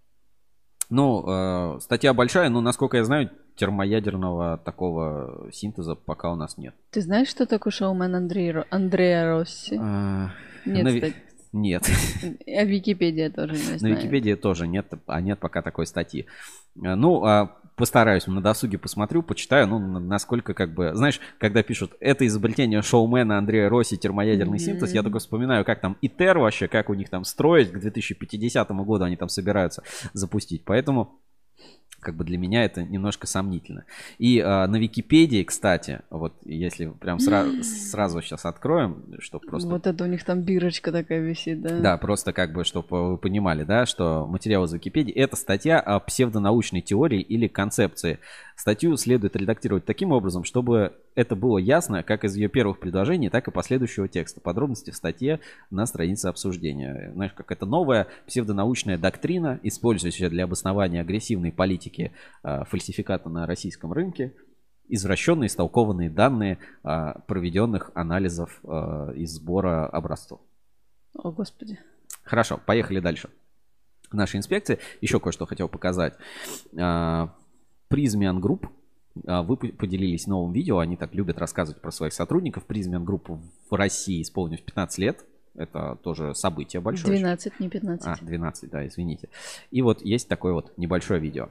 Ну, э, статья большая, но, насколько я знаю, термоядерного такого синтеза пока у нас нет. Ты знаешь, что такое шоумен Андрей, Ро- Андреа Росси? А, Нет, на Ви- кстати. Нет. А Википедия тоже не На знает. Википедии тоже нет, а нет пока такой статьи. Э, Ну, а постараюсь, на досуге посмотрю, почитаю, ну, на- насколько как бы... Знаешь, когда пишут, это изобретение шоумена Андреа Росси, термоядерный Мгм. синтез, я только вспоминаю, как там ИТЕР вообще, как у них там строить, к две тысячи пятидесятому году они там собираются запустить. Поэтому... Как бы для меня это немножко сомнительно. И э, на Википедии, кстати, вот если прям сра- сразу сейчас откроем, чтобы просто... Вот это у них там бирочка такая висит, да? Да, просто как бы, чтобы вы понимали, да, что материал из Википедии — это статья о псевдонаучной теории или концепции. Статью следует редактировать таким образом, чтобы это было ясно как из ее первых предложений, так и последующего текста. Подробности в статье на странице обсуждения. Знаешь, как это новая псевдонаучная доктрина, использующая для обоснования агрессивной политики э, фальсификата на российском рынке, извращенные, истолкованные данные э, проведенных анализов э, из сбора образцов. О, Господи. Хорошо, поехали дальше. Нашей инспекции. Еще кое-что хотел показать. Prismian Group. Вы поделились новым видео. Они так любят рассказывать про своих сотрудников. Prismian Group в России исполнилось пятнадцать лет. Это тоже событие большое. двенадцать, не пятнадцать. А, двенадцать, да, извините. И вот есть такое вот небольшое видео.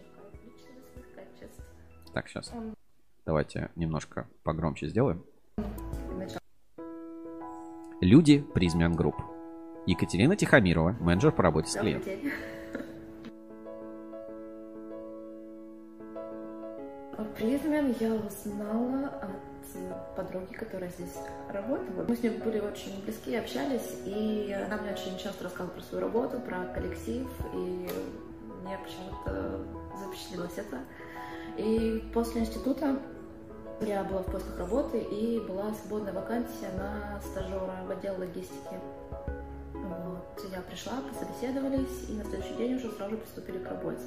Так, сейчас. Давайте немножко погромче сделаем. Люди Prismian Group. Екатерина Тихомирова, менеджер по работе с клиентом. Prismian я узнала от подруги, которая здесь работала. Мы с ней были очень близки, общались, и она мне очень часто рассказывала про свою работу, про коллектив, и мне почему-то запечатлелось это. И после института я была в поисках работы, и была свободная вакансия на стажера в отдел логистики. Вот. Я пришла, пособеседовались, и на следующий день уже сразу приступили к работе.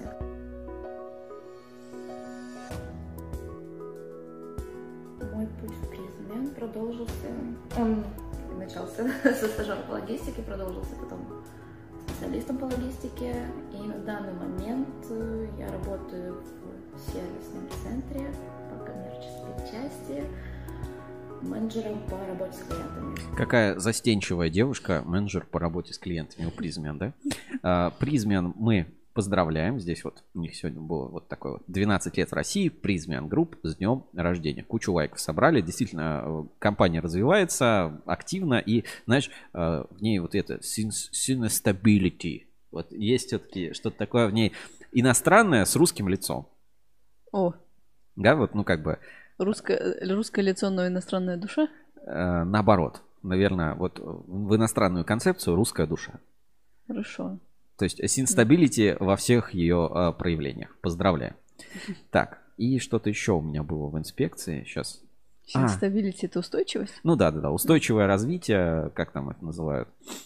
Мой путь в Prismian продолжился. Он начался со стажера по логистике, продолжился потом специалистом по логистике. И на данный момент я работаю в сервисном центре по коммерческой части, менеджером по работе с клиентами. Какая застенчивая девушка, менеджер по работе с клиентами у Prismian, да? Prismian мы поздравляем. Здесь вот у них сегодня было вот такое вот двенадцать лет в России. Prismian Group с днем рождения. Кучу лайков собрали. Действительно, компания развивается активно. И, знаешь, в ней вот это sustainability. Вот есть все-таки что-то такое в ней иностранное с русским лицом. О. Да, вот, ну как бы... Русское, русское лицо, но иностранная душа? Э, наоборот. Наверное, вот в иностранную концепцию русская душа. Хорошо. То есть синстабилити во всех ее э, проявлениях. Поздравляю. Так, и что-то еще у меня было в инспекции. Сейчас. Синстабилити — это устойчивость? Ну да, да, да. Устойчивое развитие, как там это называют.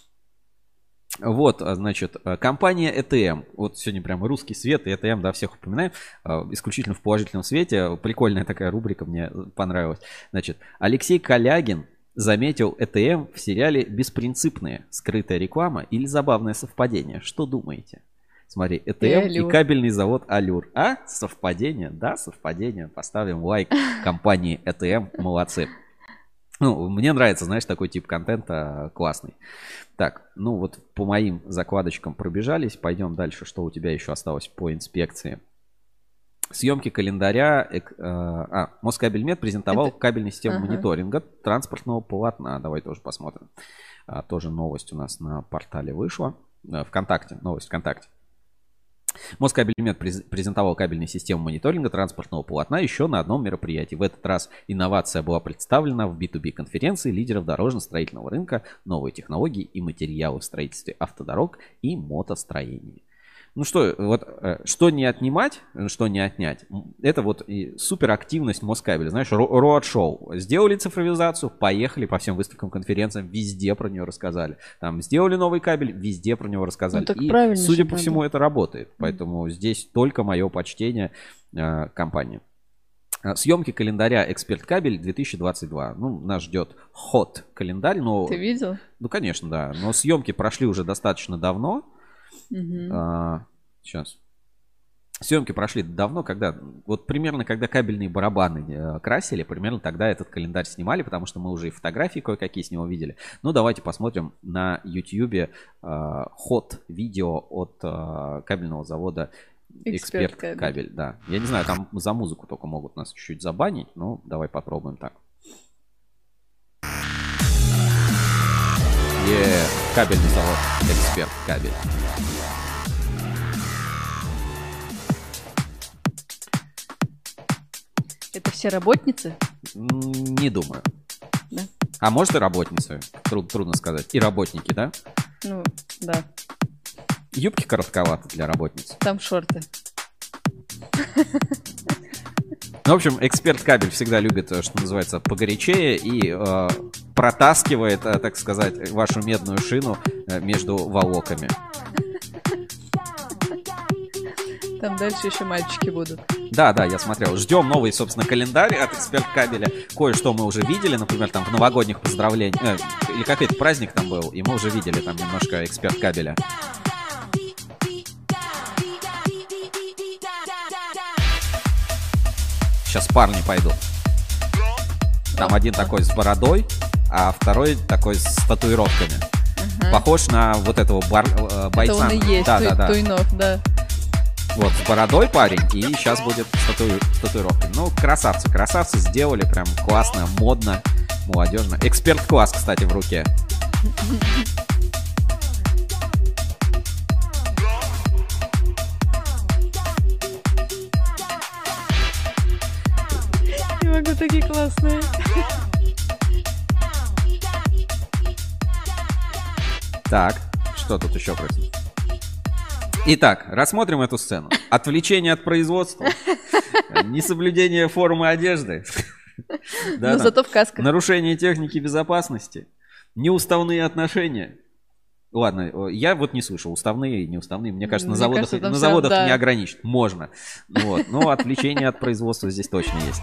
Вот, значит, компания и ти эм. Вот сегодня прямо русский свет и и ти эм, да, всех упоминаем. Исключительно в положительном свете. Прикольная такая рубрика, мне понравилась. Значит, Алексей Калягин заметил и ти эм в сериале «Беспринципные. Скрытая реклама или забавное совпадение». Что думаете? Смотри, и ти эм и, и кабельный завод «Алюр». А? Совпадение? Да, совпадение. Поставим лайк компании и ти эм. Молодцы. Ну, мне нравится, знаешь, такой тип контента классный. Так, ну вот по моим закладочкам пробежались. Пойдем дальше. Что у тебя еще осталось по инспекции? Съемки календаря. Э, а, Москабельмет презентовал Это... кабельную систему ага. мониторинга транспортного полотна. Давай тоже посмотрим. А, тоже новость у нас на портале вышла. ВКонтакте. Новость ВКонтакте. Москабельмет презентовал кабельную систему мониторинга транспортного полотна еще на одном мероприятии. В этот раз инновация была представлена в би ту би конференции лидеров дорожно-строительного рынка, новые технологии и материалы в строительстве автодорог и мотостроении. Ну что, вот что не отнимать, что не отнять, это вот и суперактивность Москабеля. Знаешь, роад-шоу. Сделали цифровизацию, поехали по всем выставкам, конференциям, везде про нее рассказали. Там сделали новый кабель, везде про него рассказали. Ну, и, судя по всему, это работает. Поэтому mm-hmm. здесь только мое почтение э, компании. Съемки календаря «Эксперт Кабель» две тысячи двадцать два. Ну, нас ждет ход календарь. Но... Ты видел? Ну, конечно, да. Но съемки прошли уже достаточно давно. Uh-huh. А, сейчас. Съемки прошли давно, когда вот примерно когда кабельные барабаны э, красили, примерно тогда этот календарь снимали, потому что мы уже и фотографии кое-какие с него видели. Ну, давайте посмотрим на YouTube э, ход видео от э, кабельного завода «Эксперт, Эксперт кабель. кабель». Да. Я не знаю, там за музыку только могут нас чуть-чуть забанить, но давай попробуем так. Yeah. Кабельный завод «Эксперт Кабель». Это все работницы? Не думаю. Да? А может и работницы. Труд, трудно сказать. И работники, да? Ну, да. Юбки коротковаты для работниц. Там шорты. Ну, в общем, эксперт кабель всегда любит, что называется, погорячее и э, протаскивает, э, так сказать, вашу медную шину э, между волоками. Там дальше еще мальчики будут. Да, да, я смотрел. Ждем новый, собственно, календарь от эксперт кабеля. Кое-что мы уже видели, например, там в новогодних поздравлениях, э, или какой-то праздник там был, и мы уже видели там немножко эксперт кабеля. Сейчас парни пойдут. Там один такой с бородой, а второй такой с татуировками. Угу. Похож на вот этого бар, э, бойца. Это он и есть, да, ту, да, да. Туйнов, да. Вот, с бородой парень, и сейчас будет с, тату... с татуировками. Ну, красавцы, красавцы сделали прям классно, модно, молодежно. Эксперт-класс, кстати, в руке. Не могу, такие классные. Так, что тут еще происходит? Итак, рассмотрим эту сцену. Отвлечение от производства, несоблюдение формы одежды, но зато в касках. Нарушение техники безопасности, неуставные отношения. Ладно, я вот не слышал, уставные и неуставные. Мне кажется, на заводах, кажется, на все, заводах да. не ограничить. Можно. Вот. Но отвлечение от производства здесь точно есть.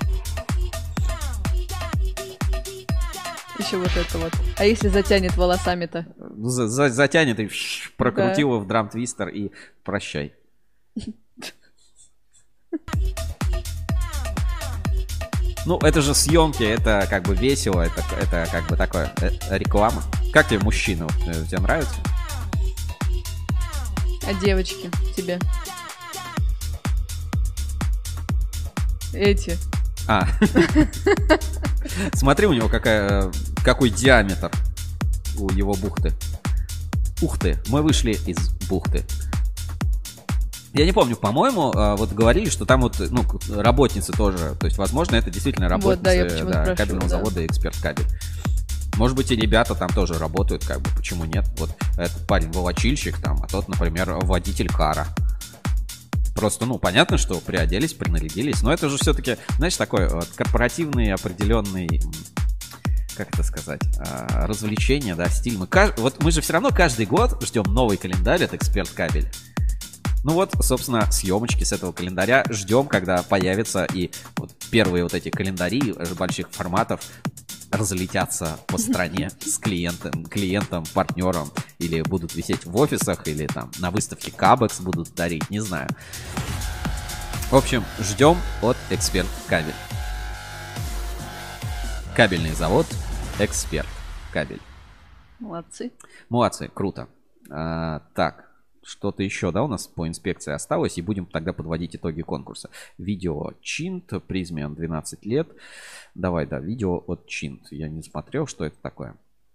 Еще вот это вот. А если затянет волосами-то? За, за, затянет и прокрутила да. в драм-твистер и прощай. Ну, это же съемки, это как бы весело, это, это как бы такое, э, реклама. Как тебе мужчина? Тебе нравится? А девочки тебе? Эти. А. Смотри, у него какая, какой диаметр у его бухты. Ух ты, мы вышли из бухты. Я не помню, по-моему, вот говорили, что там вот, ну, работницы тоже. То есть, возможно, это действительно работницы вот, да, я да, кабельного да. завода «Эксперт кабель». Может быть, и ребята там тоже работают, как бы, почему нет? Вот этот парень волочильщик там, а тот, например, водитель кара. Просто, ну, понятно, что приоделись, принарядились, но это же все-таки, знаешь, такой вот корпоративный определенный, как это сказать, развлечение, да, стиль. Мы, вот мы же все равно каждый год ждем новый календарь от «Эксперт кабель». Ну вот, собственно, съемочки с этого календаря ждем, когда появятся и вот первые вот эти календари больших форматов разлетятся по стране с клиентом, клиентом, партнером, или будут висеть в офисах, или там на выставке Кабекс будут дарить, не знаю. В общем, ждем от «Эксперт кабель». Кабельный завод «Эксперт кабель». Молодцы. Молодцы, круто. А, так. Что-то еще, да, у нас по инспекции осталось, и будем тогда подводить итоги конкурса. Видео Чинт, Призмен двенадцать лет. Давай, да, видео от Чинт. Я не смотрел, что это такое.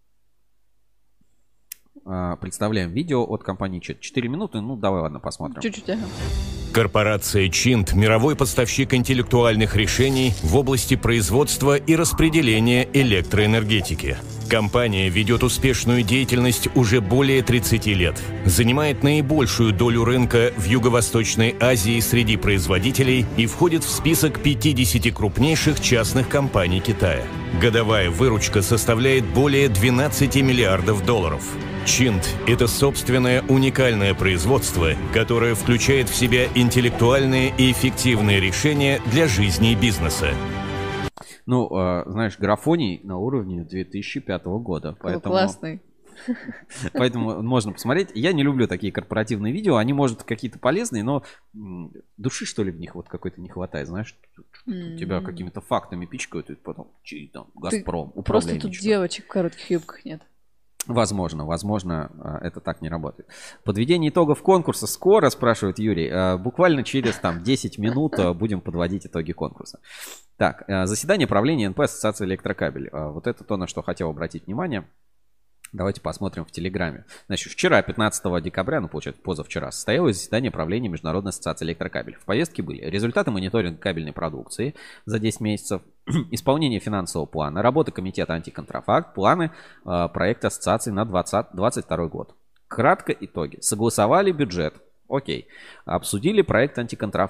А, представляем видео от компании Чинт. четыре минуты, ну давай, ладно, посмотрим. Чуть-чуть, ага. Корпорация Чинт – мировой поставщик интеллектуальных решений в области производства и распределения электроэнергетики. Компания ведет успешную деятельность уже более тридцати лет, занимает наибольшую долю рынка в Юго-Восточной Азии среди производителей и входит в список пятидесяти крупнейших частных компаний Китая. Годовая выручка составляет более двенадцати миллиардов долларов. Чинт – это собственное уникальное производство, которое включает в себя интеллектуальные и эффективные решения для жизни и бизнеса. Ну, э, знаешь, графоний на уровне две тысячи пятого года. Поэтому... Классный. Поэтому можно посмотреть. Я не люблю такие корпоративные видео. Они, может, какие-то полезные, но души, что ли, в них вот какой-то не хватает. Знаешь, mm-hmm. тебя какими-то фактами пичкают, и потом чей там Газпром, управление. Просто тут девочек в коротких юбках нет. Возможно, возможно, это так не работает. Подведение итогов конкурса скоро, спрашивает Юрий. Буквально через там десять минут будем подводить итоги конкурса. Так, заседание правления эн пэ Ассоциации Электрокабель. Вот это то, на что хотел обратить внимание. Давайте посмотрим в Телеграме. Значит, вчера, пятнадцатого декабря, ну, получается, позавчера, состоялось заседание правления Международной ассоциации Электрокабель. В повестке были результаты мониторинга кабельной продукции за десять месяцев, исполнение финансового плана, работа комитета антиконтрафакт, планы э, проекта ассоциации на двадцать второй год. Кратко итоги. Согласовали бюджет. Окей. Обсудили проект антиконтрафакт.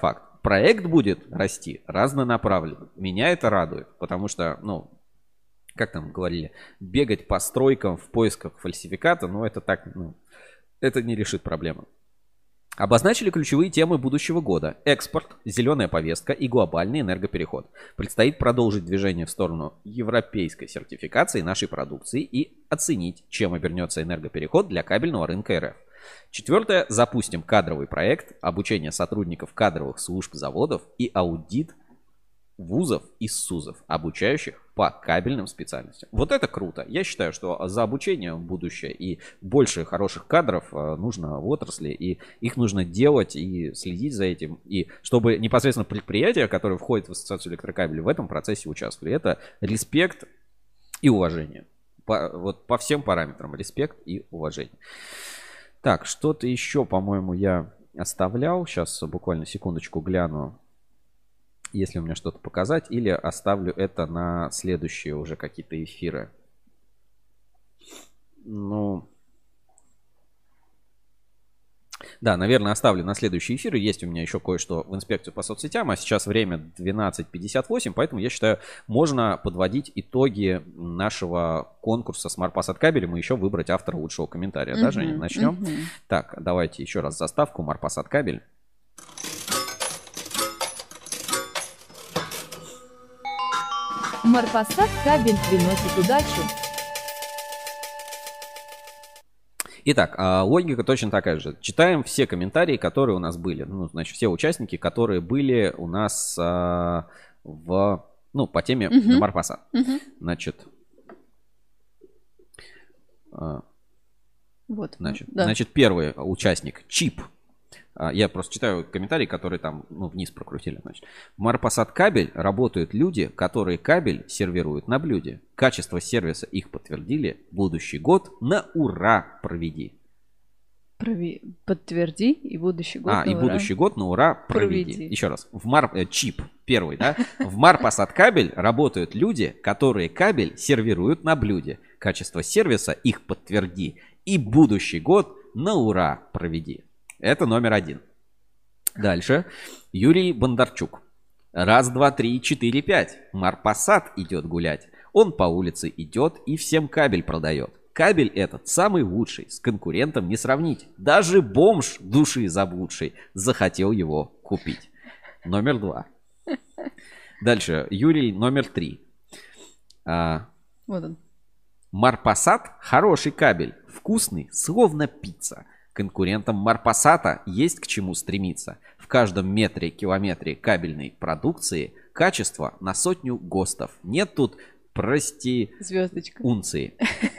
проект будет расти разнонаправленно. Меня это радует, потому что, ну, как там говорили, бегать по стройкам в поисках фальсификата, ну, это так, ну, это не решит проблемы. Обозначили ключевые темы будущего года. Экспорт, зеленая повестка и глобальный энергопереход. Предстоит продолжить движение в сторону европейской сертификации нашей продукции и оценить, чем обернется энергопереход для кабельного рынка РФ. Четвертое. Запустим кадровый проект, обучение сотрудников кадровых служб заводов и аудит вузов и СУЗов, обучающих по кабельным специальностям. Вот это круто. Я считаю, что за обучение в будущее и больше хороших кадров нужно в отрасли, и их нужно делать и следить за этим. И чтобы непосредственно предприятия, которые входят в ассоциацию электрокабелей, в этом процессе участвовали. Это респект и уважение. По, вот по всем параметрам респект и уважение. Так, что-то еще, по-моему, я оставлял. Сейчас буквально секундочку гляну, если у меня что-то показать, или оставлю это на следующие уже какие-то эфиры. Ну, да, наверное, оставлю на следующие эфиры. Есть у меня еще кое-что в инспекцию по соцсетям, а сейчас время двенадцать пятьдесят восемь, поэтому я считаю, можно подводить итоги нашего конкурса SmartPass от кабеля. Мы еще выбрать автора лучшего комментария. Uh-huh, да, Женя? Начнем. Uh-huh. Так, давайте еще раз заставку. SmartPass от кабель. Марпасад кабель приносит удачу. Итак, логика точно такая же. Читаем все комментарии, которые у нас были. Ну, значит, все участники, которые были у нас а, в, ну, по теме uh-huh. Марпасад. Uh-huh. Значит, а, вот. Значит, да. значит, первый участник Чип. Я просто читаю комментарии, которые там, ну, вниз прокрутили. Значит, в Марпасад кабель работают люди, которые кабель сервируют на блюде. Качество сервиса их подтвердили. Будущий год на ура проведи. Прови... Подтверди и будущий год а, на и ура. будущий год на ура проведи. проведи. Еще раз. В Мар... э, Чип первый, да? В Марпасад кабель работают люди, которые кабель сервируют на блюде. Качество сервиса их подтверди. И будущий год на ура проведи. Это номер один. Дальше. Юрий Бондарчук. Раз, два, три, четыре, пять. Марпасад идет гулять. Он по улице идет и всем кабель продает. Кабель этот самый лучший, с конкурентом не сравнить. Даже бомж души заблудший захотел его купить. Номер два. Дальше. Юрий номер три. А, вот он. Марпасад хороший кабель. Вкусный, словно пицца. Конкурентам Марпасата есть к чему стремиться. В каждом метре, километре кабельной продукции качество на сотню ГОСТов. Нет тут, прости, звездочка, унции.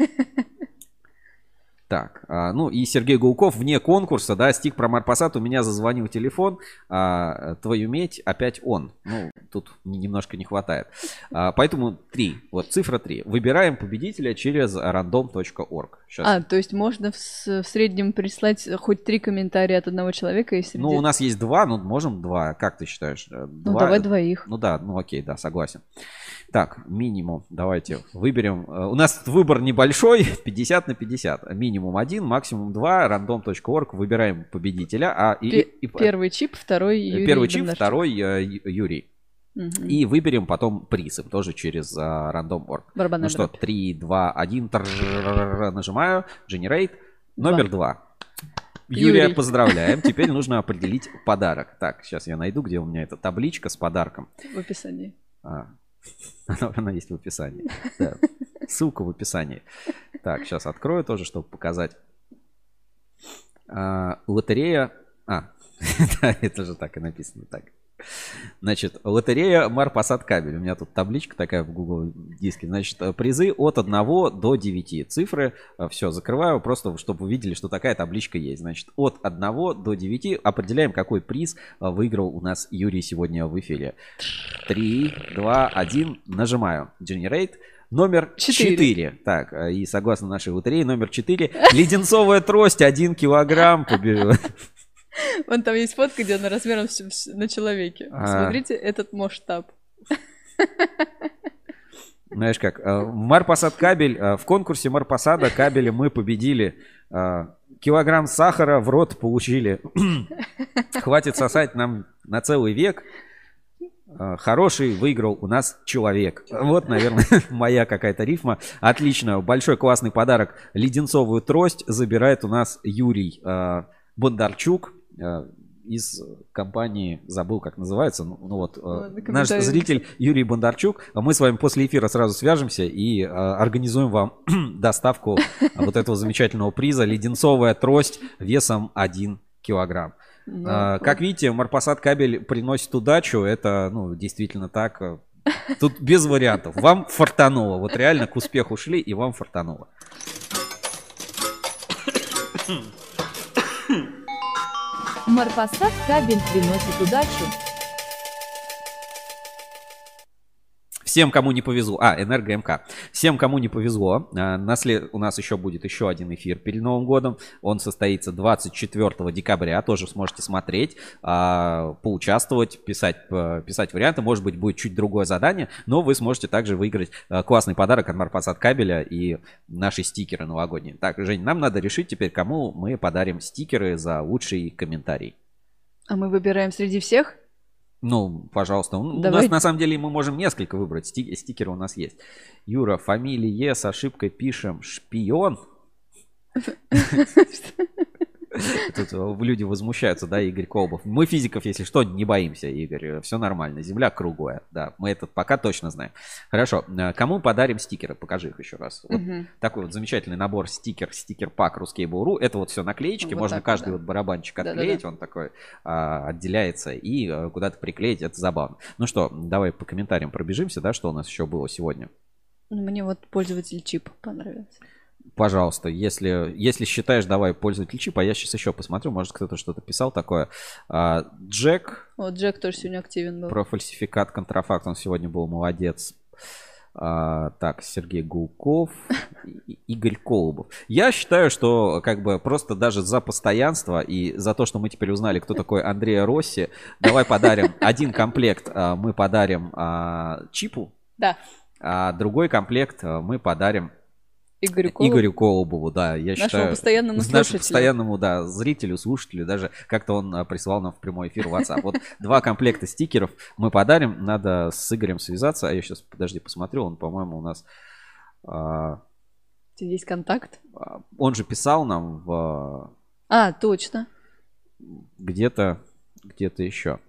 Так, а, ну и Сергей Гулков вне конкурса, да, стих про Марпасат, у меня зазвонил телефон, а, твою медь опять он. Ну, тут немножко не хватает. А, поэтому три, вот цифра три. Выбираем победителя через рандом точка орг. Сейчас. А, то есть можно в, в среднем прислать хоть три комментария от одного человека? И среди... Ну, у нас есть два, ну, можем два. Как ты считаешь? Два? Ну, давай двоих. Ну да, ну окей, да, согласен. Так, минимум, давайте выберем. У нас выбор небольшой, пятьдесят на пятьдесят. Минимум один, максимум два, рандом точка орг. Выбираем победителя. А, и, и, первый чип, второй Юрий. Первый чип, второй э, Юрий. Угу. И выберем потом призы тоже через рандом точка орг. Барабанная ну что, три, два, один, нажимаю, generate. Номер два. Юрия Юрий. Поздравляем. Теперь нужно определить подарок. Так, сейчас я найду, где у меня эта табличка с подарком. В описании. А. Она, она есть в описании. Да. Ссылка в описании. Так, сейчас открою тоже, чтобы показать. А, лотерея... А, да, это же так и написано. Так. Значит, лотерея Марпасад кабель. У меня тут табличка такая в Google диске. Значит, призы от одного до девяти. Цифры. Все, закрываю, просто чтобы вы видели, что такая табличка есть. Значит, от одного до девяти определяем, какой приз выиграл у нас Юрий сегодня в эфире. три, два, один. Нажимаю. Generate. Номер четыре. Так, и согласно нашей лотерее, номер четыре. Леденцовая трость, один килограмм. Вон там есть фотка, где она размером на человеке. А... Смотрите этот масштаб. Знаешь как, Марпасад кабель, в конкурсе Марпасада кабеля мы победили. Килограмм сахара в рот получили. Хватит сосать, нам на целый век. Хороший выиграл у нас человек. Вот, наверное, моя какая-то рифма. Отлично. Большой классный подарок. Леденцовую трость забирает у нас Юрий э, Бондарчук э, из компании, забыл, как называется. Ну, ну вот, э, наш зритель Юрий Бондарчук. Мы с вами после эфира сразу свяжемся и э, организуем вам доставку вот этого замечательного приза. Леденцовая трость весом один килограмм. Ну, а, как видите, Марпасад кабель приносит удачу. Это, ну, действительно так. Тут без вариантов. Вам фартануло. Вот реально к успеху шли, и вам фартануло. Марпасад кабель приносит удачу. Всем, кому не повезло, а, ЭнергоМК, всем, кому не повезло, на след... у нас еще будет еще один эфир перед Новым годом, он состоится двадцать четвёртого декабря, тоже сможете смотреть, поучаствовать, писать, писать варианты, может быть, будет чуть другое задание, но вы сможете также выиграть классный подарок от Марпасад кабеля и наши стикеры новогодние. Так, Жень, нам надо решить теперь, кому мы подарим стикеры за лучший комментарий. А мы выбираем среди всех? Ну, пожалуйста. Давай. У нас на самом деле мы можем несколько выбрать. Стик- стикеры у нас есть. Юра, фамилия с ошибкой пишем шпион. Тут люди возмущаются, да, Игорь Колбов. Мы физиков, если что, не боимся, Игорь. Все нормально. Земля круглая. Да, мы это пока точно знаем. Хорошо. Кому подарим стикеры? Покажи их еще раз. Вот угу. Такой вот замечательный набор стикер, стикер-пак Ruskable.ru. Это вот все наклеечки. Вот Можно каждый вот, да. вот барабанчик отклеить. Да-да-да. Он такой а, отделяется и а, куда-то приклеить. Это забавно. Ну что, давай по комментариям пробежимся, да, что у нас еще было сегодня. Мне вот пользователь чип понравился. Пожалуйста, если, если считаешь, давай пользователь чипа, я сейчас еще посмотрю, может кто-то что-то писал такое. А, Джек. Вот Джек тоже сегодня активен был. Про фальсификат, контрафакт, он сегодня был молодец. А, так, Сергей Гулков, Игорь Колобов. Я считаю, что как бы просто даже за постоянство и за то, что мы теперь узнали, кто такой Андреа Росси, давай подарим один комплект, мы подарим а, чипу. Да. А другой комплект мы подарим Игорю Колобову. Игорю Колобову, да, я нашему считаю. Постоянному нашему слушателю. постоянному, да, зрителю, слушателю, даже как-то он а, присылал нам в прямой эфир в WhatsApp. Вот два комплекта стикеров мы подарим, надо с Игорем связаться. А я сейчас, подожди, посмотрю, он, по-моему, у нас... А, есть контакт? Он же писал нам в... А, точно. Где-то, где-то еще.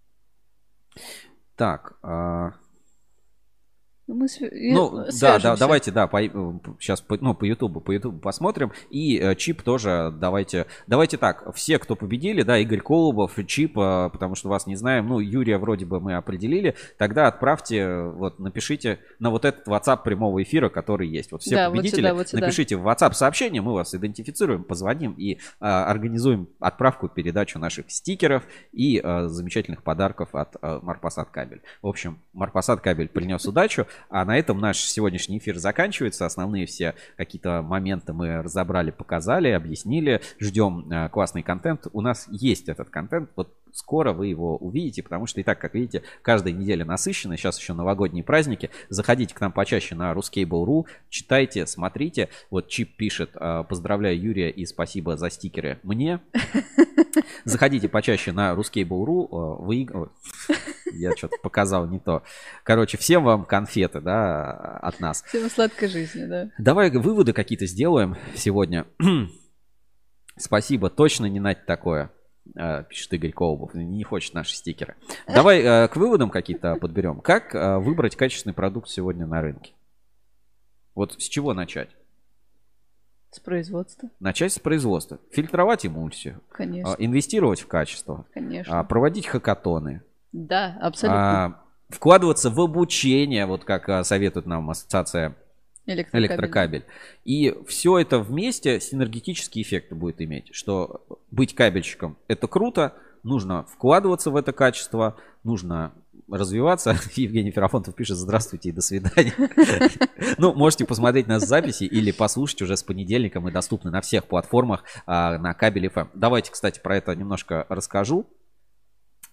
Так, а... Мы св... Ну, да, да, давайте, да, по, сейчас по, ну, по Ютубу, по Ютубу посмотрим. И э, чип тоже давайте. Давайте так, все, кто победили, да, Игорь Колобов, чип, э, потому что вас не знаем. Ну, Юрия вроде бы мы определили. Тогда отправьте, вот, напишите на вот этот WhatsApp прямого эфира, который есть. Вот все да, победители, вот сюда, вот сюда. Напишите в WhatsApp сообщение, мы вас идентифицируем, позвоним и э, организуем отправку, передачу наших стикеров и э, замечательных подарков от э, Марпасад кабель. В общем, Марпасад кабель принес удачу. А на этом наш сегодняшний эфир заканчивается. Основные все какие-то моменты мы разобрали, показали, объяснили. Ждем э, классный контент. У нас есть этот контент. Вот скоро вы его увидите, потому что и так, как видите, каждая неделя насыщена. Сейчас еще новогодние праздники. Заходите к нам почаще на Ruskable точка ру, читайте, смотрите. Вот Чип пишет: поздравляю Юрия и спасибо за стикеры мне. Заходите почаще на Ruskable точка ру. Вы... Я что-то показал не то. Короче, всем вам конфеты, да, от нас. Всем сладкой жизни, да. Давай выводы какие-то сделаем сегодня. Спасибо, точно не нать такое, пишет Игорь Колобов. Не хочет наши стикеры. Давай к выводам какие-то подберем. Как выбрать качественный продукт сегодня на рынке? Вот с чего начать? С производства. Начать с производства. Фильтровать эмульсию. Конечно. Инвестировать в качество. Конечно. Проводить хакатоны. Да, абсолютно. А, вкладываться в обучение, вот как а, советует нам ассоциация Электрокабель. Электрокабель. И все это вместе синергетический эффект будет иметь, что быть кабельщиком — это круто, нужно вкладываться в это качество, нужно развиваться. Евгений Ферапонтов пишет: здравствуйте и до свидания. Ну, можете посмотреть нас в записи или послушать уже с понедельника. Мы доступны на всех платформах на Кабель эф эм. Давайте, кстати, про это немножко расскажу.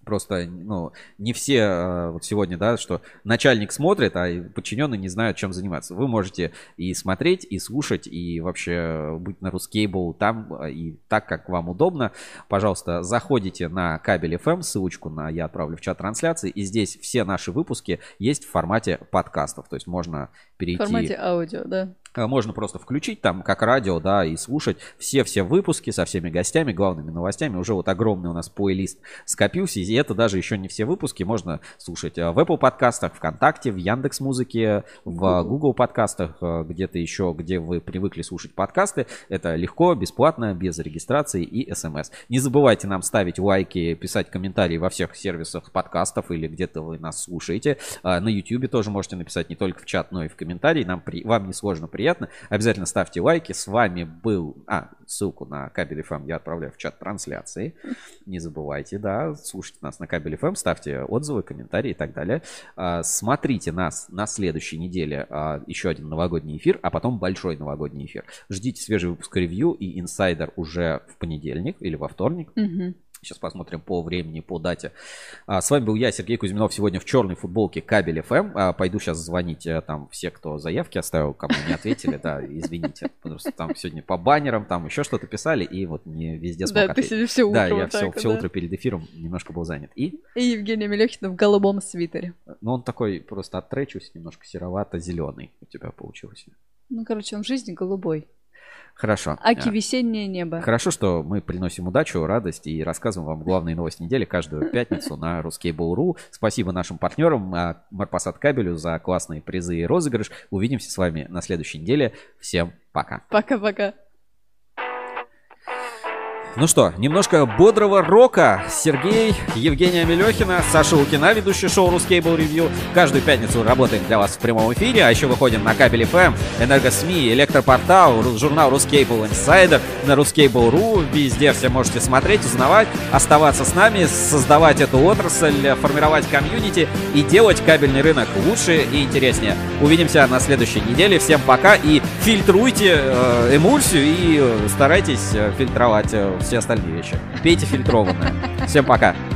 Просто, ну, не все вот сегодня, да, что начальник смотрит, а подчиненные не знают, чем заниматься. Вы можете и смотреть, и слушать, и вообще быть на Ruscable там, и так, как вам удобно. Пожалуйста, заходите на Кабель эф эм, ссылочку на я отправлю в чат трансляции, и здесь все наши выпуски есть в формате подкастов. То есть можно перейти... В формате аудио, да. Можно просто включить там как радио, да, и слушать все-все выпуски со всеми гостями, главными новостями. Уже вот огромный у нас плейлист скопился, и это даже еще не все выпуски. Можно слушать в Apple подкастах, ВКонтакте, в Яндекс.Музыке, в Google подкастах, где-то еще, где вы привыкли слушать подкасты. Это легко, бесплатно, без регистрации и смс. Не забывайте нам ставить лайки, писать комментарии во всех сервисах подкастов или где-то вы нас слушаете. На YouTube тоже можете написать не только в чат, но и в комментарии. Нам при... Вам не сложно, приятно. Обязательно ставьте лайки. С вами был... А, ссылку на Кабель эф эм я отправляю в чат трансляции. Не забывайте, да, слушайте нас на Кабель эф эм, ставьте отзывы, комментарии и так далее. Смотрите нас на следующей неделе. Еще один новогодний эфир, а потом большой новогодний эфир. Ждите свежий выпуск ревью и инсайдер уже в понедельник или во вторник. Угу. Сейчас посмотрим по времени, по дате. А, с вами был я, Сергей Кузьминов, сегодня в черной футболке Кабель эф эм. А, пойду сейчас звонить там все, кто заявки оставил, кому не ответили, да, извините. Потому что там сегодня по баннерам, там еще что-то писали, и вот не везде смог да, ответить. Ты сегодня все утро да, я вот все, так, все да. утро перед эфиром немножко был занят. И, и Евгений Мелехин в голубом свитере. Ну, он такой просто оттречусь, немножко серовато-зеленый у тебя получился. Ну, короче, он в жизни голубой. Хорошо. Аки весеннее небо. Хорошо, что мы приносим удачу, радость и рассказываем вам главные новости недели каждую пятницу на Ruscable точка ру. Спасибо нашим партнерам Марпасад Кабелю за классные призы и розыгрыш. Увидимся с вами на следующей неделе. Всем пока. Пока-пока. Ну что, немножко бодрого рока. Сергей, Евгения Мелехина, Саша Лукина, ведущий шоу Ruscable Review. Каждую пятницу работаем для вас в прямом эфире, а еще выходим на Кабель эф эм, Энергосми, Электропортал, журнал Ruscable Insider, на Ruscable точка ру. Везде все можете смотреть, узнавать, оставаться с нами, создавать эту отрасль, формировать комьюнити и делать кабельный рынок лучше и интереснее. Увидимся на следующей неделе. Всем пока и фильтруйте э, эмульсию и старайтесь фильтровать все остальные вещи. Пейте фильтрованное. Всем пока.